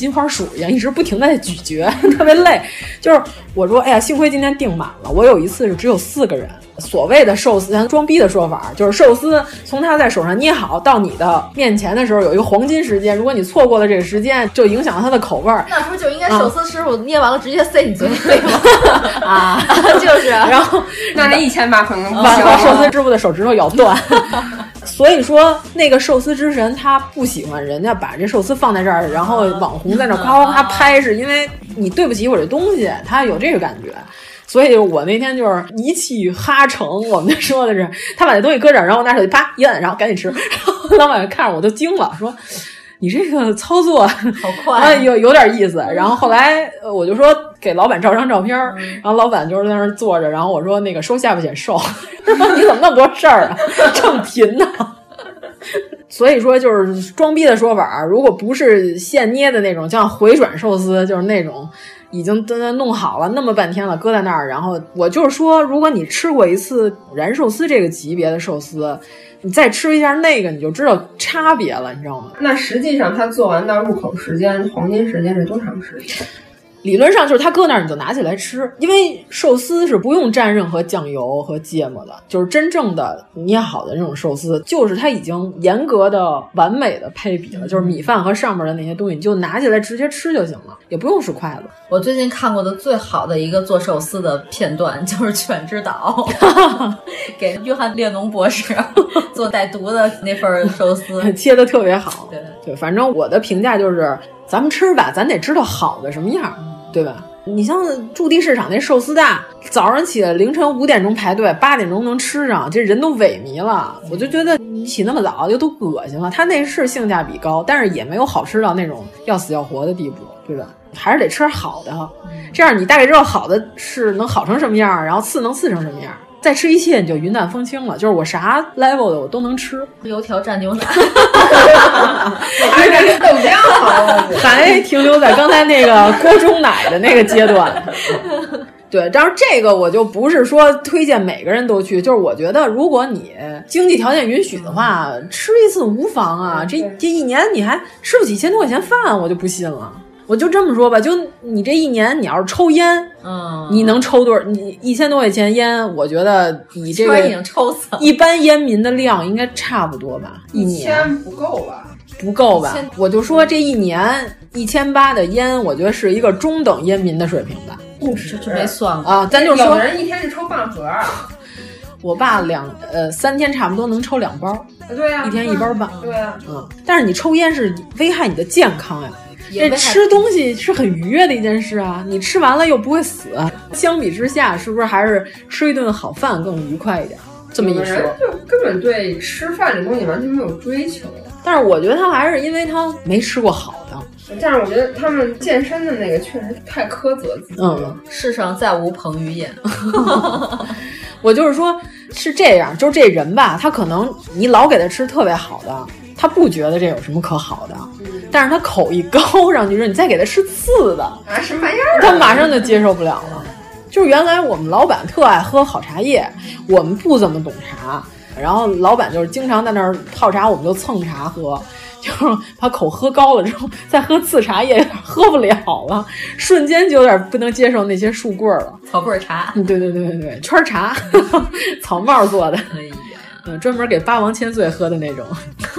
鼠一样，一直不停的在咀嚼，特别累。就是我说，哎呀，幸亏今天订满了。我有一次是只有4个人。所谓的寿司，咱装逼的说法就是寿司从他在手上捏好到你的面前的时候有一个黄金时间，如果你错过了这个时间，就影响了它的口味儿。 那不就应该寿司师傅捏完了直接塞你嘴里吗？啊，就是。然后那1800可能不行，把寿司师傅的手指头咬断。所以说，那个寿司之神他不喜欢人家把这寿司放在这儿，然后网红在那夸夸夸拍，是因为你对不起我这东西，他有这个感觉。所以我那天就是一气哈成，我们就说的是，他把那东西搁这儿，然后我拿手机啪一摁，然后赶紧吃。然后老板看着我都惊了，说你这个操作好快， 有点意思。然后后来我就说给老板照张照片，然后老板就是在那儿坐着，然后我说那个收下巴显瘦，你怎么那么多事儿啊，正贫呢。所以说就是装逼的说法，如果不是现捏的那种，像回转寿司，就是那种已经弄好了那么半天了，搁在那儿。然后我就是说，如果你吃过一次燃寿司这个级别的寿司，你再吃一下那个，你就知道差别了，你知道吗？ 那实际上它做完到入口时间，黄金时间是多长时间？ 理论上就是它搁那儿你就拿起来吃，因为寿司是不用蘸任何酱油和芥末的，就是真正的捏好的这种寿司，就是它已经严格的完美的配比了，就是米饭和上面的那些东西，你就拿起来直接吃就行了，也不用使筷子。 我最近看过的最好的一个做寿司的片段就是《犬之岛》，给约翰列侬博士做带毒的那份寿司， 切的特别好。对，反正我的评价就是，咱们吃吧，咱得知道好的什么样。对吧？你像驻地市场那寿司大，早上起来凌晨5点钟排队，8点钟能吃上，这人都萎靡了。我就觉得你起那么早就都恶心了。它那是性价比高，但是也没有好吃到那种要死要活的地步，对吧？还是得吃好的，这样你大概知道好的是能好成什么样，然后次能次成什么样。再吃一切你就云淡风轻了，就是我啥 level 的我都能吃。 油条蘸牛奶， 还是豆浆好， 还停留在刚才那个锅中奶的那个阶段。对，当然这个我就不是说推荐每个人都去，就是我觉得如果你经济条件允许的话，吃一次无妨啊。这一年你还吃不起1000多块钱饭，我就不信了。我就这么说吧，就你这一年你要是抽烟，你能抽多少？你1000多块钱烟，我觉得以这个已经抽死了。 一般烟民的量应该差不多吧，一年 1000不够吧？ 不够吧？我就说这一年1800的烟，我觉得是一个中等烟民的水平吧。 不是， 这没算过啊，咱就说有的人一天是抽半盒。 我爸3天差不多能抽2包， 对呀， 一天1包半， 对呀， 但是你抽烟是危害你的健康呀。这吃东西是很愉悦的一件事啊，你吃完了又不会死，相比之下，是不是还是吃一顿好饭更愉快一点？这么一说， 就根本对吃饭这东西完全没有追求。 但是我觉得他还是因为他没吃过好的。 但是我觉得他们健身的那个确实太苛责自己了。 世上再无彭于晏。 我就是说，是这样，就是这人吧，他可能你老给他吃特别好的，他不觉得这有什么可好的。但是他口一高上去，说你再给他吃次的啊，什么玩意儿？ 他马上就接受不了了。就是原来我们老板特爱喝好茶叶，我们不怎么懂茶，然后老板就是经常在那儿泡茶，我们就蹭茶喝，就是把口喝高了之后，再喝次茶叶喝不了了，瞬间就有点不能接受那些树棍了。 草棍茶， 对，圈茶，草帽做的， 哎呀， 专门给八王千岁喝的那种。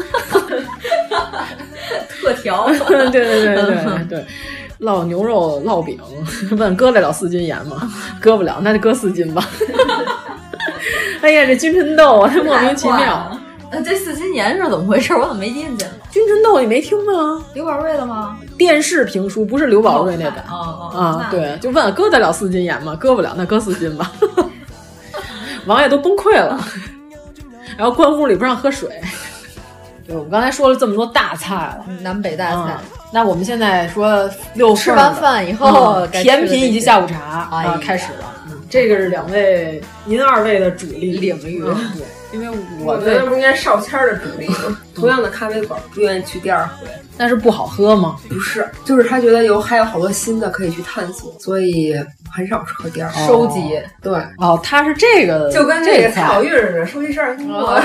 特调， 对，烙牛肉烙饼，问割得了4斤盐吗？割不了，那就割4斤吧。哎呀，这君臣斗啊，莫名其妙。 这4斤盐是怎么回事？我怎么没进去？ 君臣斗你没听吗？ 刘宝瑞的吗？ 电视评书不是刘宝瑞那版对，就问割得了4斤盐吗？割不了，那割4斤吧。王爷都崩溃了，然后官屋里不让喝水。对，我们刚才说了这么多大菜了， 南北大菜。 那我们现在说6 吃完饭以后， 甜品以及下午茶开始了。这个是2位您2位的主力领域。 对， 因为我觉得不应该少谦的主力吗？同样的咖啡馆不愿意去第二回， 但是不好喝吗？ 不是，就是他觉得还有好多新的可以去探索，所以很少喝第二回。 收集对哦，他是这个， 就跟这个草运似的，收集12斤多。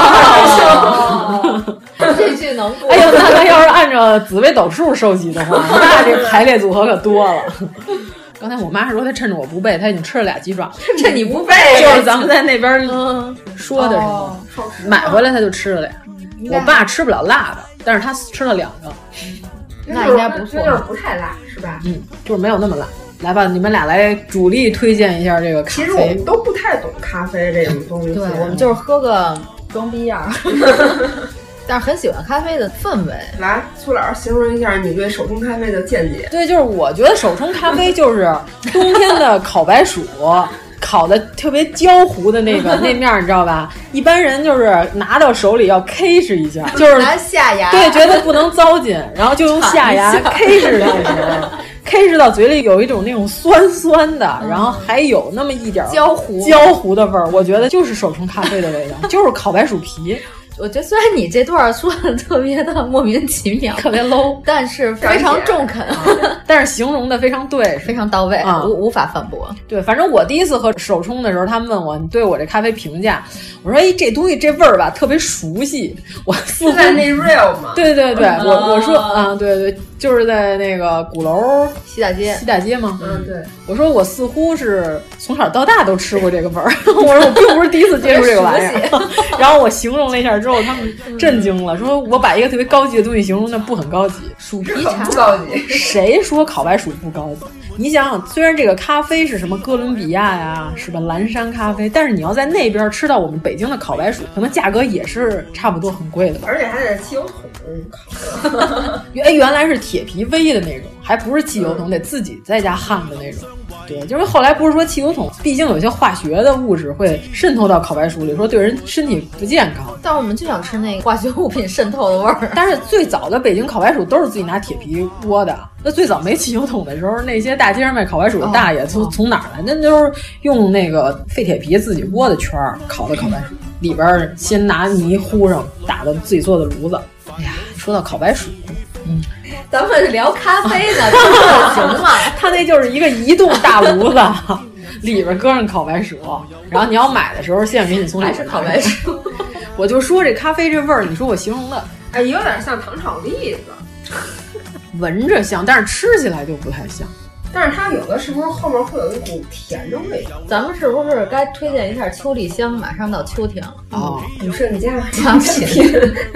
这句能过？ 哎呦，那他要是按照紫微斗数收集的话，那这排列组合可多了。刚才我妈说她趁着我不备，她已经吃了2鸡爪。 趁你不备， 就是咱们在那边说的时候，买回来她就吃了2。我爸吃不了辣的，但是他吃了2个。 那应该不错， 就是不太辣，是吧？ 就是没有那么辣。来吧，你们俩来主力推荐一下这个咖啡。 其实我们都不太懂咖啡这种东西， 对，我们就是喝个装逼样。但是很喜欢咖啡的氛围。 来，苏老师形容一下你对手冲咖啡的见解。 对，就是我觉得手冲咖啡就是冬天的烤白薯，烤的特别焦糊的那面，你知道吧？一般人就是拿到手里要 K 哧一下，就是拿下牙， 对，觉得不能糟践，然后就用下牙 K 哧的时候。K 哧到嘴里有一种那种酸酸的，然后还有那么一点焦糊的味儿，我觉得就是手冲咖啡的味道，就是烤白薯皮。 我觉得虽然你这段说的特别的莫名其妙， 特别 low， 但是非常中肯， 但是形容的非常对， 非常到位，无法反驳。 对，反正我第一次喝手冲的时候，他们问我你对我这咖啡评价，我说这东西这味儿吧特别熟悉，我似乎在那 real 嘛。 对，我说对，就是在那个鼓楼西大街吗？ 对。 我说我似乎是从小到大都吃过这个味儿，我说我并不是第一次接触这个玩意儿。然后我形容了一下之后，他们震惊了，说我把一个特别高级的东西形容的不很高级， 薯皮茶不高级。 谁说烤白薯不高级？你想想，虽然这个咖啡是什么哥伦比亚呀，是吧，蓝山咖啡，但是你要在那边吃到我们北京的烤白薯，可能价格也是差不多很贵的吧。 而且还得汽油桶烤。 原来是铁皮煨的那种，还不是汽油桶，得自己在家焊的那种。对，就是后来不是说汽油桶，毕竟有些化学的物质会渗透到烤白薯里，说对人身体不健康。 但我们就想吃那个化学物品渗透的味儿。 但是最早的北京烤白薯都是自己拿铁皮窝的。那最早没汽油桶的时候，那些大街上卖烤白薯的大爷从哪儿来？那就是用那个废铁皮自己窝的圈烤的烤白薯，里边先拿泥糊上，打的自己做的炉子。哎呀，说到烤白薯， 咱们聊咖啡呢，行吗？ 他那就是一个移动大炉子，里边搁上烤白薯，然后你要买的时候，现在给你送还是烤白薯。 我就说这咖啡这味儿，你说我形容的， 有点像糖炒栗子， 闻着像，但是吃起来就不太像。 但是它有的是不是后面会有一股甜的味道？ 咱们是不是该推荐一下秋栗香？马上到秋天了不是你家良品。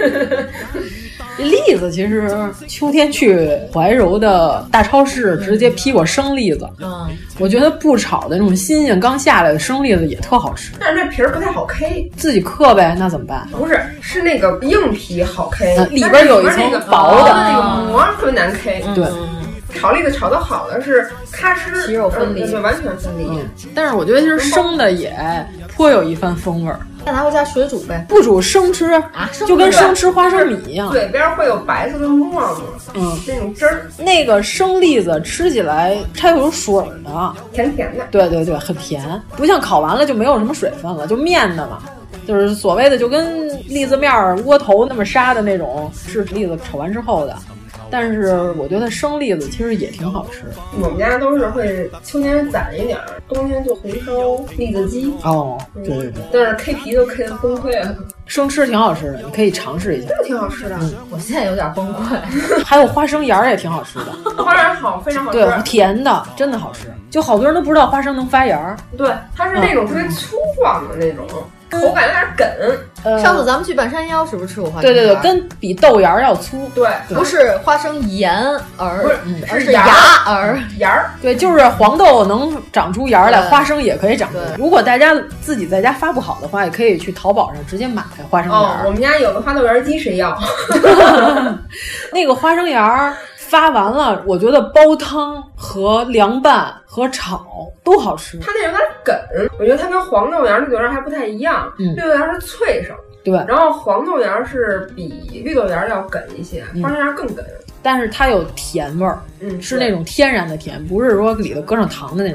栗子其实秋天去怀柔的大超市直接批过生栗子，我觉得不炒的那种新鲜刚下来的生栗子也特好吃， 但是那皮儿不太好 K， 自己嗑呗，那怎么办？ 不是，是那个硬皮好 K， 里边有一层薄的那个膜特别难 K。 对。 炒栗子炒得好的是咔哧皮肉分离， 对，完全分离。 但是我觉得其实生的也颇有一番风味儿。 再拿回家水煮呗， 不煮生吃啊，就跟生吃花生米一样。 嘴边会有白色的沫沫，那种汁儿。 那个生栗子吃起来它有水的， 甜甜的。 对，很甜，不像烤完了就没有什么水分了，就面的嘛。就是所谓的就跟栗子面窝头那么沙的那种，是栗子炒完之后的。但是我觉得生栗子其实也挺好吃。 我们家都是会秋天攒一点，冬天就红烧栗子鸡。 对。 但是 K 皮都 K 得崩溃了。 生吃挺好吃的，你可以尝试一下。 这个挺好吃的， 我现在有点崩溃。 还有花生芽也挺好吃的， 花生好，非常好吃。 对，甜的，真的好吃。就好多人都不知道花生能发芽。 对，它是那种特别粗壮的那种。口感有点梗。 上次咱们去半山腰是不是吃过花生？ 对，跟比豆芽要粗。 对， 不是花生芽儿， 而是芽儿。 对，就是黄豆能长出芽来，花生也可以长出来。如果大家自己在家发不好的话，也可以去淘宝上直接买花生芽。 我们家有个发豆芽机，谁要？ 那个花生芽发完了，我觉得煲汤和凉拌和炒都好吃。 它那有点梗，我觉得它跟黄豆芽、绿豆芽还不太一样。绿豆芽是脆生， 对， 然后黄豆芽是比绿豆芽要梗一些，花生芽更梗。 但是它有甜味儿，是那种天然的甜，不是说里头搁上糖的那种甜。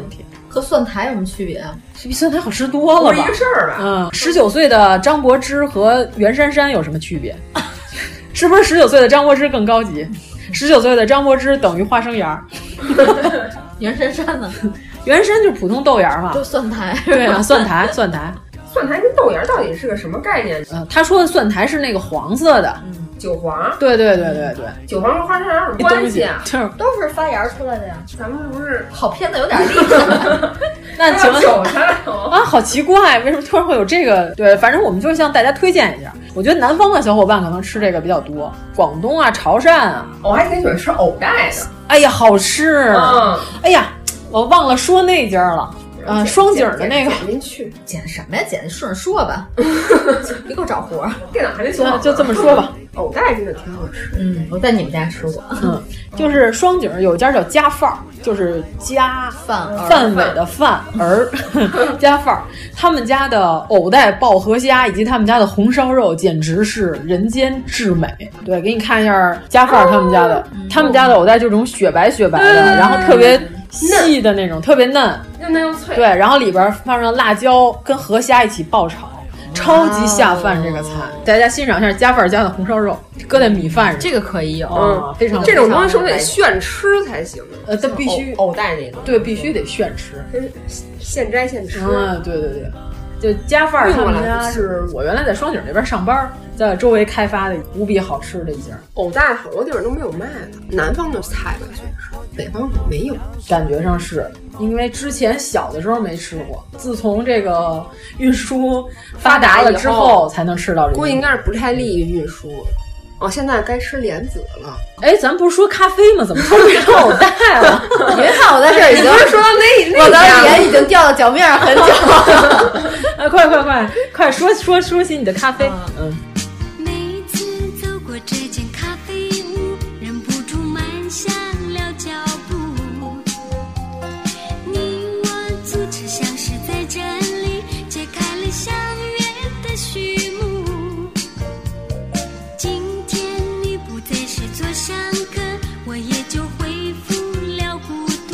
和蒜苔有什么区别啊？ 是比蒜苔好吃多了吧？ 不是一个事儿吧 ？19岁的张柏芝和袁姗姗有什么区别？是不是19岁的张柏芝更高级？19岁的张柏芝等于花生芽。 袁姗姗呢？ 袁姗就是普通豆芽嘛， 就蒜苔。 对啊，蒜苔。 蒜苔跟豆芽到底是个什么概念？ 他说的蒜苔是那个黄色的， 韭黄。 对， 韭黄跟花生有什么关系啊？ 都是发芽出来的呀。 咱们是不是好偏的有点厉害？ 那请问手下来啊，好奇怪，为什么突然会有这个？对，反正我们就向大家推荐一下。我觉得南方的小伙伴可能吃这个比较多，广东啊、潮汕啊。 我还挺喜欢吃藕带的。 哎呀，好吃！哎呀，我忘了说那家了。双井的那个， 剪进去， 剪什么呀？剪顺着说吧，别给我找活。 电脑还没做， 就这么说吧。 藕带真的挺好吃， 我在你们家吃过。 就是双井有一家叫家范儿，就是家范伟的范儿家范儿，他们家的藕带爆河虾以及他们家的红烧肉简直是人间至美。对，给你看一下家范儿他们家的，他们家的藕带就这种雪白的，然后特别细的那种，特别嫩， 又嫩又脆。 对，然后里边放上辣椒跟河虾一起爆炒。超级下饭这个菜，大家欣赏一下家范儿家的红烧肉，搁在米饭上， 这个可以有， 非常这种东西是不是得现吃才行？ 它必须藕带那种， 对，必须得现吃， 现摘现吃。 对，就家范儿他们家是我原来在双井那边上班，在周围开发的无比好吃的一家。 藕带好多地方都没有卖的，南方的菜吧，确实，北方没有， 感觉上是。因为之前小的时候没吃过，自从这个运输发达了之后才能吃到这个。 估计应该是不太利于运输。现在该吃莲子了。 哎，咱不是说咖啡吗？怎么突然变成藕带了？ 你别看我在这儿已经说到那我的脸已经掉到脚面上很久了。 快说起你的咖啡。 每次走过这间咖啡屋，忍不住慢下了脚步。你我组织像是在这里揭开了相约的序幕。今天你不再是座上客，我也就恢复了孤独。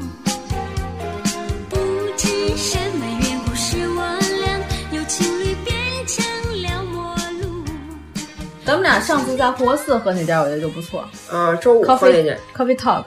不知什么缘故使我俩由情侣变成了陌路。 咱们俩上次在护国寺喝那家，我觉得就不错。 周五喝那家 Coffee Talk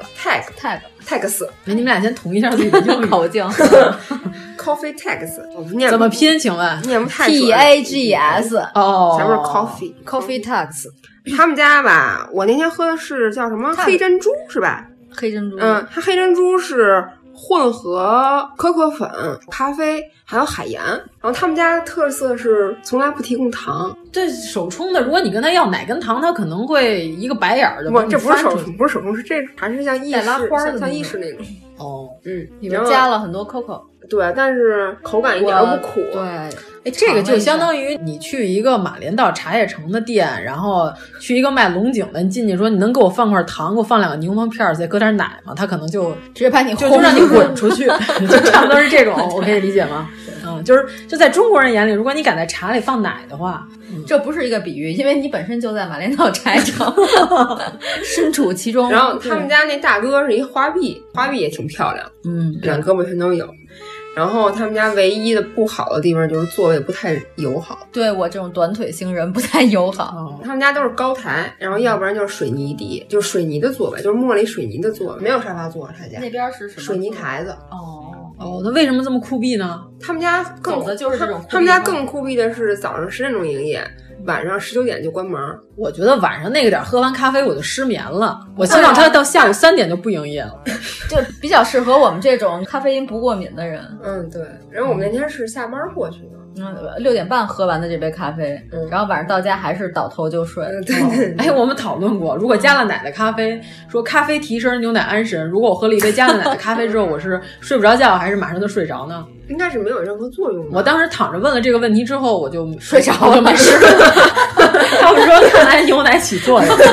Tax。 那你们俩先统一一下自己的英语口径。 Coffee Tax， 怎么拼？请问念不太准。TAGS 前面 Coffee Tax。 他们家吧，我那天喝的是叫什么黑珍珠是吧？ 黑珍珠。 它黑珍珠是混合可可粉、咖啡还有海盐。然后他们家特色是从来不提供糖。 这手冲的，如果你跟他要奶跟糖，他可能会一个白眼儿的。 这不是手冲，不是手冲，是这还是像意式拉花的像意式那种。 里面加了很多 coco。 对，但是口感一点都不苦。 对， 哎，这个就相当于你去一个马连道茶叶城的店，然后去一个卖龙井的，你进去说你能给我放块糖，给我放2个柠檬片，再搁点奶吗？他可能就直接把你就让你滚出去，就差不多是这种，我可以理解吗？就在中国人眼里，如果你敢在茶里放奶的话， 这不是一个比喻，因为你本身就在马连道茶叶城身处其中。 然后他们家那大哥是一花臂，花臂也挺漂亮，两胳膊全都有。然后他们家唯一的不好的地方就是座位不太友好， 对我这种短腿型人不太友好。 他们家都是高台，然后要不然就是水泥地，就是水泥的座位，就是茉莉水泥的座位，没有沙发座。他家那边是什么？ 水泥台子。 那为什么这么酷毙呢？ 他们家走的就是这种。 他们家更酷毙的是早上10点钟营业，晚上19点就关门。 我觉得晚上那个点喝完咖啡我就失眠了，我希望他到下午3点就不营业了。 就比较适合我们这种咖啡因不过敏的人。 对。然后我们那天是下班过去的 ，6点半喝完的这杯咖啡，然后晚上到家还是倒头就睡。 对。 哎，我们讨论过，如果加了奶的咖啡，说咖啡提神，牛奶安神。如果我喝了一杯加了奶的咖啡之后，我是睡不着觉还是马上就睡着呢？ 应该是没有任何作用的。 我当时躺着问了这个问题之后，我就睡着了， 没事。他们说看来牛奶起作用。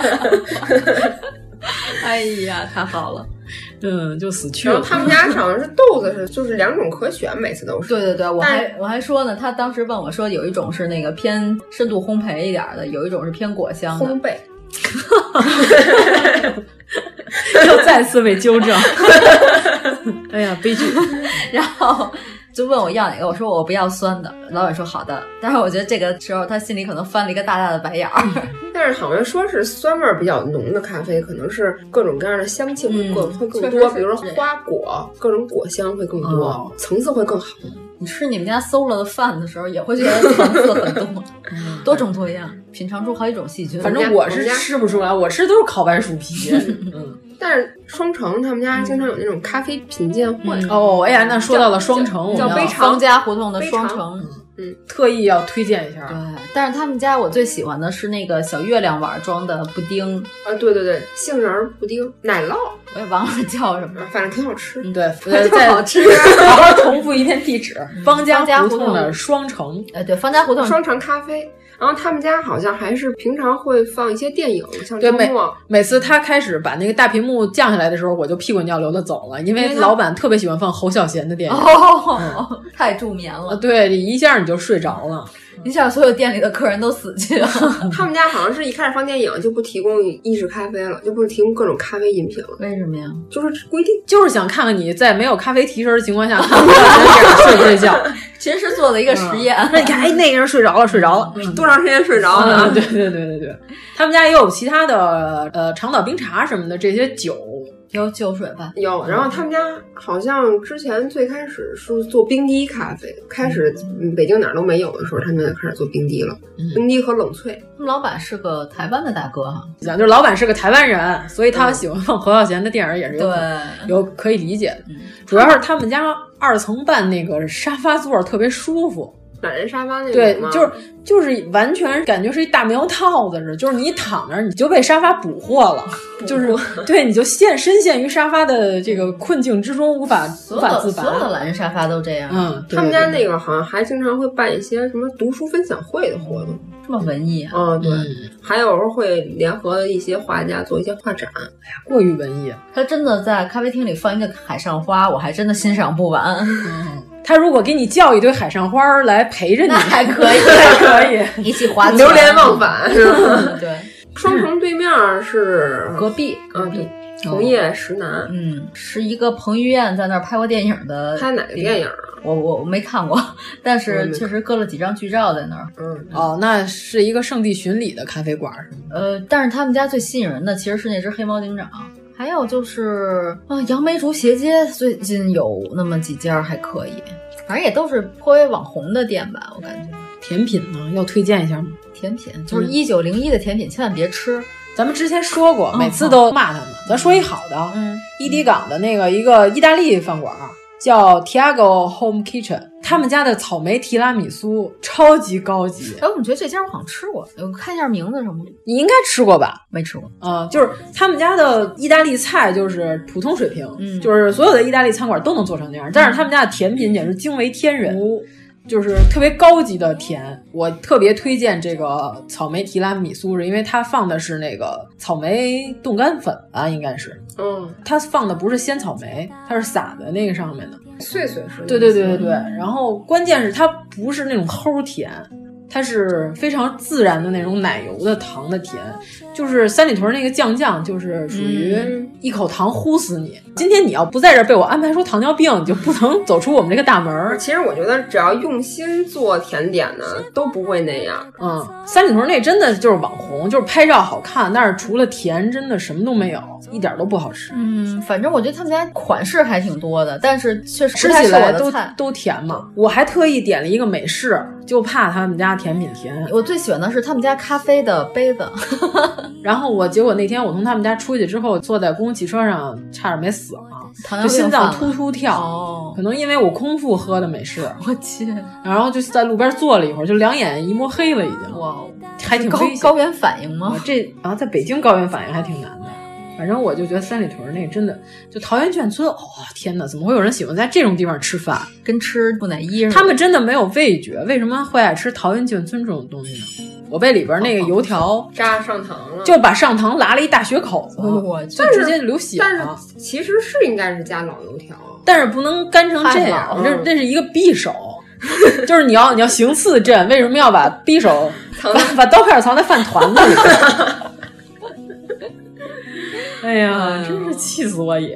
哎呀，太好了。 就死去了。 然后他们家好像是豆子就是2种可选，每次都是。 对，我还说呢，他当时问我说，有一种是那个偏深度烘焙一点的，有一种是偏果香的。 烘焙。 又再次被纠正。哎呀，悲剧。 然后就问我要哪个，我说我不要酸的，老板说好的。但是我觉得这个时候他心里可能翻了一个大大的白眼儿。 但是好像说是酸味比较浓的咖啡，可能是各种各样的香气会更多，比如说花果，各种果香会更多，层次会更好。 你吃你们家馊了的饭的时候，也会觉得层次很多，多种多样，品尝出好几种细菌。 反正我是吃不出来，我吃都是烤白薯皮。 但是双城他们家经常有那种咖啡品鉴会。 哎呀，那说到了双城， 叫杯方家胡同的双城。 特意要推荐一下。 对，但是他们家我最喜欢的是那个小月亮碗装的布丁。 对，杏仁布丁、奶酪， 我也忘了叫什么， 反正挺好吃。 对， 再好吃。 好好重复一遍地址：方家胡同的双城。 对，方家胡同双城咖啡。然后他们家好像还是平常会放一些电影，像周末。 每次他开始把那个大屏幕降下来的时候，我就屁滚尿流的走了，因为老板特别喜欢放侯孝贤的电影。 太助眠了。 对，一下你就睡着了。 一下所有店里的客人都死去了。 他们家好像是一开始放电影就不提供意式咖啡了，就不提供各种咖啡饮品了。 为什么呀？ 就是规定， 就是想看看你在没有咖啡提神的情况下看不到睡不睡觉。 其实是做了一个实验。 那你看，那个人睡着了， 多长时间睡着了？ 对。他们家也有其他的长岛冰茶什么的这些酒。 有酒水吧？ 有，然后他们家好像之前最开始是做冰滴咖啡，开始北京哪儿都没有的时候，他们就开始做冰滴了，冰滴和冷萃。 他们老板是个台湾的大哥哈， 讲就是老板是个台湾人，所以他喜欢放侯孝贤的电影也是有可以理解的。主要是他们家2层半那个沙发座特别舒服。 懒人沙发那种对，就是完全感觉是一大棉套子似的，就是你躺那儿你就被沙发捕获了，就是对，你就深陷于沙发的这个困境之中，无法自拔。 所有的懒人沙发都这样。 对他们家那个好像还经常会办一些什么读书分享会的活动， 这么文艺啊！ 对，还有时候会联合一些画家做一些画展。 哎呀，过于文艺。 他真的在咖啡厅里放一个海上花，我还真的欣赏不完。 他如果给你叫一堆海上花来陪着你， 那还可以，一起划流连忘返。 对， 双城对面是隔壁， 对，同业石南， 是一个彭于晏在那儿拍过电影的。 拍哪个电影啊？ 我没看过，但是确实搁了几张剧照在那儿。 那是一个圣地巡礼的咖啡馆是吗？ 但是他们家最吸引人的其实是那只黑猫警长。还有就是杨梅竹斜街最近有那么几家还可以，反正也都是颇为网红的店吧，我感觉。 甜品呢，要推荐一下吗？ 甜品就是1901的甜品，千万别吃。 咱们之前说过，每次都骂他们。咱说一好的，伊迪港的那个一个意大利饭馆叫 Tiago Home Kitchen， 他们家的草莓提拉米苏超级高级。 我怎么觉得这家我好像吃过？我看一下名字什么。 你应该吃过吧？ 没吃过。 就是他们家的意大利菜就是普通水平，就是所有的意大利餐馆都能做成那样，但是他们家的甜品简直惊为天人。就是特别高级的甜，我特别推荐这个草莓提拉米苏，是因为它放的是那个草莓冻干粉吧，应该是。它放的不是鲜草莓，它是撒在那个上面的， 碎碎是。 对。然后关键是它不是那种齁甜，它是非常自然的那种奶油的糖的甜，就是三里屯那个酱就是属于一口糖呼死你。今天你要不在这儿被我安排出糖尿病，你就不能走出我们这个大门。 其实我觉得只要用心做甜点呢，都不会那样。 三里屯那真的就是网红，就是拍照好看，但是除了甜真的什么都没有，一点都不好吃。 反正我觉得他们家款式还挺多的，但是确实吃起来都甜嘛。我还特意点了一个美式，就怕他们家甜品甜。 我最喜欢的是他们家咖啡的杯子。 然后结果那天我从他们家出去之后，坐在公共汽车上差点没死了，就心脏突突跳。可能因为我空腹喝的美式， 我去。 然后就在路边坐了一会儿，就两眼一摸黑了已经。 哇， 还挺危险。 高原反应吗？ 在北京高原反应还挺难的。反正我就觉得三里屯那个真的，就桃源眷村，天哪，怎么会有人喜欢在这种地方吃饭？ 跟吃木乃伊似的。 他们真的没有味觉，为什么会爱吃桃源眷村这种东西呢？我被里边那个油条扎上糖了， 就把上糖拉了一大血口子，就直接流血了。 但是其实是应该是加老油条， 但是不能干成这样，这是一个匕首。就是你要行刺阵，为什么要把匕首把刀片藏在饭团子里边？哎呀，真是气死我也！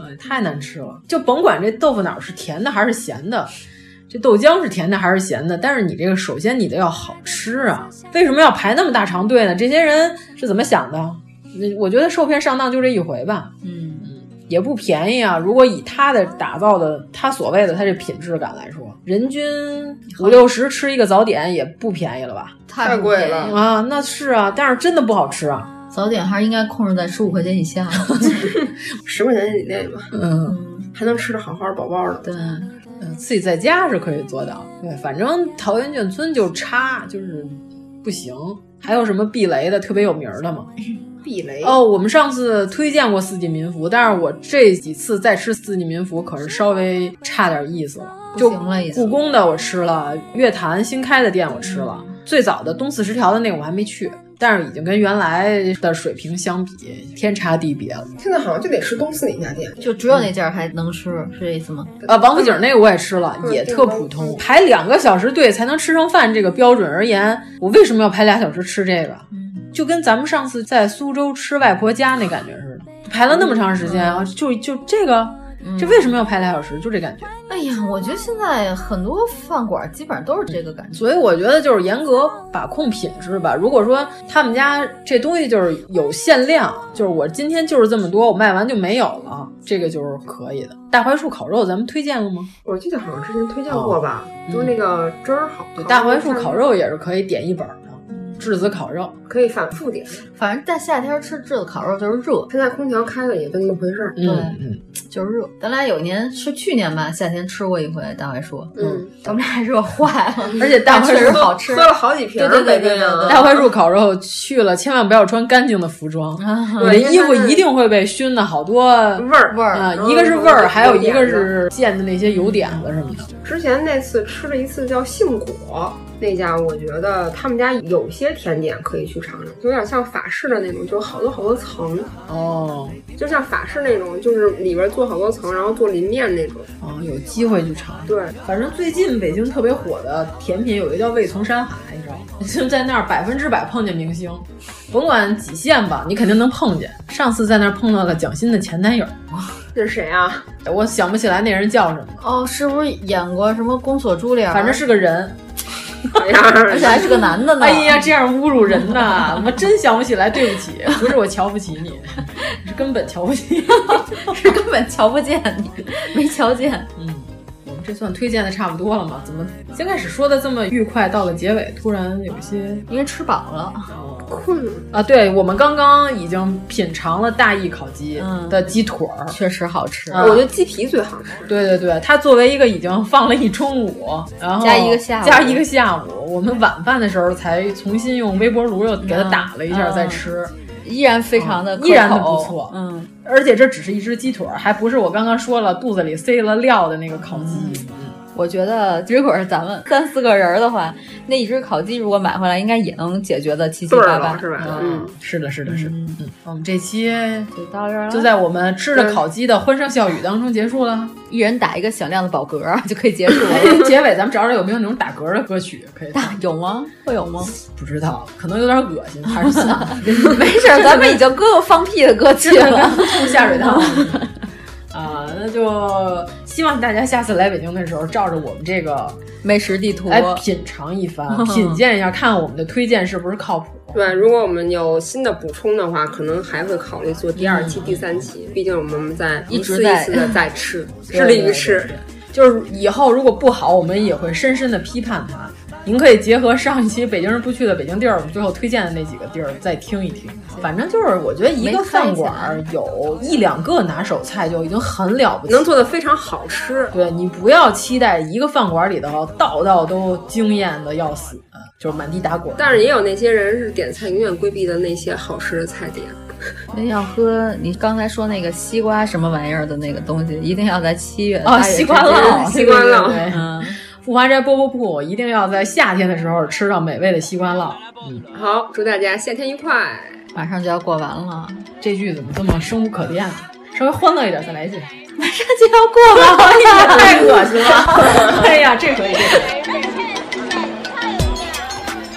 太难吃了。就甭管这豆腐脑是甜的还是咸的，这豆浆是甜的还是咸的，但是你这个首先你得要好吃啊。为什么要排那么大长队呢？这些人是怎么想的？我觉得受骗上当就这一回吧。也不便宜啊。如果以他的打造的，他所谓的他这品质感来说，人均50-60吃一个早点也不便宜了吧？ 太贵了啊！那是啊，但是真的不好吃啊。 早点还是应该控制在15块钱以下 ，10块钱以内吧。还能吃得好好饱饱的。 对， 自己在家是可以做到。对，反正桃源眷村就差，就是不行。还有什么避雷的特别有名的吗？ 避雷我们上次推荐过四季民福，但是我这几次再吃四季民福可是稍微差点意思了。就故宫的我吃了，乐坛新开的店我吃了，最早的东四十条的那个我还没去，但是已经跟原来的水平相比天差地别了。 现在好像就得吃东四那家店， 就只有那家还能吃，是这意思吗？ 王府井那个我也吃了，也特普通，排2个小时队才能吃上饭，这个标准而言，我为什么要排2小时吃这个？就跟咱们上次在苏州吃外婆家那感觉似的，排了那么长时间啊，就这个。这为什么要排2小时？就这感觉。 哎呀，我觉得现在很多饭馆基本上都是这个感觉， 所以我觉得就是严格把控品质吧。如果说他们家这东西就是有限量，就是我今天就是这么多，我卖完就没有了，这个就是可以的。大槐树烤肉咱们推荐了吗？ 我记得好像之前推荐过吧，就是那个汁儿好。 对，大槐树烤肉也是可以点一本。炙子烤肉可以反复点， 反正在夏天吃炙子烤肉就是热， 现在空调开了也就那么回事儿。 对，就是热。咱俩有一年是去年吧，夏天吃过一回大槐树，我们俩热坏了， 而且大槐树好吃， 喝了好几瓶。 对， 大槐树烤肉去了，千万不要穿干净的服装，你的衣服一定会被熏的好多味儿啊，一个是味儿，还有一个是溅的那些油点子什么的。 之前那次吃了一次叫杏果。那家我觉得他们家有些甜点可以去尝尝，有点像法式的那种，就好多层就像法式那种，就是里边做好多层，然后做淋面那种。 有机会去尝。 对， 反正最近北京特别火的甜品有一个叫味从山海，你知道吗？就在那儿100%碰见明星，甭管几线吧，你肯定能碰见。上次在那儿碰到了蒋欣的前男友。 这是谁啊？ 我想不起来那人叫什么。 是不是演过什么宫锁珠帘？ 反正是个人。 而且还是个男的呢！ 哎呀，这样侮辱人呐！我真想不起来，对不起，不是我瞧不起你，是根本瞧不起， 是根本瞧不见你，没瞧见。 我们这算推荐的差不多了吗？怎么先开始说的这么愉快，到了结尾突然有些因为吃饱了。 困了啊！对，我们刚刚已经品尝了大益烤鸡的鸡腿儿， 确实好吃。 我觉得鸡皮最好吃。 对，它作为一个已经放了一中午，然后加一个下午， 我们晚饭的时候才重新用微波炉又给它打了一下再吃， 依然非常的依然的不错。而且这只是一只鸡腿，还不是我刚刚说了肚子里塞了料的那个烤鸡。 我觉得如果是咱们3-4个人的话，那一只烤鸡如果买回来，应该也能解决的七七八八， 是吧？ 是的。我们这期就到这儿了， 就在我们吃着烤鸡的欢声笑语当中结束了。 一人打一个响亮的饱嗝就可以结束了。 结尾咱们找找有没有那种打嗝的歌曲可以打？有吗？会有吗？ 不知道，可能有点恶心，还是算了。 没事，咱们已经搁过放屁的歌曲了， 吐下水道。那就希望大家下次来北京的时候，照着我们这个美食地图来品尝一番，品鉴一下，看我们的推荐是不是靠谱。 对，如果我们有新的补充的话，可能还会考虑做第2期、第3期。毕竟我们在一次的在吃，致力于吃。 就是以后如果不好，我们也会深深的批判它。您可以结合上一期北京人不去的北京地儿，我们最后推荐的那几个地儿再听一听。反正就是我觉得一个饭馆有1-2个拿手菜就已经很了不起， 能做得非常好吃。 对，你不要期待一个饭馆里头道道都惊艳的要死，就是满地打滚。 但是也有那些人是点菜永远规避的那些好吃的菜点。 那要喝你刚才说那个西瓜什么玩意儿的那个东西，一定要在7月西瓜烙， 西瓜烙。 富华斋饽饽铺一定要在夏天的时候吃到美味的西瓜烙。 好，祝大家夏天愉快。 马上就要过完了， 这句怎么这么生无可恋？稍微欢乐一点再来一句。 马上就要过完了， 太恶心了。哎呀，这可以。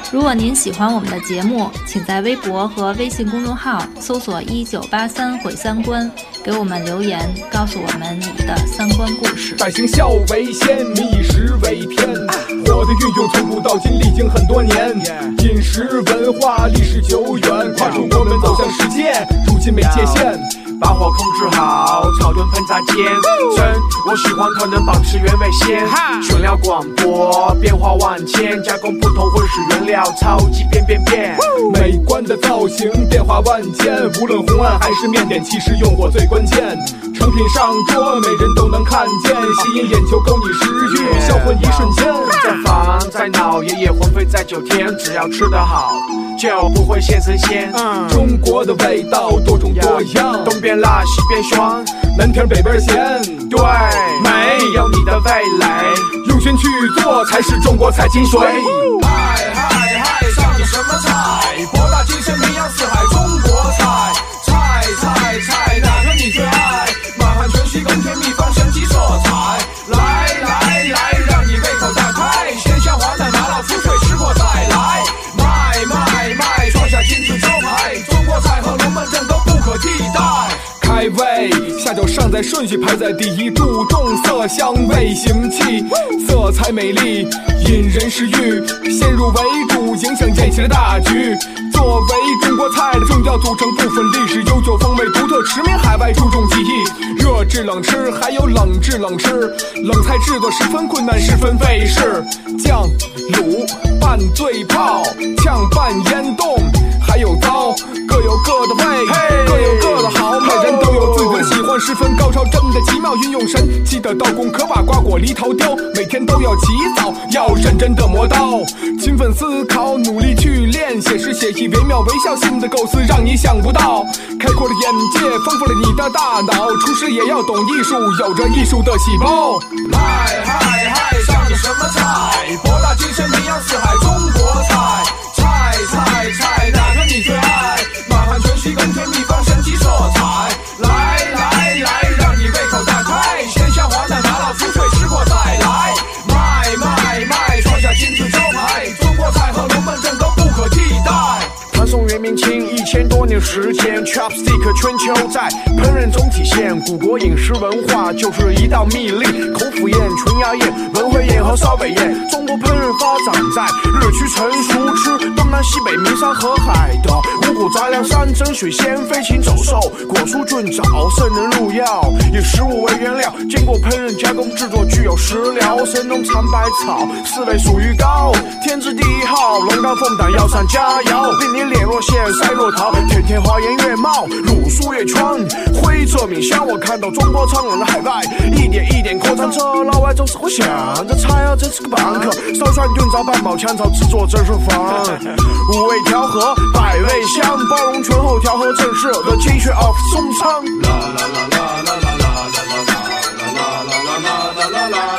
如果您喜欢我们的节目，请在微博和微信公众号搜索1983毁三观，给我们留言，告诉我们你的三观故事。 百姓孝为先，民以食为天。我的运用从古到今历经很多年，饮食文化历史久远，跨出我们走向世界，如今没界限。 把火控制好，草墩喷在肩。真，我喜欢可能保持原味鲜。选料广播，变化万千，加工不同混使原料，超级变。 美观的造型变化万千，无论红案还是面点，其实用火最关键。成品上桌，每人都能看见，吸引眼球，勾你食欲，销魂一瞬间。 在烦在恼，夜夜魂飞在9天，只要吃得好，就不会现神仙。 中国的味道多种多样， 东边辣西边酸， 南甜北边咸。 对，没有你的味蕾， 用心去做才是中国菜精髓。 嗨，上的什么菜？博大精深，名扬四海，中国菜。菜，哪个你最爱？满汉全席，更甜秘方，神奇色彩。来，让你胃口大开，鲜香滑嫩，麻辣酥脆，吃过再来。卖，创下金字招牌，中国菜和龙门阵都不可替代。 开胃，下酒上在顺序排在第一，注重色香味形气，色彩美丽引人食欲，先入为主影响宴席的大局。作为中国菜的重要组成部分，历史悠久，风味独特，驰名海外，注重技艺。热制冷吃，还有冷制冷吃，冷菜制作十分困难，十分费事。酱、卤、拌、醉泡、炝拌、腌冻，还有糟，各有各的味，各有各的好，每人都有自己的喜欢，十分高超，真的奇妙，运用神奇的刀工，可把瓜果梨桃雕，每天都要起早，要认真的磨刀，勤奋思考，努力去练，写诗写意惟妙惟肖，新的构思让你想不到，开阔了眼界，丰富了你的大脑，厨师也要懂艺术，有着艺术的细胞。 嗨，上的什么菜？博大精深，名扬四海，中国菜。菜，哪个你最爱？满汉全席，更甜秘方，神奇色彩。来，让你胃口大开，鲜香滑嫩，麻辣酥脆，吃过再来。卖，创下金字招牌，中国菜和龙门阵都不可替代。唐宋元明清1000多年时间 ，Chopstick 全球在烹饪中体现。古国饮食文化就是一道秘令，口腹宴、纯鸭宴、文汇宴和烧北宴。中国烹饪发展在日趋成熟之东南西北、名山河海的五谷杂粮、山珍水鲜、飞禽走兽、果蔬菌藻，圣人入药，以食物为原料，经过烹饪加工制作，具有食疗。神农尝百草，4味属于高，天之第一号，龙肝凤胆药膳佳肴，令你脸若馅，腮若桃，天花颜越茂，乳酥越圈，徽浙闽湘。我看到中国苍冷的海外，一点一点扩张着，老外总是会想这菜啊，这是个板客，烧涮炖炸拌煲炝炒制作真是烦。五味调和，百味香，包容醇厚调和正式的精血 of 松仓。啦啦啦啦啦啦啦啦啦啦啦啦啦啦啦。